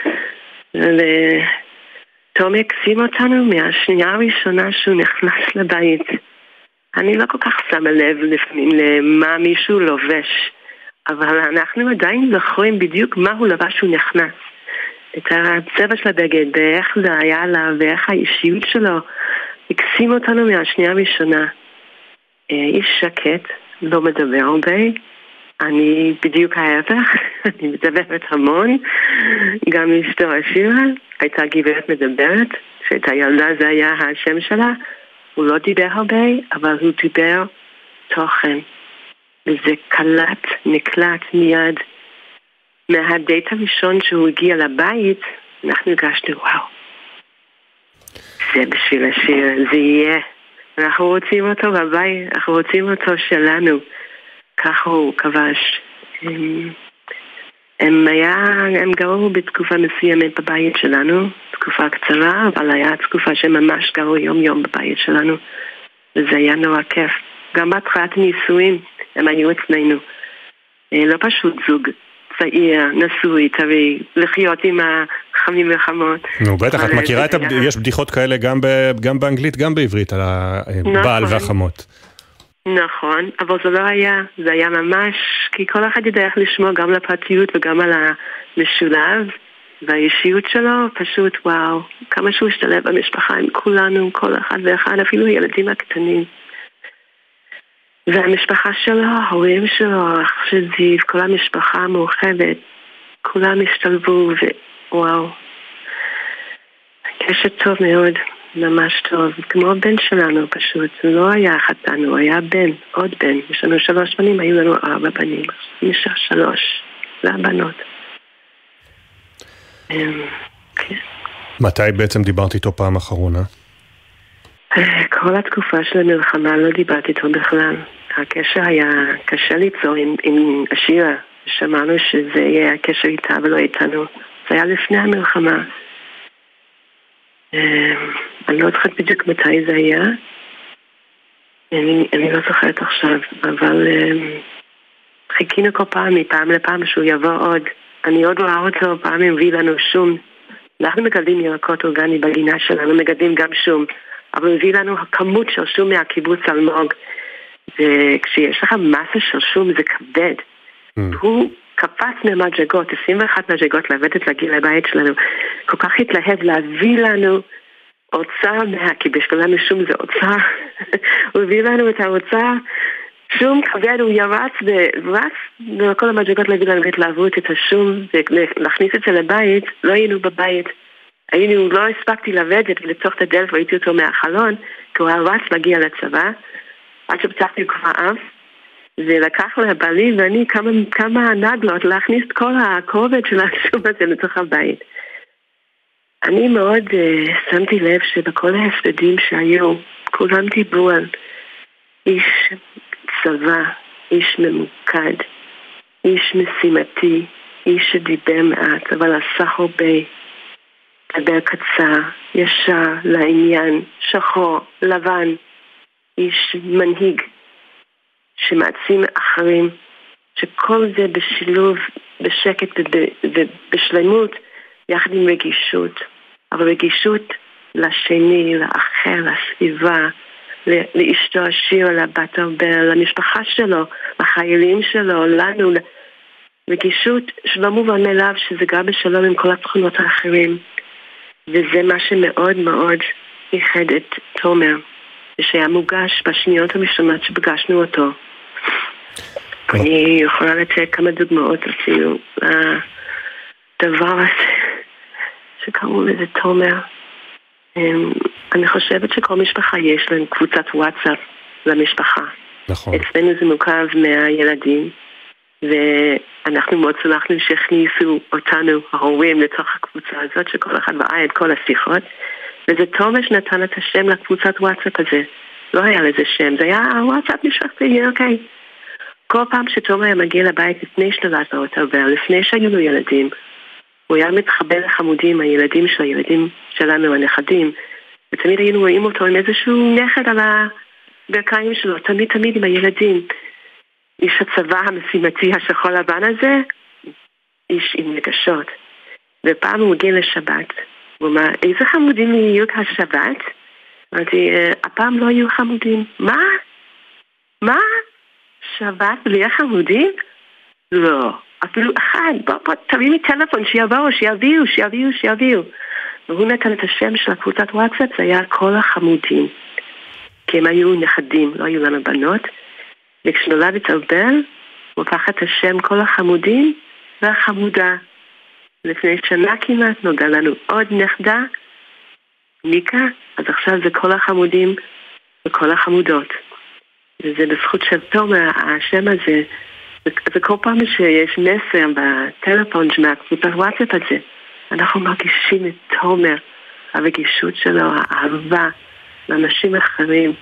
תומר הקסים אותנו מהשנייה הראשונה שהוא נכנס לבית. אני לא כל כך שמה לב לפעמים למה מישהו לובש, אבל אנחנו עדיין זוכרים בדיוק מה הוא לבש שהוא נכנס. את הצבע של הבגד, ואיך זה היה לה, ואיך האישיות שלו. הקסים אותנו מהשנייה הראשונה. איש שקט, לא מדבר הרבה. אני בדיוק ההפך, אני מדברת המון. גם אשתו השירה, הייתה גברת מדברת, שהייתה ילדה, זה היה השם שלה. הוא לא דיבר הרבה, אבל הוא דיבר תוכן. וזה קלט, נקלט מיד. מהדייט הראשון שהוא הגיע לבית, אנחנו הגשנו, וואו. זה בשביל השיר, זה יהיה. אנחנו רוצים אותו בבית, אנחנו רוצים אותו שלנו. ככה הוא כבש. הם גרו בתקופה מסוימת בבית שלנו, תקופה קצרה, אבל היה תקופה שממש גרו יום יום בבית שלנו. וזה היה נורא כיף. גם בהתחלת נישואים הם היו אצלנו. לא פשוט זוג צעיר, נשוי, טרי, לחיות עם החמים וחמות. נו, בטח, את מכירה יש בדיחות כאלה גם באנגלית, גם בעברית, על הבעל והחמות. נכון, אבל זה לא היה, זה היה ממש, כי כל אחד יודע איך לשמוע גם לפרטיות וגם על המשולב, והאישיות שלו, פשוט וואו, כמה שהוא השתלב במשפחה עם כולנו, כל אחד ואחד, אפילו הילדים הקטנים. והמשפחה שלו, ההורים שלו, אח של זיו, כל המשפחה המורחבת, כולם השתלבו, ווואו. קשר טוב מאוד. ממש טוב, כמו הבן שלנו פשוט, זה לא היה חתן, הוא היה בן, עוד בן, יש לנו 3 בנים, היו לנו 4 בנים, נשאר 3, זה הבנות. מתי בעצם דיברת איתו פעם אחרונה? כל התקופה של המלחמה לא דיברתי איתו בכלל. הקשר היה קשה ליצור עם השירה. שמענו שזה יהיה הקשר איתה ולא איתנו. זה היה לפני המלחמה. אני לא זוכרת בדיוק מתי זה היה. אני לא זוכרת עכשיו, אבל חיכינו כל פעם, מפעם לפעם שהוא יבוא עוד. אני עוד רואה אותו, פעם הביא לנו שום. אנחנו מגדלים ירקות אורגני בגינה שלנו, מגדלים גם שום. אבל הוא הביא לנו כמות של שום מהקיבוץ אלמוג. וכשיש לך מסה של שום זה כבד. הוא קפץ מהמדרגות, 21 מדרגות לרדת לגיל הבית שלנו. כל כך התלהב להביא לנו אוצר כי בשבילנו שום זה אוצר. הוא הביא לנו את האוצר, שום כבד, הוא ירץ וכל המדרגות להביא לנו התלהבות את השום, ולהכניס את זה לבית, לא היינו בבית. לא הספקתי לרדת ולצוך את הדלת והייתי אותו מהחלון, כי הוא רץ להגיע לצבא, עד שפצחתי כבר אף, ולקח לבעלי ואני כמה נדלות להכניס את כל הכובד של השום הזה לתוך הבית. אני מאוד שמתי לב שבכל ההספדים שהיו, כולם דיברו על איש צבא, איש ממוקד, איש משימתי, איש שדיבר מעט, אבל עשה הרבה. דבר קצר, ישר, לעניין, שחור, לבן, איש מנהיג שמעצים אחרים, שכל זה בשילוב, בשקט ובשלמות, יחד עם רגישות, אבל רגישות לשני, לאחר, לסביבה, לאשתו השירה, לבת הרבה, למשפחה שלו, לחיילים שלו, לנו, רגישות שלא מובן מאליו שזה גם בשלום עם כל התכונות האחרים. וזה מה שמאוד מאוד ייחד את תומר, שהיה מוגש בשניות הראשונות שפגשנו אותו. אני יכולה לתת כמה דוגמאות אפילו לדבר הזה שקראו לזה תומר. אני חושבת שכל משפחה יש להם קבוצת וואטסאפ למשפחה. נכון. אצלנו זה מורכב מהילדים, ואנחנו מאוד שמחנו שהכניסו אותנו, ההורים, לתוך הקבוצה הזאת, שכל אחד ראה את כל השיחות, וזה תומר שנתן את השם לקבוצת וואטסאפ הזה. לא היה לזה שם, זה היה וואטסאפ משפחתי, אוקיי. כל פעם שתומר היה מגיע לבית לפני שנולדנו אותו, ולפני שהיו לו ילדים, הוא היה מתחבר לחמודים, הילדים של הילדים שלנו, הנכדים, ותמיד היינו רואים אותו עם איזשהו נכד על הברכיים שלו, תמיד עם הילדים. איש הצבא המשימתי השחור לבן הזה, איש עם רגשות. ופעם הוא מגיע לשבת, הוא אמר, איזה חמודים יהיו השבת? אמרתי, הפעם לא יהיו חמודים. מה? שבת בלי חמודים? לא. אפילו אחד, בוא, תביא לי טלפון, שיביאו. והוא נתן את השם של הקבוצת וואטסאפ, זה היה כל החמודים. כי הם היו נכדים, לא היו לנו בנות. וכשנולד את אלבל, הוא לקח את השם כל החמודים והחמודה. לפני שנה כמעט נולדה לנו עוד נכדה, ניקה, אז עכשיו זה כל החמודים וכל החמודות. וזה בזכות של תומר, השם הזה, וכל פעם שיש מסר בטלפון מהקבוצת וואטסאפ הזה, אנחנו מרגישים את תומר, הרגישות שלו, האהבה לאנשים אחרים.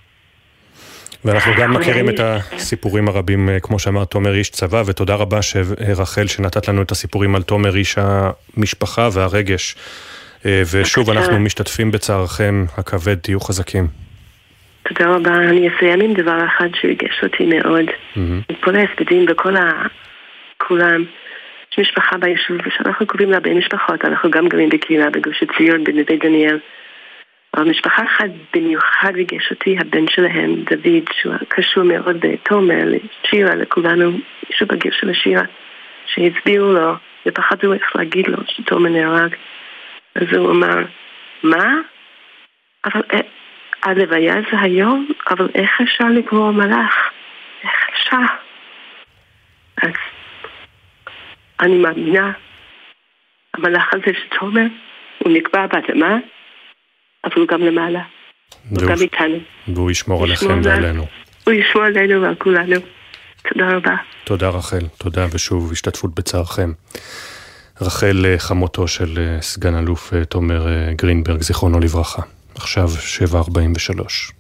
ואנחנו גם מכירים את הסיפורים הרבים, כמו שאמר תומר איש צבא, ותודה רבה רחל שנתת לנו את הסיפורים על תומר איש המשפחה והרגש. ושוב אנחנו משתתפים בצערכם הכבד, תהיו חזקים. תודה רבה, אני אסיים עם דבר אחד שהרגש אותי מאוד. כל ההספדים וכל כולם, יש משפחה ביישוב, ושאנחנו קוראים לה בין משפחות, אנחנו גם גרים בקהילה בגוש עציון, בנווה דניאל. המשפחה אחת במיוחד ריגש אותי, הבן שלהם, דוד, שהוא קשור מאוד בתומר, לשירה, לכולנו, שוב בגיל של השירה, שהצביעו לו, ופחדו איך להגיד לו שתומר נהרג. אז הוא אמר, מה? אבל הלוויה זה היום, אבל איך אפשר לקרוא מלאך? איך אפשר? אז אני מאמינה, המלאך הזה שתומר, הוא נקבע באדמה, אבל הוא גם למעלה. הוא גם איתנו. והוא ישמור עליכם ועלינו. הוא ישמור עלינו ועל כולנו. תודה רבה. תודה רחל, תודה ושוב השתתפות בצערכם. רחל חמותו של סגן אלוף תומר גרינברג, זיכרונו לברכה. עכשיו 7:43.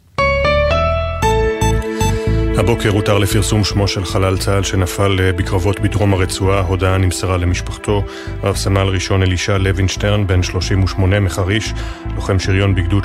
הבוקר הותר לפרסום שמו של חלל צה"ל שנפל בקרבות בדרום הרצועה. הודעה נמסרה למשפחתו. רב סמל ראשון אלישע לוינשטרן, בן 38 מחריש, לוחם שריון בגדוד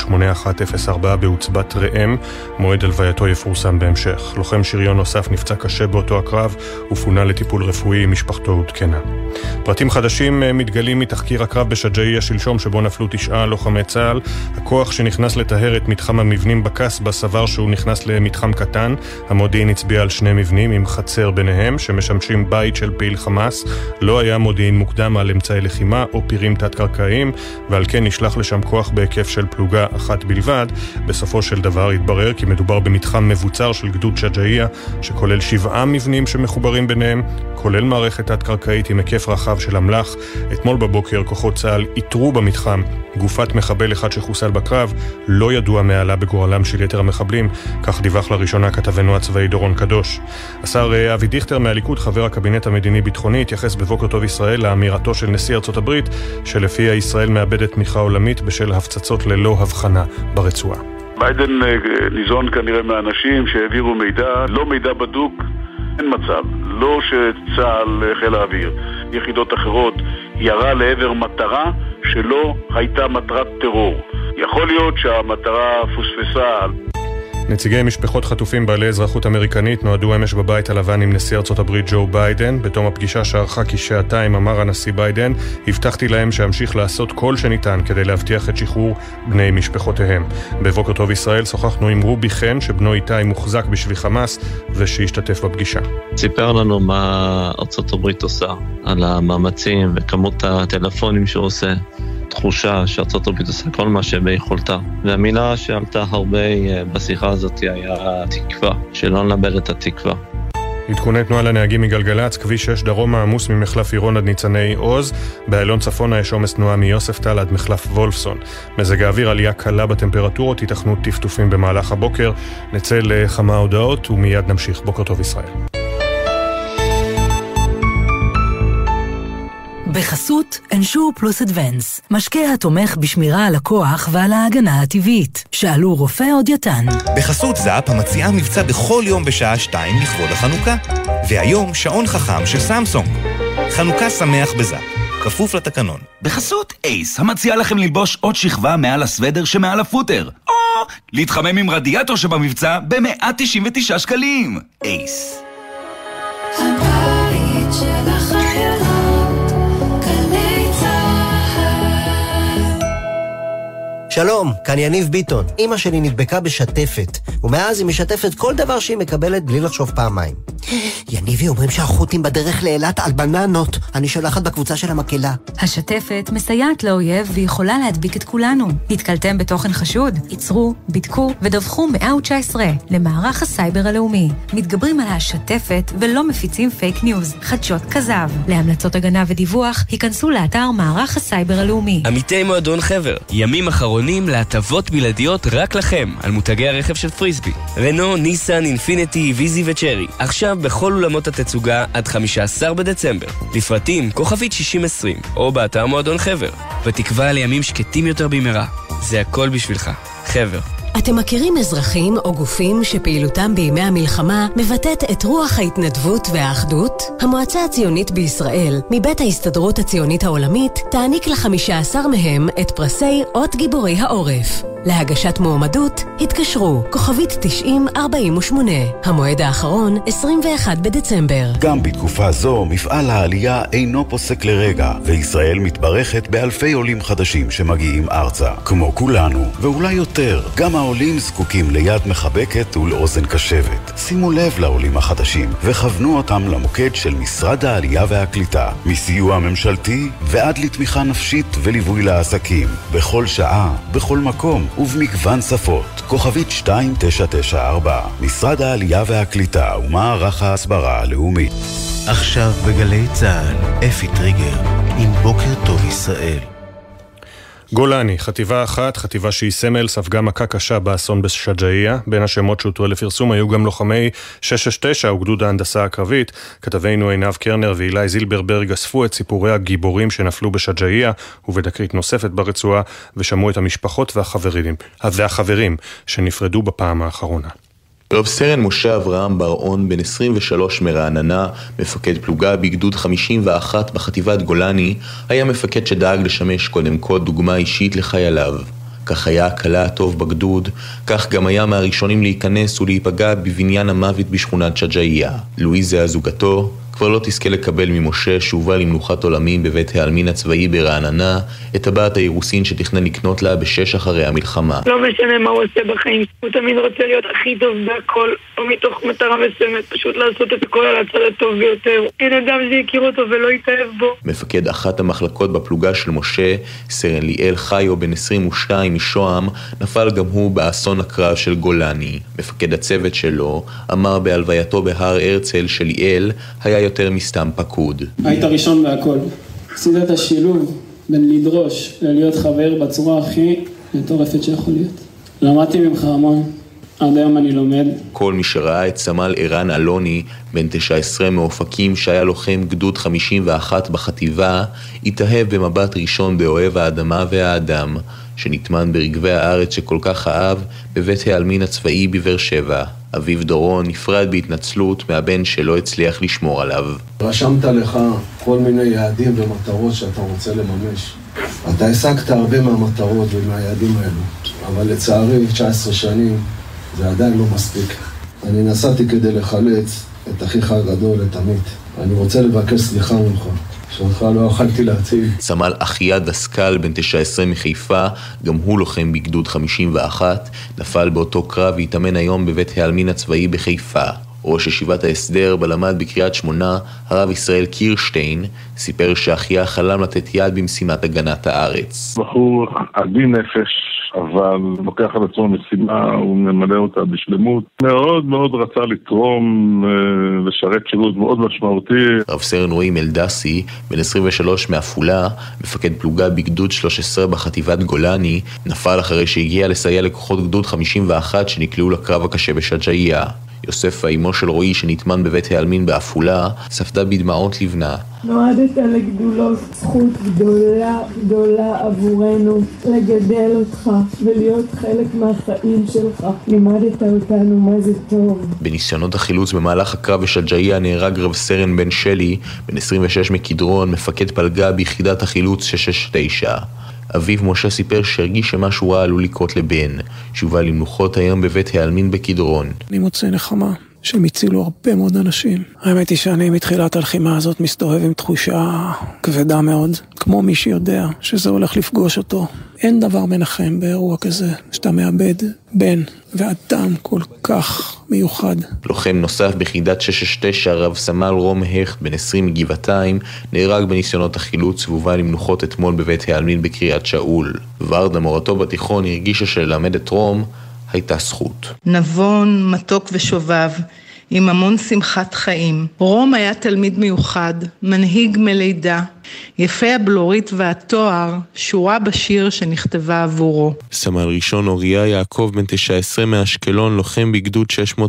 8104 בעוצבת ראם. מועד הלווייתו יפורסם בהמשך. לוחם שריון נוסף נפצע קשה באותו הקרב ופונה לטיפול רפואי, משפחתו עודכנה. פרטים חדשים מתגלים מתחקיר הקרב בשג'אעיה שלשום, שבו נפלו 9 לוחמי צה"ל. הכוח שנכנס לטהר את מתחם המבנים בקסבה סבר שהוא נכנס למתחם קטן. המודיעין הצביע על 2 מבנים עם חצר ביניהם שמשמשים בית של פעיל חמאס. לא היה מודיעין מוקדם על אמצעי לחימה או פירים תת-קרקעיים, ועל כן נשלח לשם כוח בהיקף של פלוגה אחת בלבד. בסופו של דבר התברר כי מדובר במתחם מבוצר של גדוד שג'אעיה, שכולל 7 מבנים שמחוברים ביניהם, כולל מערכת תת-קרקעית עם היקף רחב של אמל"ח. אתמול בבוקר כוחות צה"ל איתרו במתחם גופת מחבל אחד שחוסל בקרב. לא ידוע מעלה בגורלם של יתר המחבלים, כך דיווח לראשונה כתבנו הצבאי דורון קדוש. השר אבי דיכטר מהליכוד, חבר הקבינט המדיני-ביטחוני, התייחס בבוקר טוב ישראל לאמירתו של נשיא ארצות הברית, שלפיה ישראל מאבדת תמיכה עולמית בשל הפצצות ללא הבחנה ברצועה. ביידן ניזון כנראה מהאנשים שהעבירו מידע, לא מידע בדוק. אין מצב, לא שצה"ל חיל האוויר, יחידות אחרות, ירה לעבר מטרה שלא הייתה מטרת טרור. יכול להיות שהמטרה פוספסה. נציגי משפחות חטופים בעלי אזרחות אמריקנית נועדו אמש בבית הלבן עם נשיא ארצות הברית ג'ו ביידן. בתום הפגישה שארכה כשעתיים אמר הנשיא ביידן, הבטחתי להם שאמשיך לעשות כל שניתן כדי להבטיח את שחרור בני משפחותיהם. בבוקר טוב ישראל שוחחנו עם רובי חן, שבנו איתי מוחזק בשבי חמאס ושהשתתף בפגישה. סיפר לנו מה ארצות הברית עושה, על המאמצים וכמות הטלפונים שהוא עושה. תחושה שארצות הברית עושה כל מה שביכולתה. והמילה שעלתה הרבה בשיחה הזאת היה תקווה, שלא נאבד את התקווה. עדכוני תנועה לנהגים מגלגלץ, כביש 6 דרומה עמוס ממחלף עירון עד ניצני עוז. באיילון צפונה יש עומס תנועה מיוספטל עד מחלף וולפסון. מזג האוויר עלייה קלה בטמפרטורות, התכנות טפטופים במהלך הבוקר. נצא לכמה הודעות ומיד נמשיך. בוקר טוב ישראל. בחסות אנשור פלוס אדוונס, משקה התומך בשמירה על הכוח ועל ההגנה הטבעית. שאלו רופא או דיאטן. בחסות זאפ המציעה מבצע בכל יום בשעה 2 לכבוד החנוכה. והיום שעון חכם של סמסונג. חנוכה שמח בזאפ, כפוף לתקנון. בחסות אייס המציעה לכם ללבוש עוד שכבה מעל הסוודר שמעל הפוטר. או להתחמם עם רדיאטור שבמבצע ב-199 שקלים. אייס. הבית של החיילות. שלום, כאן יניב ביטון. אמא שלי נדבקה בשתפת, ומאז היא משתפת כל דבר שהיא מקבלת בלי לחשוב פעמיים. יניבי, אומרים שהחות'ים בדרך לאילת על בננות. אני שולחת בקבוצה של המקהלה. השתפת מסייעת לאויב ויכולה להדביק את כולנו. נתקלתם בתוכן חשוד? ייצרו, בדקו ודווחו 119 למערך הסייבר הלאומי. מתגברים על השתפת ולא מפיצים פייק ניוז, חדשות כזב. להמלצות הגנה ודיווח, היכנסו לאתר מערך הסייבר הלאומי. עמיתי מועדון חבר, ימים אחרונים להטבות בלעדיות רק לכם על מותגי הרכב של פריסבי. רנו, ניסן, אינפיניטי, ויזי וצ'רי. עכשיו בכל אולמות התצוגה עד 15 בדצמבר. לפרטים כוכבית 6020 או באתר מועדון חבר. בתקווה לימים שקטים יותר במהרה. זה הכל בשבילך. חבר. אתם מכירים אזרחים או גופים שפעילותם בימי המלחמה מבטאת את רוח ההתנדבות והאחדות? המועצה הציונית בישראל, מבית ההסתדרות הציונית העולמית, תעניק ל15 מהם את פרסי אות גיבורי העורף. להגשת מועמדות, התקשרו, כוכבית 9048. המועד האחרון, 21 בדצמבר. גם בתקופה זו, מפעל העלייה אינו פוסק לרגע, וישראל מתברכת באלפי עולים חדשים שמגיעים ארצה. כמו כולנו, ואולי יותר, גם העולים זקוקים ליד מחבקת ולאוזן קשבת. שימו לב לעולים החדשים, וכוונו אותם למוקד של משרד העלייה והקליטה. מסיוע ממשלתי ועד לתמיכה נפשית וליווי לעסקים. בכל שעה, בכל מקום. ובמגוון שפות, כוכבית 2994, משרד העלייה והקליטה ומערך ההסברה הלאומית. עכשיו בגלי צהל, אפי טריגר, עם בוקר טוב ישראל. גולני, חטיבה אחת, חטיבה שהיא סמל, ספגה מכה קשה באסון בשג'אעיה. בין השמות שהותרו לפרסום היו גם לוחמי 669 וגדוד ההנדסה הקרבית. כתבינו עינב קרנר ואילי זילברברג אספו את סיפורי הגיבורים שנפלו בשג'אעיה ובדקרית נוספת ברצועה, ושמעו את המשפחות והחברים שנפרדו בפעם האחרונה. רב סרן משה אברהם בר-און, בן 23 מרעננה, מפקד פלוגה בגדוד 51 בחטיבת גולני, היה מפקד שדאג לשמש קודם כל דוגמה אישית לחייליו. כך היה הקלה הטוב בגדוד, כך גם היה מהראשונים להיכנס ולהיפגע בבניין המוות בשכונת שג'אעיה. לואיזה הזוגתו כבר לא תזכה לקבל ממשה שהובא למנוחת עולמים בבית העלמין הצבאי ברעננה את טבעת האירוסין שתכנן לקנות לה בשש אחרי המלחמה. לא משנה מה הוא עושה בחיים, הוא תמיד רוצה להיות הכי טוב בהכל, או מתוך מטרה מסוימת, פשוט לעשות את הכל על הצד הטוב ביותר. אין אדם שיכיר אותו ולא יתאהב בו. מפקד אחת המחלקות בפלוגה של משה, סרן ליאל חיו, בן 22 משוהם, נפל גם הוא באסון הקרב של גולני. מפקד הצוות שלו אמר בהלווייתו בהר הרצל של ליאל היה יותר מסתם פקוד. היית ראשון בהכל. עשית את השילוב בין לדרוש ולהיות חבר בצורה הכי מטורפת שיכול להיות. למדתי ממך המון, עד היום אני לומד. כל מי שראה את סמל ערן אלוני, בן 19 מאופקים שהיה לוחם גדוד 51 בחטיבה, התאהב במבט ראשון באוהב האדמה והאדם, שנטמן ברגבי הארץ שכל כך אהב בבית העלמין הצבאי בבאר שבע. אביב דורון נפרד בהתנצלות מהבן שלא הצליח לשמור עליו. רשמת לך כל מיני יעדים ומטרות שאתה רוצה לממש. אתה השגת הרבה מהמטרות ומהיעדים האלו, אבל לצערי 19 שנים זה עדיין לא מספיק. אני נסעתי כדי לחלץ את אחיך הגדול, את עמית. אני רוצה לבקש סליחה ממך. שלך לא אכלתי להציל. סמל אחיה דסקל, בן 19 מחיפה, גם הוא לוחם בגדוד 51, נפל באותו קרב והתאמן היום בבית העלמין הצבאי בחיפה. ראש ישיבת ההסדר בלמד בקריית שמונה, הרב ישראל קירשטיין, סיפר שאחיה חלם לתת יד במשימת הגנת הארץ. בחור עדין נפש, אבל לוקח על עצמו משימה, הוא ממלא אותה בשלמות. מאוד מאוד רצה לתרום, לשרת שירות מאוד משמעותי. רב סרן רועי מלדסי, בן 23 מעפולה, מפקד פלוגה בגדוד 13 בחטיבת גולני, נפל אחרי שהגיע לסייע לכוחות גדוד 51 שנקלעו לקרב הקשה בשג'אעיה. יוסף, האימו של רועי שנטמן בבית העלמין בעפולה, ספדה בדמעות לבנה. נועדת לגדולות, זכות גדולה גדולה עבורנו לגדל אותך ולהיות חלק מהחיים שלך. לימדת אותנו מה זה טוב. בניסיונות החילוץ במהלך הקרב בשג'אעיה נהרג רב סרן בן שלי, בן 26 מקדרון, מפקד פלגה ביחידת החילוץ 669. אביו משה סיפר שהרגיש שמשהו רע עלול לקרות לבן, שהובא למנוחות היום בבית העלמין בקדרון. אני מוצא נחמה שהם הצילו הרבה מאוד אנשים. האמת היא שאני מתחילת הלחימה הזאת מסתובב עם תחושה כבדה מאוד, כמו מי שיודע שזה הולך לפגוש אותו. אין דבר מנחם באירוע כזה, שאתה מאבד בן ואדם כל כך מיוחד. לוחם נוסף ביחידת 669, רב סמל רום הכט, בן 20 מגבעתיים, נהרג בניסיונות החילוץ והובא למנוחות אתמול בבית העלמין בקריית שאול. ורדה, מורתו בתיכון, הרגישה שללמד את רום הייתה זכות. נבון, מתוק ושובב, עם המון שמחת חיים. רום היה תלמיד מיוחד, מנהיג מלידה. יפה הבלורית והתואר שורה בשיר שנכתבה עבורו. סמל ראשון אוריה יעקב, בן 19 מאשקלון, לוחם בגדוד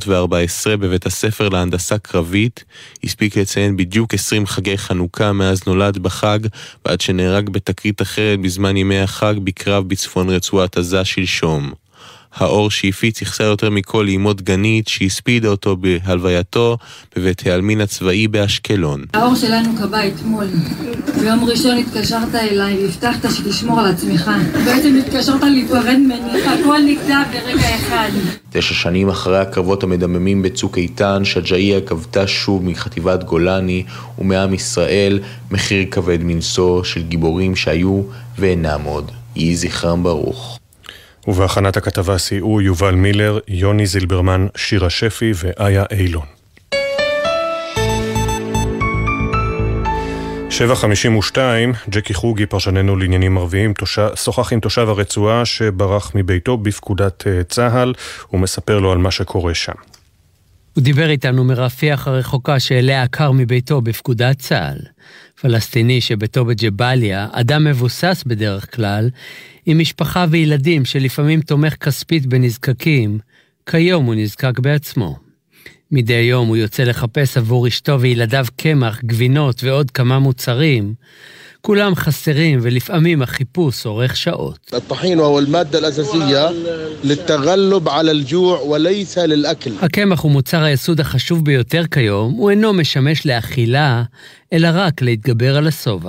614 בבית הספר להנדסה קרבית, הספיק לציין בדיוק 20 חגי חנוכה מאז נולד בחג, ועד שנהרג בתקרית אחרת בזמן ימי החג בקרב בצפון רצועת עזה שלשום. האור שהפיץ יחסר יותר מכל לאמות גנית שהספידה אותו בהלווייתו בבית העלמין הצבאי באשקלון. האור שלנו קבע אתמול. ביום ראשון התקשרת אליי והבטחת שתשמור על עצמך. בעצם התקשרת להיפרד ממני, הכל נקטע ברגע אחד. 9 שנים אחרי הקרבות המדממים בצוק איתן, שג'אעיה קבתה שוב מחטיבת גולני ומעם ישראל מחיר כבד מנשוא של גיבורים שהיו ואינם עוד. יהי זכרם ברוך. ובהכנת הכתבה סייעו יובל מילר, יוני זילברמן, שירה שפי ואיה אילון. 7:52, ג'קי חוגי, פרשננו לעניינים ערביים, שוחח עם תושב הרצועה שברח מביתו בפקודת צהל, ומספר לו על מה שקורה שם. הוא דיבר איתנו מרפיח הרחוקה שאליה עקר מביתו בפקודת צה"ל. פלסטיני שביתו בג'באליה, אדם מבוסס בדרך כלל, עם משפחה וילדים שלפעמים תומך כספית בנזקקים, כיום הוא נזקק בעצמו. מדי יום הוא יוצא לחפש עבור אשתו וילדיו קמח, גבינות ועוד כמה מוצרים, כולם חסרים ולפעמים החיפוש אורך שעות. الطحين هو المادة الأساسية للتغلب على الجوع وليس للأكل. הקמח הוא מוצר היסוד החשוב ביותר כיום, הוא אינו משמש לאכילה, אלא רק להתגבר על השובע.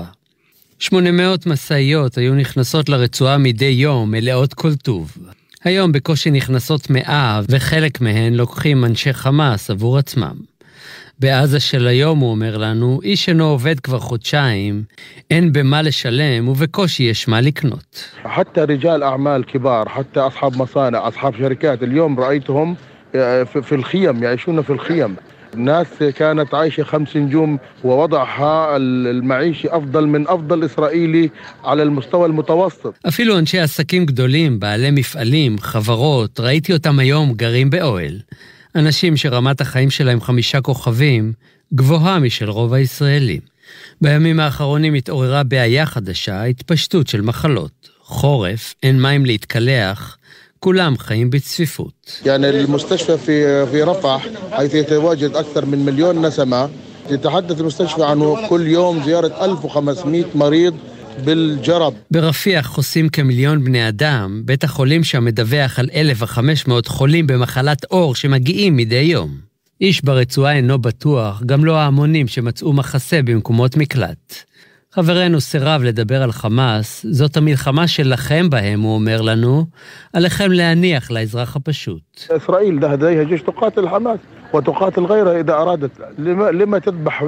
800 משאיות היו נכנסות לרצועה מדי יום, מלאות כל טוב. היום בקושי נכנסות 100, וחלק מהן לוקחים אנשי חמאס עבור עצמם. בעזה של היום, הוא אומר לנו, איש אינו עובד כבר חודשיים, אין במה לשלם ובקושי יש מה לקנות. حتى رجال أعمال كبار حتى أصحاب مصانع أصحاب شركات اليوم رأيتهم في الخيم يعيشون في الخيم. الناس كانت عايشة 5 نجوم ووضعها المعيشي أفضل من أفضل إسرائيلي على المستوى المتوسط. אפילו אנשי עסקים גדולים, בעלי מפעלים, חברות, ראיתי אותם היום גרים באוהל. אנשים שרמת החיים שלהם 5 כוכבים, גבוהה משל רוב הישראלים. בימים האחרונים התעוררה בעיה חדשה, התפשטות של מחלות. חורף, אין מים להתקלח, כולם חיים בצפיפות. يعني المستشفى في رفح حيث يتواجد أكثر من 1,000,000 نسمة يتحدث المستشفى عنه كل يوم زيارة 1,500 مريض بالجرب. ברפיח חוסים כ1,000,000 בני אדם, בית החולים שם מדווח על 1,500 חולים במחלת אור שמגיעים מדי יום. איש ברצועה אינו בטוח, גם לא ההמונים שמצאו מחסה במקומות מקלט. חברנו סירב לדבר על חמאס, זאת המלחמה שלכם בהם, הוא אומר לנו, עליכם להניח לאזרח הפשוט. ישראל لديها جيش تقاتل حماس وتقاتل غيرها إذا أرادت. لما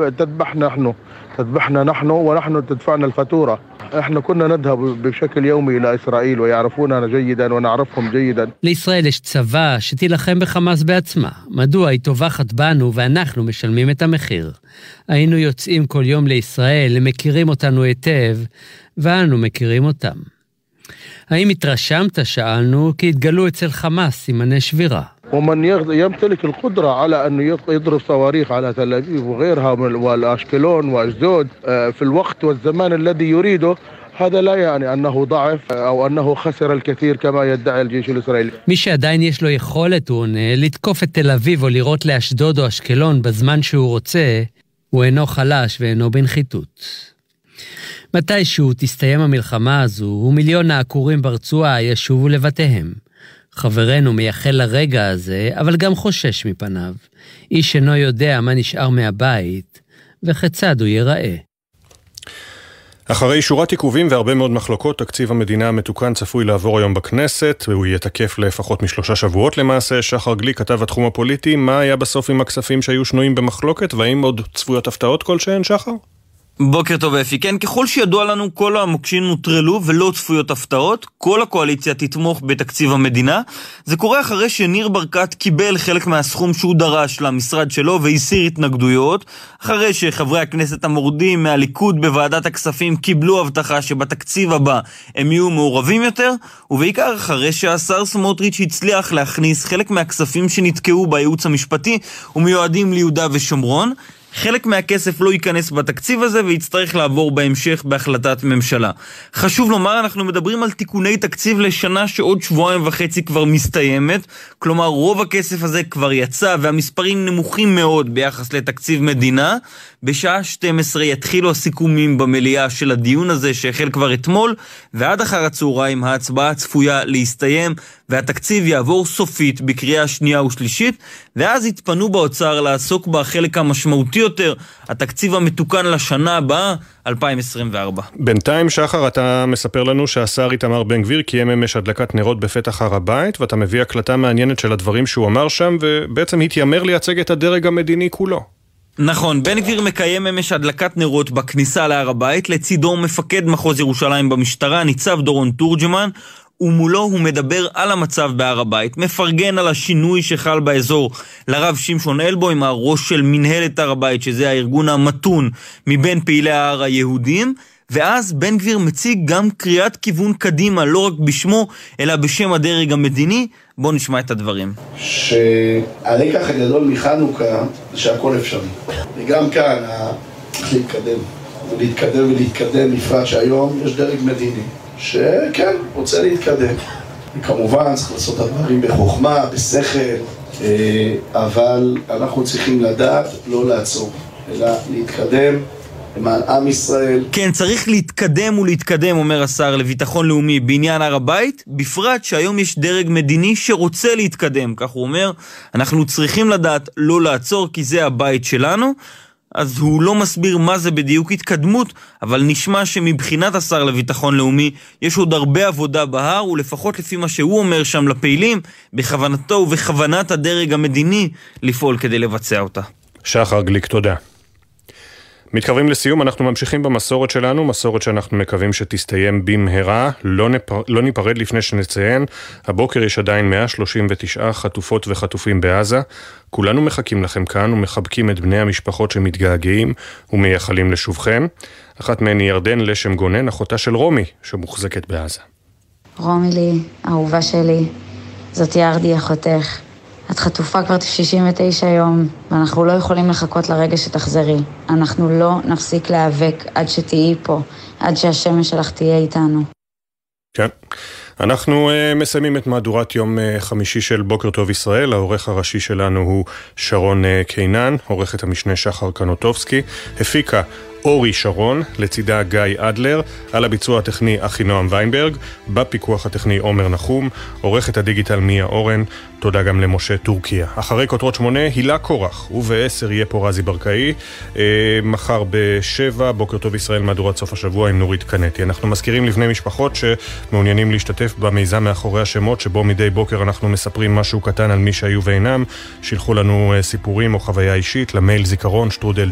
تذبحنا نحن ونحن تدفعنا الفاتورة. احنا كنا نذهب بشكل يومي إلى إسرائيل ويعرفوننا جيدا ونعرفهم جيدا. לישראל יש צבא שתילחם בחמאס בעצמה. מדוע היא טובחת בנו ואנחנו משלמים את המחיר? היינו יוצאים כל יום לישראל, הם מכירים אותנו היטב, ואנו מכירים אותם. האם התרשמת, שאלנו, כי התגלו אצל חמאס סימני שבירה. ومن يمتلك القدرة على أن يضرب صواريخ على تل أبيب وغيرها والأشكلون وأشدود في الوقت والزمان الذي يريده هذا لا يعني أنه ضعف أو أنه خسر الكثير كما يدعي الجيش الإسرائيلي. מי שעדיין יש לו יכולת, הוא עונה, לתקוף את תל אביב או לירות לאשדוד או אשקלון בזמן שהוא רוצה, הוא אינו חלש ואינו בנחיתות. מתישהו תסתיים המלחמה הזו, ומיליון העקורים ברצועה ישובו לבתיהם. חברנו מייחל לרגע הזה, אבל גם חושש מפניו. איש אינו יודע מה נשאר מהבית, וכיצד הוא ייראה. אחרי שורת עיכובים והרבה מאוד מחלוקות, תקציב המדינה המתוקן צפוי לעבור היום בכנסת, והוא יהיה תקף לפחות מ3 שבועות למעשה. שחר גלי, כתב התחום הפוליטי, מה היה בסוף עם הכספים שהיו שנויים במחלוקת, והאם עוד צפויות הפתעות כלשהן, שחר? בוקר טוב אפי, כן, ככל שידוע לנו כל המוקשים נוטרלו ולא צפויות הפתעות, כל הקואליציה תתמוך בתקציב המדינה. זה קורה אחרי שניר ברקת קיבל חלק מהסכום שהוא דרש למשרד שלו והסיר התנגדויות, אחרי שחברי הכנסת המורדים מהליכוד בוועדת הכספים קיבלו הבטחה שבתקציב הבא הם יהיו מעורבים יותר, ובעיקר אחרי שהשר סמוטריץ' הצליח להכניס חלק מהכספים שנתקעו בייעוץ המשפטי ומיועדים ליהודה ושומרון. חלק מהכסף לא ייכנס בתקציב הזה ויצטרך לעבור בהמשך בהחלטת ממשלה. חשוב לומר, אנחנו מדברים על תיקוני תקציב לשנה שעוד 2.5 שבועות כבר מסתיימת, כלומר רוב הכסף הזה כבר יצא והמספרים נמוכים מאוד ביחס לתקציב מדינה. בשעה 12 יתחילו הסיכומים במליאה של הדיון הזה שהחל כבר אתמול, ועד אחר הצהריים ההצבעה צפויה להסתיים והתקציב יעבור סופית בקריאה שנייה ושלישית, ואז יתפנו באוצר לעסוק בחלק המשמעותי יותר, התקציב המתוקן לשנה הבאה, 2024. בינתיים, שחר, אתה מספר לנו שהשר איתמר בן גביר קיים אמש הדלקת נרות בפתח הר הבית, ואתה מביא הקלטה מעניינת של הדברים שהוא אמר שם, ובעצם התיימר לייצג את הדרג המדיני כולו. נכון, בן גביר מקיים אמש הדלקת נרות בכניסה להר הבית, לצידו מפקד מחוז ירושלים במשטרה, ניצב דורון תורג'מן, ומולו הוא מדבר על המצב בהר הבית, מפרגן על השינוי שחל באזור לרב שמשון אלבוים, הראש של מנהלת הר הבית, שזה הארגון המתון מבין פעילי ההר היהודים, ואז בן גביר מציג גם קריאת כיוון קדימה, לא רק בשמו, אלא בשם הדרג המדיני. בואו נשמע את הדברים. שהלקח הגדול מחנוכה זה שהכל אפשרי. וגם כאן, להתקדם, בפרט שהיום יש דרג מדיני, שכן, רוצה להתקדם. וכמובן, צריך לעשות הדברים בחוכמה, בשכל, אבל אנחנו צריכים לדעת לא לעצור, אלא להתקדם למען עם ישראל. כן, צריך להתקדם ולהתקדם, אומר השר לביטחון לאומי, בעניין הר הבית, בפרט שהיום יש דרג מדיני שרוצה להתקדם, כך הוא אומר, אנחנו צריכים לדעת לא לעצור, כי זה הבית שלנו. אז הוא לא מסביר מה זה בדיוק התקדמות, אבל נשמע שמבחינת השר לביטחון לאומי יש עוד הרבה עבודה בהר, ולפחות לפי מה שהוא אומר שם לפעילים, בכוונתו ובכוונת הדרג המדיני לפעול כדי לבצע אותה. שחר גליק, תודה. מתקרבים לסיום, אנחנו ממשיכים במסורת שלנו, מסורת שאנחנו מקווים שתסתיים במהרה, לא ניפרד לפני שנציין, הבוקר יש עדיין 139 חטופות וחטופים בעזה, כולנו מחכים לכם כאן ומחבקים את בני המשפחות שמתגעגעים ומייחלים לשובכם, אחת מהן היא ירדן לשם גונן, אחותה של רומי שמוחזקת בעזה. רומי לי, אהובה שלי, זאת ירדי אחותך. את חטופה כבר 69 יום, ואנחנו לא יכולים לחכות לרגע שתחזרי. אנחנו לא נפסיק להיאבק עד שתהיי פה, עד שהשמש שלך תהיה איתנו. כן. אנחנו מסיימים את מהדורת יום חמישי של בוקר טוב ישראל. העורך הראשי שלנו הוא שרון קינן, עורכת המשנה שחר קנוטובסקי, הפיקה אורי שרון, לצידה גיא אדלר, על הביצוע הטכני אחינועם ויינברג, בפיקוח הטכני עומר נחום, עורכת הדיגיטל מיה אורן, תודה גם למשה טורקיה. אחרי כותרות 8, הילה קורח, וב-10 יהיה פה רזי ברקאי, מחר ב-7, בוקר טוב ישראל, מהדורת סוף השבוע עם נורית קנטי. אנחנו מזכירים לבני משפחות שמעוניינים להשתתף במיזם מאחורי השמות, שבו מדי בוקר אנחנו מספרים משהו קטן על מי שהיו ואינם, שילחו לנו סיפורים או חוויה אישית, למייל זיכרון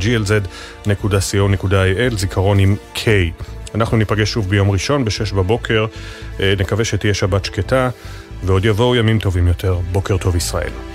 @glz.co.il, זיכרון עם K. אנחנו ניפגש שוב ביום ראשון ב-6 בבוקר, נקווה שתהיה שבת שקטה, ועוד יבואו ימים טובים יותר. בוקר טוב ישראל.